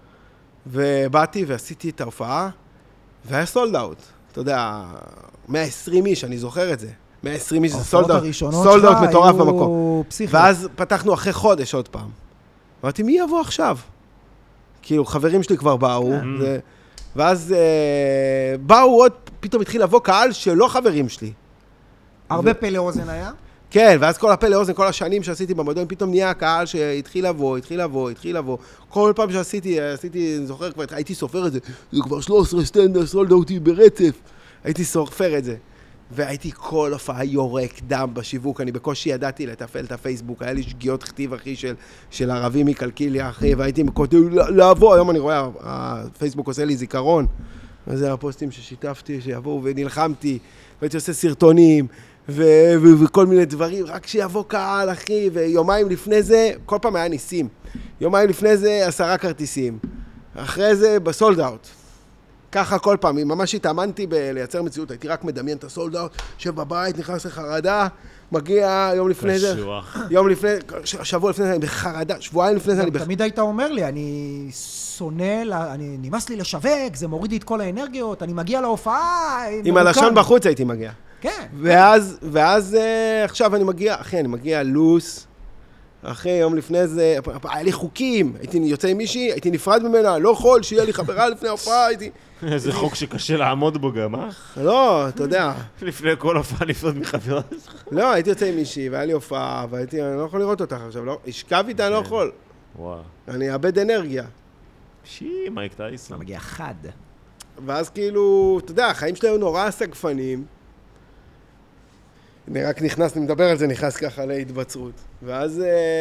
ובאתי ועשיתי את ההופעה, והיה סולד אאוט. אתה יודע, מאה ועשרים איש, אני זוכר את זה. מאה ועשרים איש זה סולד אאוט, סולד אאוט מטורף במקום. ואז פתחנו אחרי חודש עוד פעם. אמרתי, מי יבוא עכשיו? כאילו, חברים שלי כבר באו, ו... ואז אה, באו עוד, פתאום התחיל לבוא קהל שלא חברים שלי. הרבה ו... פלא אוזן היה? כן, ואז כל הפלא אוזן, כל השנים שעשיתי במועדון, פתאום נהיה הקהל שהתחיל לבוא, התחיל לבוא, התחיל לבוא. כל פעם שעשיתי, עשיתי, אני זוכר כבר, הייתי סופר את זה, זה כבר שלוש עשרה סטנדר, סולד אאוטי ברצף. הייתי סופר את זה. והייתי כל הופעה יורק דם בשיווק, אני בקושי ידעתי לטפל את הפייסבוק, היה לי שגיאות כתיב, אחי, של, של ערבים מקלקיליה, אחי, והייתי כותב לעבור, היום אני רואה, הפייסבוק עושה לי זיכרון, וזה הפוסטים ששיתפתי, שיבואו ונלחמתי, והייתי עושה סרטונים, ו- ו- וכל מיני דברים, רק שיבוא קהל, אחי, ויומיים לפני זה, כל פעם היה ניסים, יומיים לפני זה עשרה כרטיסים, אחרי זה בסולד אאוט. ככה כל פעם, ממש התאמנתי בלייצר מציאות, הייתי רק מדמיין את הסולד אאוט, יושב בבית, נכנס לחרדה, מגיע יום לפני זה, יום לפני, שבוע לפני זה, אני בחרדה, שבועיים לפני זה, אני בחרדה. תמיד היית אומר לי, אני שונא, אני נמאס לי לשווק, זה מוריד לי את כל האנרגיות, אני מגיע להופעה, עם הלשון בחוץ הייתי מגיע. כן. ואז, ואז עכשיו אני מגיע, אחי, אני מגיע לוס, אחי, יום לפני זה, היה לי חוקים, הייתי יוצא עם מישהי, הייתי נפרד ממנה, לא יכול שיהיה לי חברה לפני ההופעה, הייתי... איזה חוק שקשה לעמוד בו גם, אה? לא, אתה יודע. לפני כל הופעה נפרד מחברה שלך. לא, הייתי יוצא עם מישהי, והיה לי הופעה, והייתי, אני לא יכול לראות אותך עכשיו, לא, השכב איתה, אני לא יכול. וואו. אני אאבד אנרגיה. שי, מייק טייסון. מגיע חד. ואז כאילו, אתה יודע, החיים שלי היו נורא סגפנים, אני רק נכנס, אני מדבר על זה, נכנס ככה להתבצרות. ואז,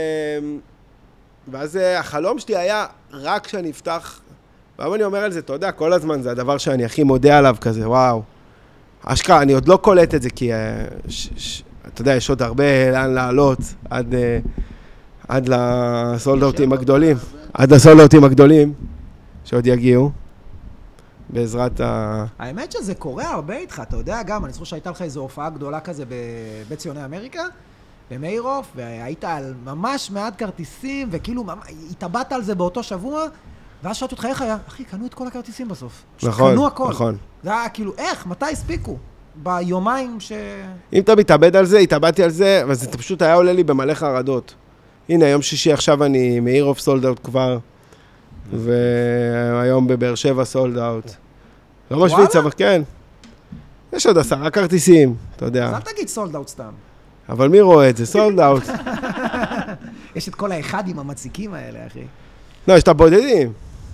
ואז החלום שלי היה רק כשאני אפתח, ואם אני אומר על זה, אתה יודע, כל הזמן זה הדבר שאני הכי מודה עליו כזה, וואו. אשכרה, אני עוד לא קולט את זה, כי ש, ש, אתה יודע, יש עוד הרבה לאן לעלות, עד, עד לסולדאוטים הגדולים, עד לסולדאוטים הגדולים, שעוד יגיעו. בעזרת ה... האמת שזה קורה הרבה איתך, אתה יודע גם, אני זוכר שהייתה לך איזו הופעה גדולה כזה בבית ציוני אמריקה, במאירוף, והיית על ממש מעט כרטיסים, וכאילו התאבדת על זה באותו שבוע, ואז שאלתי אותך איך היה, אחי, קנו את כל הכרטיסים בסוף. נכון, קנו הכל. נכון. זה היה כאילו, איך, מתי הספיקו? ביומיים ש... אם אתה מתאבד על זה, התאבדתי על זה, אבל זה פשוט היה עולה לי במלא חרדות. הנה, יום שישי עכשיו אני מאירוף סולד-אוט כבר, והיום בבאר שבע סולד-אוט. לא משוויץ, אבל כן. יש עוד עשרה כרטיסים, אתה יודע. אז אל תגיד סולד-אוט סתם. אבל מי רואה את זה? סולד-אוט. יש את כל האחדים המציקים האלה, אחי. לא, יש את הבודדים.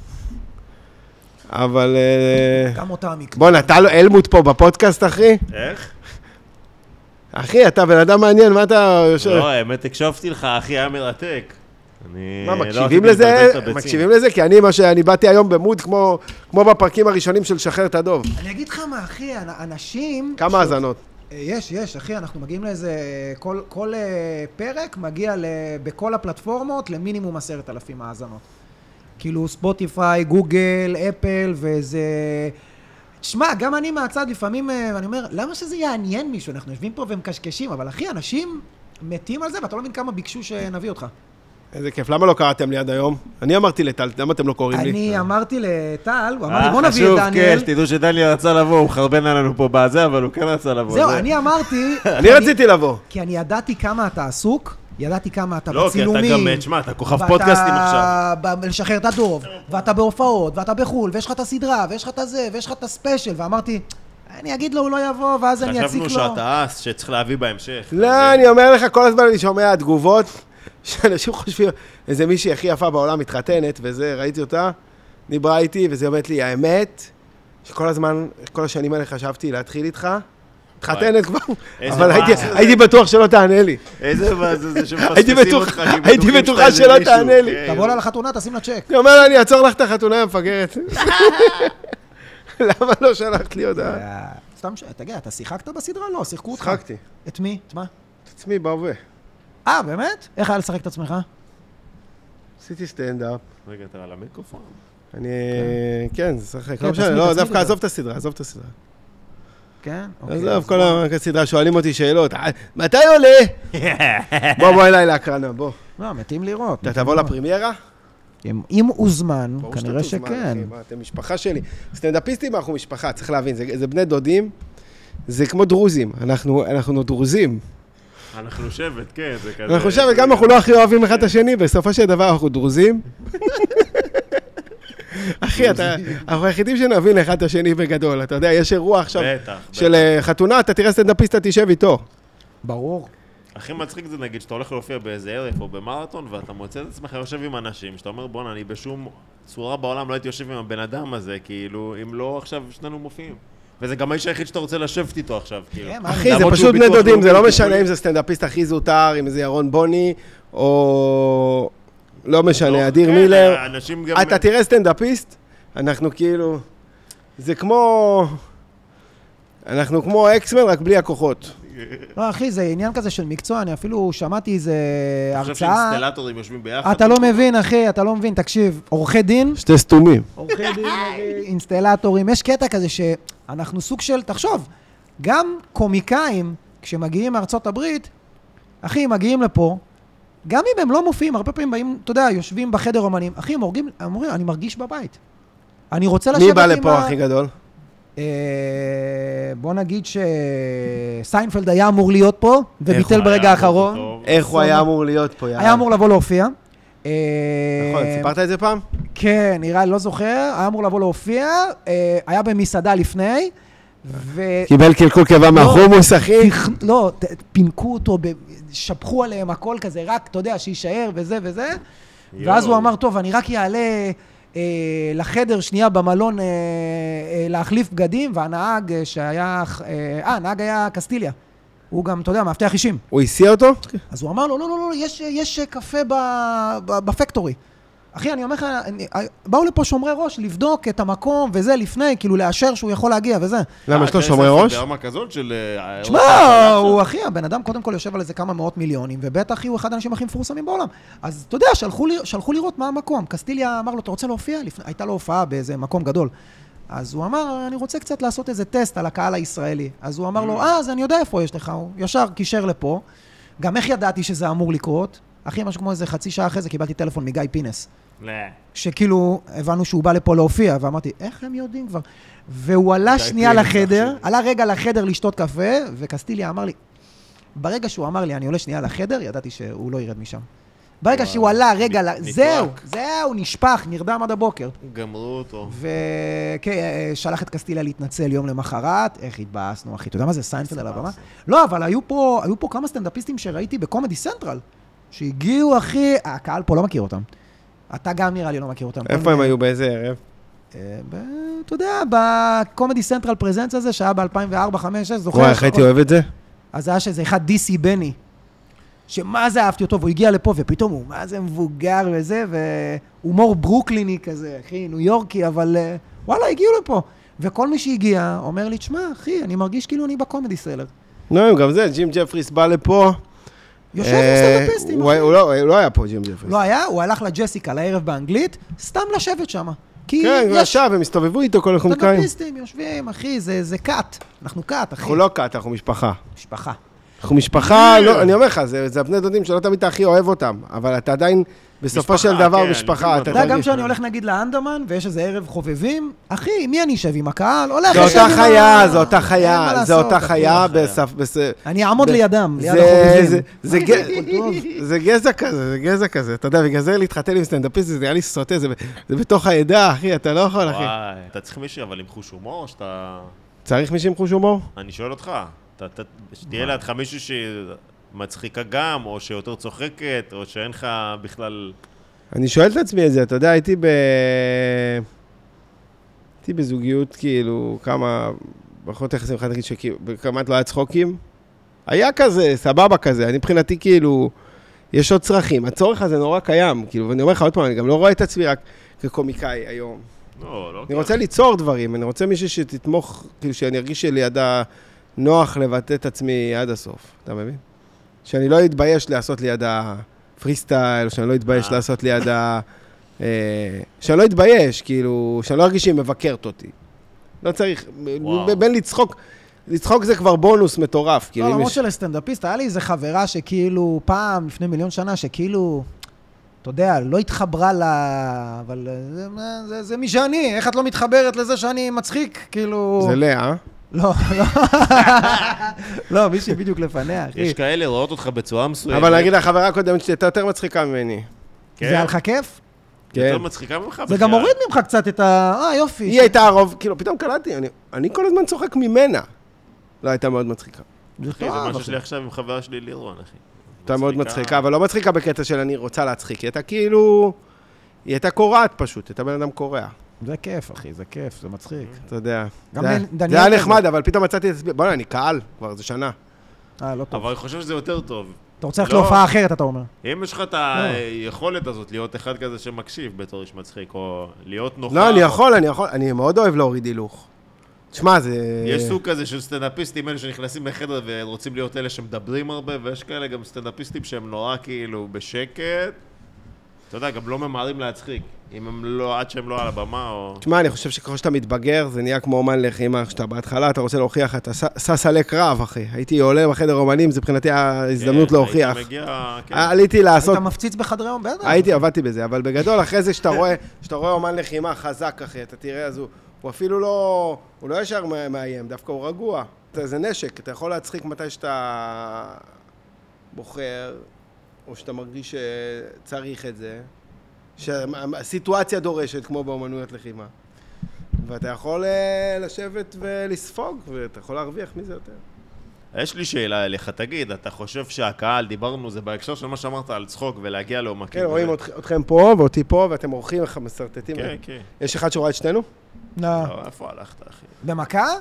אבל... גם אותם יקנו. בוא, נתן לו אלמוט פה בפודקאסט, אחי. איך? אחי, אתה בן אדם מעניין, מה אתה יושב? לא, האמת, הקשבתי לך, אחי, היה מרתק. מה, מקשיבים לזה? מקשיבים לזה? כי אני, מה שאני באתי היום במוד, כמו בפרקים הראשונים של שחרר את הדוב. אני אגיד לך מה, אחי, אנשים... כמה האזנות? יש, יש, אחי, אנחנו מגיעים לאיזה... כל פרק מגיע בכל הפלטפורמות למינימום עשרת אלפים האזנות. כאילו ספוטיפיי, גוגל, אפל, וזה... תשמע, גם אני מהצד לפעמים, אני אומר, למה שזה יעניין מישהו? אנחנו יושבים פה ומקשקשים, אבל אחי, אנשים מתים על זה, ואתה לא מבין כמה ביקשו שנביא אותך. איזה כיף, למה לא קראתם לי עד היום? אני אמרתי לטל, למה אתם לא קוראים לי? אני אמרתי לטל, הוא אמר לי, בוא נביא את דניאל. חשוב, כן, תדעו שדניאל רצה לבוא, הוא חרבן עלינו פה בזה, אבל הוא כן רצה לבוא. זהו, אני אמרתי... אני רציתי לבוא. כי אני ידעתי כמה אתה עסוק, ידעתי כמה אתה לא, בצילומים. לא, כי אתה גם, תשמע, אתה כוכב פודקאסטים עכשיו. ואתה לשחרר את הדוב, ואתה בהופעות, ואתה בחול, ויש לך את הסדרה, ויש לך את זה, ויש לך את הספיישל, ואמרתי, אני אגיד לו, הוא לא יבוא, ואז אני אציק לו. חשבנו שאתה אס, שצריך להביא בהמשך. לא, אני אומר לך, כל הזמן אני שומע תגובות, שאנשים חושבים, איזה מישהי הכי יפה בעולם מתחתנת, וזה, ראיתי אותה, דיברה איתי, וזה אומרת לי, האמת, שכל הזמן, כל השנים האלה חשבתי להתחיל איתך, מתחתנת כבר, אבל הייתי בטוח שלא תענה לי. איזה מה זה, זה שמפספסים אותך. הייתי בטוחה שלא תענה לי. תבוא לה לחתונה, תשים לה צ'ק. היא אומרת, אני אעצור לך את החתונה המפגרת. למה לא שלחת לי הודעה? סתם ש... תגיד, אתה שיחקת בסדרה? לא, שיחקו אותך. שיחקתי. את מי? את מה? את עצמי, בהווה. אה, באמת? איך היה לשחק את עצמך? עשיתי סטנדאפ. רגע, אתה על המיקרופון? אני... כן, זה שחק. לא משנה, לא, דווקא עזוב את הסדרה, עזוב את הסדרה. כן? עזוב, כל הסדרה שואלים אותי שאלות. מתי עולה? בוא, בוא אליי להקרנה, בוא. לא, מתאים לראות. אתה תבוא לפרימיירה? אם הוזמן, כנראה שכן. אתם משפחה שלי. סטנדאפיסטים אנחנו משפחה, צריך להבין, זה בני דודים, זה כמו דרוזים, אנחנו דרוזים. אנחנו שבט, כן, זה כזה. אנחנו שבט, גם אנחנו לא הכי אוהבים אחד את השני, בסופו של דבר אנחנו דרוזים. אחי, אנחנו היחידים שנבין אחד את השני בגדול, אתה יודע, יש אירוע עכשיו של חתונה, אתה תראה סטנדאפיסט, אתה תשב איתו. ברור. הכי מצחיק זה נגיד שאתה הולך להופיע באיזה ערב או במרתון ואתה מוצא את עצמך יושב עם אנשים שאתה אומר בוא'נה, אני בשום צורה בעולם לא הייתי יושב עם הבן אדם הזה, כאילו, אם לא עכשיו שנינו מופיעים. וזה גם האיש היחיד שאתה רוצה לשבת איתו עכשיו, כאילו. אחי, זה פשוט בני דודים, זה לא משנה אם זה סטנדאפיסט הכי זוטר, אם זה ירון בוני, או לא משנה, אדיר מילר. אתה תראה סטנדאפיסט, אנחנו כאילו, זה כמו, אנחנו כמו אקסמן, רק בלי הכוחות. לא, אחי, זה עניין כזה של מקצוע, אני אפילו שמעתי איזה הרצאה. אני חושב שאינסטלטורים יושבים ביחד. אתה לא מבין, אחי, אתה לא מבין, תקשיב, עורכי דין. שתי סתומים. עורכי דין, אינסטלטורים, יש קטע כזה שאנחנו סוג של, תחשוב, גם קומיקאים, כשמגיעים מארצות הברית, אחי, מגיעים לפה, גם אם הם לא מופיעים, הרבה פעמים באים, אתה יודע, יושבים בחדר אומנים, אחי, הם אומרים, אני מרגיש בבית. אני רוצה לשבת עם מי בא לפה הכי גדול? בוא נגיד שסיינפלד היה אמור להיות פה, וביטל ברגע האחרון. איך הוא היה אמור להיות פה? היה אמור לבוא להופיע. נכון, סיפרת את זה פעם? כן, נראה, לא זוכר, היה אמור לבוא להופיע, היה במסעדה לפני, קיבל קלקול קיבה מהחומוס, אחי? לא, פינקו אותו, שפכו עליהם הכל כזה, רק, אתה יודע, שישאר וזה וזה, ואז הוא אמר, טוב, אני רק יעלה לחדר שנייה במלון להחליף בגדים, והנהג שהיה, אה, הנהג היה קסטיליה. הוא גם, אתה יודע, מאבטח אישים. הוא הסיע אותו? אז הוא אמר לו, לא, לא, לא, יש, יש קפה בפקטורי. אחי, אני אומר לך, באו לפה שומרי ראש לבדוק את המקום וזה לפני, כאילו לאשר שהוא יכול להגיע וזה. למה, יש לו שומרי ראש? ברמה כזאת של... תשמע, הוא אחי, הבן אדם קודם כל יושב על איזה כמה מאות מיליונים, ובטח הוא אחד האנשים הכי מפורסמים בעולם. אז אתה יודע, שלחו לראות מה המקום. קסטיליה אמר לו, אתה רוצה להופיע? הייתה לו הופעה באיזה מקום גדול. אז הוא אמר, אני רוצה קצת לעשות איזה טסט על הקהל הישראלי. אז הוא אמר לו, אה, אז אני יודע איפה יש לך. הוא ישר קישר לפה. גם איך ידעתי שזה אמור לקרות? אחי, משהו כמו איזה חצי שעה אחרי זה קיבלתי טלפון מגיא פינס. שכאילו הבנו שהוא בא לפה להופיע, ואמרתי, איך הם יודעים כבר? והוא עלה שנייה לחדר, עלה רגע לחדר לשתות קפה, וקסטיליה אמר לי, ברגע שהוא אמר לי, אני עולה שנייה לחדר, ידעתי שהוא לא ירד משם. ברגע שהוא עלה רגע, זהו, זהו, נשפח, נרדם עד הבוקר. גמרו אותו. ושלח את קסטיליה להתנצל יום למחרת, איך התבאסנו, אחי, אתה יודע מה זה סיינפלד על הבמה? לא, אבל היו פה, היו פה כמה סטנדאפיסטים שראיתי בקומדי סנטרל, שהגיעו, אחי, הקהל פה לא מכיר אותם. אתה גם נראה לי לא מכיר אותם. איפה הם היו? באיזה ערב? אתה יודע, בקומדי סנטרל פרזנס הזה, שהיה ב-אלפיים וארבע חמש שש, זוכר? וואי, איך הייתי אוהב את זה? אז היה שזה אחד די סי בני, שמה זה אהבתי אותו, והוא הגיע לפה, ופתאום הוא מה זה מבוגר וזה, והומור ברוקליני כזה, אחי, ניו יורקי, אבל וואלה, הגיעו לפה. וכל מי שהגיע אומר לי, תשמע, אחי, אני מרגיש כאילו אני בקומדי סלר. לא, גם זה, ג'ים ג'פריס בא לפה. יושב עם סטנדאפיסטים. הוא לא היה פה, ג'ים ג'פריס. לא היה, הוא הלך לג'סיקה לערב באנגלית, סתם לשבת שם. כן, הוא ישב, הם הסתובבו איתו כל הקומיקאים. סטנדאפיסטים יושבים, אחי, זה קאט. אנחנו קאט, אחי. אנחנו לא קאט, אנחנו משפחה. משפחה. אנחנו משפחה, אני אומר לך, זה הבני דודים שלא תמיד אתה הכי אוהב אותם, אבל אתה עדיין בסופו של דבר משפחה. אתה יודע, גם כשאני הולך נגיד לאנדמן, ויש איזה ערב חובבים, אחי, מי אני אשב עם הקהל? הולך, זה אותה חיה, זה אותה חיה, זה אותה חיה. אני אעמוד לידם, ליד החובבים. זה גזע כזה, זה גזע כזה. אתה יודע, בגלל זה להתחתן עם סטנדאפיסט, זה נראה לי סוטה, זה בתוך העדה, אחי, אתה לא יכול, אחי. וואי, אתה צריך מישהו, אבל עם חוש הומור, או שאתה... צריך מישהו עם חוש הומור? אני שואל אותך. שתהיה לידך מישהו שמצחיקה גם, או שיותר צוחקת, או שאין לך בכלל... אני שואל את עצמי את זה, אתה יודע, הייתי ב... הייתי בזוגיות, כאילו, כמה... ברכות יחסים, אחד נגיד שכמעט לא היה צחוקים. היה כזה, סבבה כזה, אני מבחינתי כאילו, יש עוד צרכים. הצורך הזה נורא קיים, כאילו, ואני אומר לך עוד פעם, אני גם לא רואה את עצמי רק כקומיקאי היום. לא, לא. אני רוצה ליצור דברים, אני רוצה מישהו שתתמוך, כאילו, שאני ארגיש שלידה... נוח לבטא את עצמי עד הסוף, אתה מבין? שאני לא אתבייש לעשות ליד הפרי סטייל, שאני לא אתבייש לעשות ליד ה... שאני לא אתבייש, כאילו, שאני לא ארגיש שהיא מבקרת אותי. לא צריך, בין לצחוק, לצחוק זה כבר בונוס מטורף. לא, למרות של הסטנדאפיסט, היה לי איזו חברה שכאילו פעם, לפני מיליון שנה, שכאילו, אתה יודע, לא התחברה לה, אבל זה מי שאני, איך את לא מתחברת לזה שאני מצחיק, כאילו... זה לאה. לא, לא, לא, מישהי בדיוק לפניה, אחי. יש כאלה לראות אותך בצורה מסוימת. אבל נגיד, החברה הקודמת שלי הייתה יותר מצחיקה ממני. זה היה לך כיף? כן. יותר מצחיקה ממך בכלל. זה גם מוריד ממך קצת את ה... אה, יופי. היא הייתה הרוב, כאילו, פתאום קלטתי, אני כל הזמן צוחק ממנה. לא, הייתה מאוד מצחיקה. אחי, זה משהו שלי עכשיו עם חברה שלי לירון, אחי. הייתה מאוד מצחיקה, אבל לא מצחיקה בקטע של אני רוצה להצחיק. היא הייתה כאילו... היא הייתה קורעת פשוט, הייתה בן אדם קורע. זה כיף, אחי, זה כיף, זה מצחיק. אתה יודע. זה היה נחמד, אבל פתאום מצאתי את עצמי, בוא'נה, אני קהל, כבר זה שנה. אה, לא טוב. אבל אני חושב שזה יותר טוב. אתה רוצה ללכת להופעה אחרת, אתה אומר. אם יש לך את היכולת הזאת להיות אחד כזה שמקשיב בתור איש מצחיק, או להיות נוכח... לא, אני יכול, אני יכול, אני מאוד אוהב להוריד הילוך. תשמע, זה... יש סוג כזה של סטנדאפיסטים אלה שנכנסים לחדר ורוצים להיות אלה שמדברים הרבה, ויש כאלה גם סטנדאפיסטים שהם נורא כאילו בשקט. אתה יודע, גם לא ממהרים להצחיק. אם הם לא, עד שהם לא על הבמה או... תשמע, אני חושב שככל שאתה מתבגר, זה נהיה כמו אומן לחימה, שאתה בהתחלה, אתה רוצה להוכיח, אתה סס עלי קרב, אחי. הייתי עולה בחדר אומנים, זה מבחינתי ההזדמנות להוכיח. היית מגיע, כן. עליתי לעשות... היית מפציץ בחדרי אומן, בטח. הייתי, עבדתי בזה, אבל בגדול, אחרי זה שאתה רואה, שאתה רואה אומן לחימה חזק, אחי, אתה תראה, אז הוא, הוא אפילו לא, הוא לא ישר מאיים, דווקא הוא רגוע. זה נשק, אתה יכול להצחיק מתי שאתה בוחר, או שאתה מרגיש שצריך את זה. שהסיטואציה דורשת, כמו באומנויות לחימה. ואתה יכול לשבת ולספוג, ואתה יכול להרוויח מזה יותר. יש לי שאלה אליך, תגיד, אתה חושב שהקהל, דיברנו, זה בהקשר של מה שאמרת על צחוק ולהגיע לעומקים? כן, רואים אתכם פה ואותי פה, ואתם עורכים לך מסרטטים. כן, כן. יש אחד שרואה את שנינו? לא. איפה הלכת, אחי? במכה?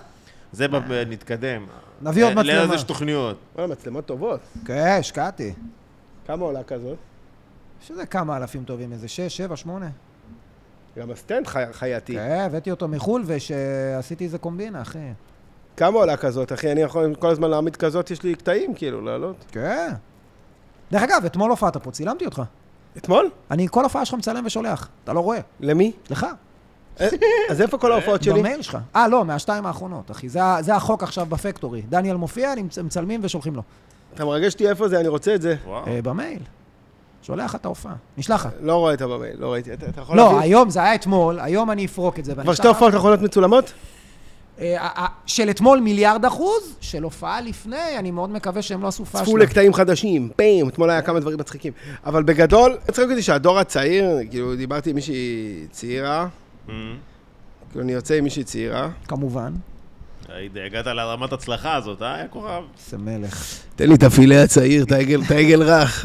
זה נתקדם. נביא עוד מצלמה. לאיזה תוכניות. וואלה, מצלמות טובות. כן, השקעתי. כמה עולה כזאת? שזה כמה אלפים טובים, איזה שש, שבע, שמונה. גם הסטנד חייתי. כן, הבאתי אותו מחול ושעשיתי איזה קומבינה, אחי. כמה עולה כזאת, אחי? אני יכול כל הזמן להעמיד כזאת, יש לי קטעים, כאילו, לעלות. כן. דרך אגב, אתמול הופעת פה, צילמתי אותך. אתמול? אני כל הופעה שלך מצלם ושולח, אתה לא רואה. למי? לך. אז איפה כל ההופעות שלי? במייל שלך. אה, לא, מהשתיים האחרונות, אחי. זה, זה החוק עכשיו בפקטורי. דניאל מופיע, מצלמים ושולחים לו. אתה מרגש אותי איפה זה, אני רוצה את זה. אה, במייל. שולח את ההופעה. נשלח לך. לא רואה את במייל, לא ראיתי. אתה יכול לא, להביא? היום, זה היה אתמול, היום אני אפרוק את זה. כבר שתי הופעות אחרונות מצולמות? של אתמול מיליארד אחוז, של הופעה לפני, אני מאוד מקווה שהם לא עשו הופעה צפו לקטעים חדשים, פעם, אתמול היה כמה דברים מצחיקים. אבל בגדול, צריך להגיד שהדור הצעיר, כאילו, דיברתי עם מישהי צעירה, כאילו, אני יוצא עם מישהי צעירה. כמובן. הגעת לרמת הצלחה הזאת, אה? היה כוכב. זה מלך. תן לי את הפילה הצעיר, את העגל רך.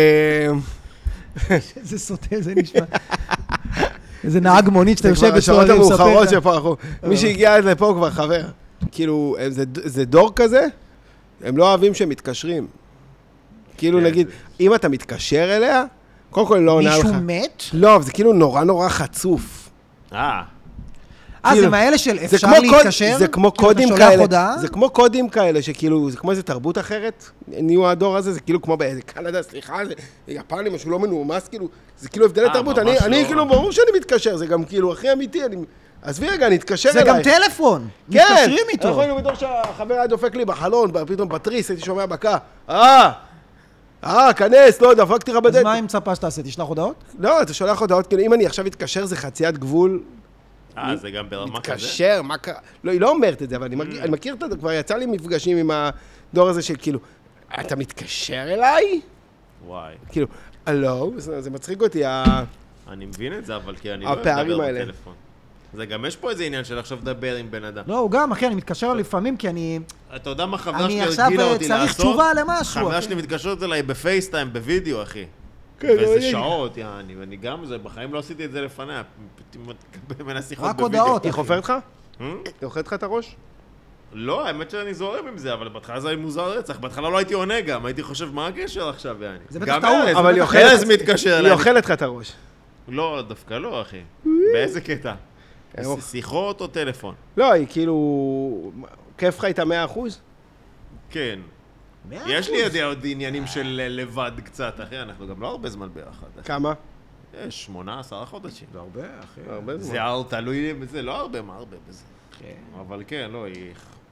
איזה סוטה, זה נשמע. איזה נהג מונית שאתה יושב בשעות המאוחרות שפה, אנחנו... מי שהגיע לפה הוא כבר חבר. כאילו, זה דור כזה, הם לא אוהבים שהם מתקשרים. כאילו, נגיד, אם אתה מתקשר אליה, קודם כל לא עונה לך. מישהו מת? לא, זה כאילו נורא נורא חצוף. אה. אה, זה מהאלה של אפשר להתקשר? זה כמו קודים כאלה. זה כמו קודים כאלה, שכאילו, זה כמו איזה תרבות אחרת, נהיו הדור הזה, זה כאילו כמו בקנדה, סליחה, זה יפני, משהו לא מנומס, כאילו, זה כאילו הבדל לתרבות. אני כאילו, ברור שאני מתקשר, זה גם כאילו הכי אמיתי, אני... עזבי רגע, אני אתקשר אליי. זה גם טלפון, מתקשרים איתו. אנחנו היינו בדור שהחבר היה דופק לי בחלון, פתאום פטריס, הייתי שומע בקה. אה, אה, כנס, לא, דפקתי לך בדלת. אז מה אם מצפה שתעשה? תשלח הודעות? לא, אתה שולח הודעות, כאילו, אם אני עכשיו אתקשר, זה חציית גבול. אה, זה גם ברמה כזה? מתקשר, מה קרה? לא, היא לא אומרת את זה, אבל אני מכיר את זה, כבר יצא לי מפגשים עם הדור הזה של כאילו, אתה מתקשר אליי? וואי. כאילו, לא, זה מצחיק אותי, אני מבין את זה, אבל כי אני לא מדבר בטלפון. זה גם יש פה איזה עניין של עכשיו לדבר עם בן אדם. לא, הוא גם, אחי, אני מתקשר לפעמים כי אני... אתה יודע מה חברה שלי הרגילה אותי לעשות? אני עכשיו צריך תשובה למשהו. חברה שלי מתקשרת אליי בפייסטיים, בווידאו, אחי. וזה שעות, יעני, ואני גם, בחיים לא עשיתי את זה לפניה. פתאום מנה שיחות בווידאו. רק הודעות. היא חופרת לך? היא אוכלת לך את הראש? לא, האמת שאני זורם עם זה, אבל בהתחלה זה היה מוזר רצח. בהתחלה לא הייתי עונה גם, הייתי חושב, מה הקשר עכשיו, יעני? זה בטח טעות. אבל היא אוכלת לך את הראש. לא, דווקא לא, אחי. באיזה קטע? שיחות או טלפון? לא, היא כאילו... כיף לך איתה מאה אחוז? כן. יש לי עוד עניינים של לבד קצת, אחי, אנחנו גם לא הרבה זמן ביחד. כמה? יש שמונה, עשרה חודשים. זה הרבה, אחי. הרבה זמן. זה תלוי בזה, לא הרבה, מה הרבה בזה. אבל כן, לא, היא...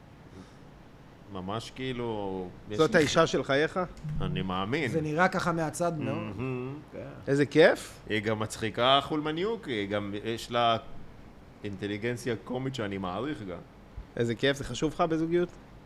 ממש כאילו... זאת האישה של חייך? אני מאמין. זה נראה ככה מהצד מאוד. איזה כיף. היא גם מצחיקה חולמניוק, היא גם, יש לה אינטליגנציה קומית שאני מעריך גם. איזה כיף, זה חשוב לך בזוגיות?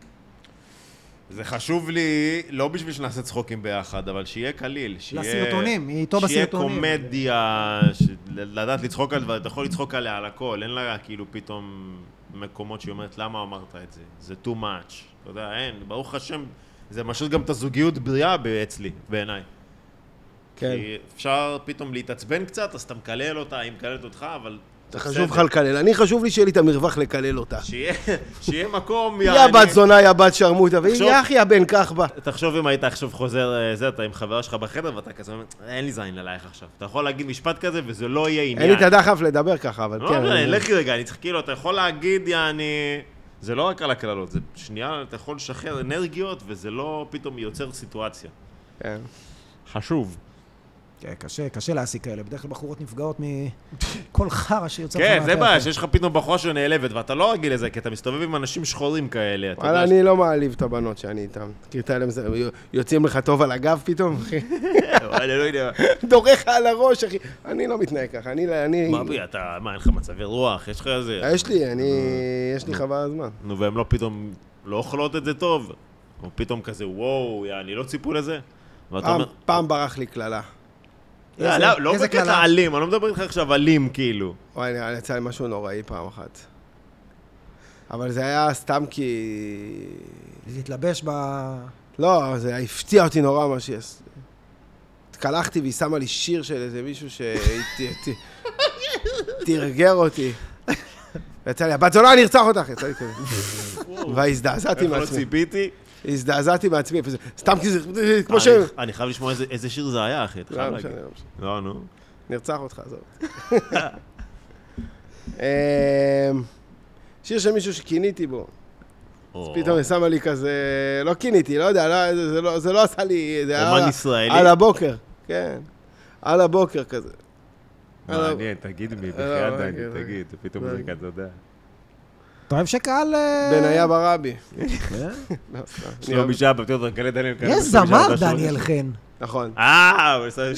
זה חשוב לי, לא בשביל שנעשה צחוקים ביחד, אבל שיהיה קליל. לסרטונים, היא איתו בסרטונים. שיהיה קומדיה, לדעת לצחוק על דבר, אתה יכול לצחוק עליה על הכל, אין לה כאילו פתאום מקומות שהיא אומרת, למה אמרת את זה? זה too much. אתה יודע, אין, ברוך השם, זה משהו גם את הזוגיות בריאה אצלי, בעיניי. כן. כי אפשר פתאום להתעצבן קצת, אז אתה מקלל אותה, היא מקללת אותך, אבל... זה חשוב לך לקלל. אני חשוב לי שיהיה לי את המרווח לקלל אותה. שיהיה מקום... יא בת זונה, יא בת שרמוטה, והיא יחי הבן כך בה. תחשוב אם היית עכשיו חוזר, זה, אתה עם חברה שלך בחדר, ואתה כזה אומר, אין לי זין ללייך עכשיו. אתה יכול להגיד משפט כזה, וזה לא יהיה עניין. אין לי את הדחף לדבר ככה, אבל כן. לא, לכי רגע, אני צריך כאילו, אתה יכול להגיד, יעני... זה לא רק על הכללות, זה שנייה, אתה יכול לשחרר אנרגיות, וזה לא פתאום יוצר סיטואציה. כן. חשוב. כן, קשה, קשה להשיג כאלה. בדרך כלל בחורות נפגעות מכל חרא שיוצא... כן, זה בעיה, שיש לך פתאום בחורה שנעלבת, ואתה לא רגיל לזה, כי אתה מסתובב עם אנשים שחורים כאלה. וואלה, אני לא מעליב את הבנות שאני איתם. קרתה להם, יוצאים לך טוב על הגב פתאום, אחי. וואלה, לא יודע. דורך על הראש, אחי. אני לא מתנהג ככה, אני... מה בי, אתה, מה, אין לך מצבי רוח? יש לך איזה... יש לי, אני... יש לי חבל הזמן. נו, והם לא פתאום, לא אוכלות את זה טוב. או פתאום כזה, וואו, אני לא ציפו לזה. פעם ברח לי כללה. לא בקטע אלים, אני לא מדבר איתך עכשיו אלים, כאילו. וואי, נראה לי יצא לי משהו נוראי פעם אחת. אבל זה היה סתם כי... זה התלבש ב... לא, זה הפתיע אותי נורא מה שיש. התקלחתי והיא שמה לי שיר של איזה מישהו שתרגר אותי. ויצא לי, הבת זונה, אני ארצח אותך, יצא לי כזה. והזדעזעתי איך לא מעצמי. ציפיתי? הזדעזעתי מעצמי. סתם כי זה כמו ש... אני חייב לשמוע איזה שיר זה היה, אחי. אתה חייב להגיד. לא, נו. נרצח אותך, עזוב. שיר של מישהו שכיניתי בו. אז פתאום שמה לי כזה... לא כיניתי, לא יודע, זה לא עשה לי... אומן ישראלי? על הבוקר, כן. על הבוקר כזה. מעניין, תגיד מי, בחייאת דני, תגיד, פתאום זה כזה, אתה יודע. אתה אוהב שקהל... בניה ברבי. שלומי שבא, פתאום אתה מקלה דניאל חן. יש זמר דניאל חן. נכון. אה, הוא עושה...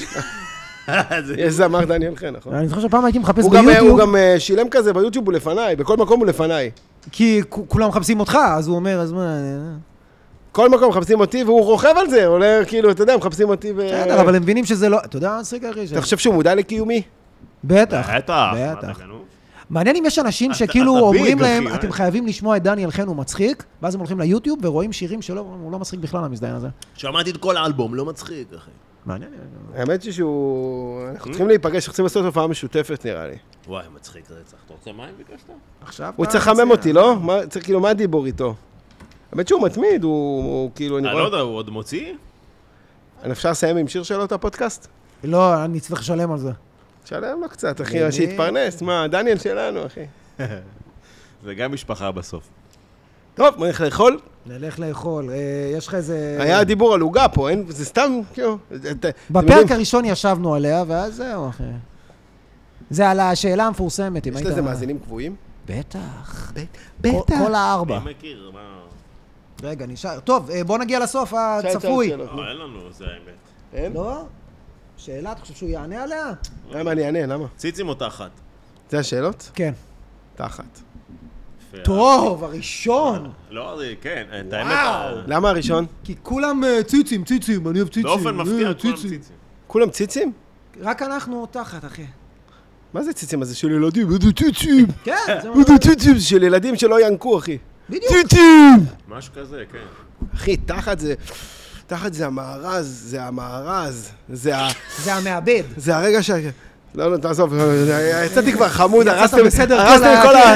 יש זמר דניאל חן, נכון. אני זוכר שפעם הייתי מחפש הוא ביוטיוב. גם שילם כזה ביוטיוב, הוא לפניי, בכל מקום הוא לפניי. כי כולם מחפשים אותך, אז הוא אומר, אז מה... כל מקום מחפשים אותי, והוא רוכב על זה, עולה כאילו, אתה יודע, מחפשים אותי ו... בסדר, אבל הם מבינים שזה לא... אתה יודע, סריק אחי. אתה חושב שהוא מודע לקיומי? בטח. בטח. בטח. מעניין אם יש אנשים שכאילו אומרים להם, אתם חייבים לשמוע את דניאל חן, הוא מצחיק, ואז הם הולכים ליוטיוב ורואים שירים שלו, הוא לא מצחיק בכלל המזדיין הזה. שמעתי את כל האלבום, לא מצחיק, אחי. מעניין. האמת היא שהוא... אנחנו צריכים להיפגש, אנחנו צריכים לעשות הופעה משותפת נראה לי. וואי, מצחיק רצח. אתה רוצה מים ביקשת? עכשיו... הוא צריך לחמם אותי, לא? צריך כאילו, מה הדיבור איתו? האמת שהוא מתמיד, הוא כאילו... אני לא יודע, הוא עוד מוציא? אפשר לסיים עם שיר שלו את הפודקאסט? לא, אני צריך לשלם על זה. שלם לו קצת, אחי, שיתפרנס. מה, דניאל שלנו, אחי. זה גם משפחה בסוף. טוב, מה נלך לאכול? נלך לאכול. יש לך איזה... היה דיבור על עוגה פה, זה סתם, כאילו... בפרק הראשון ישבנו עליה, ואז זהו, אחי. זה על השאלה המפורסמת. יש לזה מאזינים קבועים? בטח. בטח. כל הארבע. מי מכיר, מה... רגע, נשאר. טוב, בוא נגיע לסוף הצפוי. לא, אין לנו, זה האמת. אין? לא? שאלה, אתה חושב שהוא יענה עליה? למה אני אענה, למה? ציצים או תחת? זה השאלות? כן. תחת. טוב, הראשון. לא, זה כן, את האמת... למה הראשון? כי כולם ציצים, ציצים, אני אוהב ציצים. באופן מפתיע, כולם ציצים. כולם ציצים? רק אנחנו תחת, אחי. מה זה ציצים? זה של ילדים, זה ציצים. כן, זה מה זה ציצים? זה של ילדים שלא ינקו, אחי. בדיוק. ציצים! משהו כזה, כן. אחי, תחת זה... תחת זה המארז, זה המארז, זה ה... זה המעבד. זה הרגע ש... לא, לא, תעזוב, יצאתי כבר חמוד, הרסתם בסדר כל ה...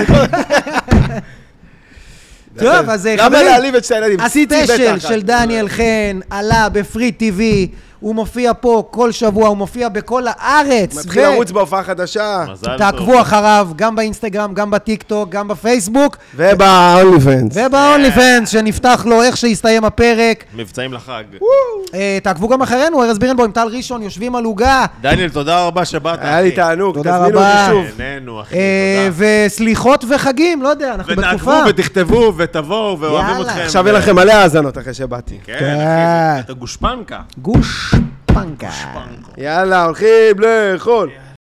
טוב, אז חברים, למה להעליב את שתי הילדים? הספיישל של דניאל חן עלה בפרי טיווי, הוא מופיע פה כל שבוע, הוא מופיע בכל הארץ. מתחיל לרוץ בהופעה חדשה. תעקבו אחריו, גם באינסטגרם, גם בטיקטוק, גם בפייסבוק. ובאונליפנס. ובאונליפנס, שנפתח לו איך שיסתיים הפרק. מבצעים לחג. תעקבו גם אחרינו, ארז בירנבוים, טל ראשון, יושבים על עוגה. דניאל, תודה רבה שבאת, אחי. היה לי תענוג, תודה תזמינו אותי רבה. שוב. נהנו, אחי, תודה. וסליחות וחגים, לא יודע, אנחנו בתקופה. ותעקבו ותכתבו ותבואו ואוהבים יאללה. אתכם. עכשיו יהיה לכם מלא האזנות אחרי שבאתי. כן, אחי, זה- את הגושפנקה. גוש פנקה. יאללה, הולכים לאכול.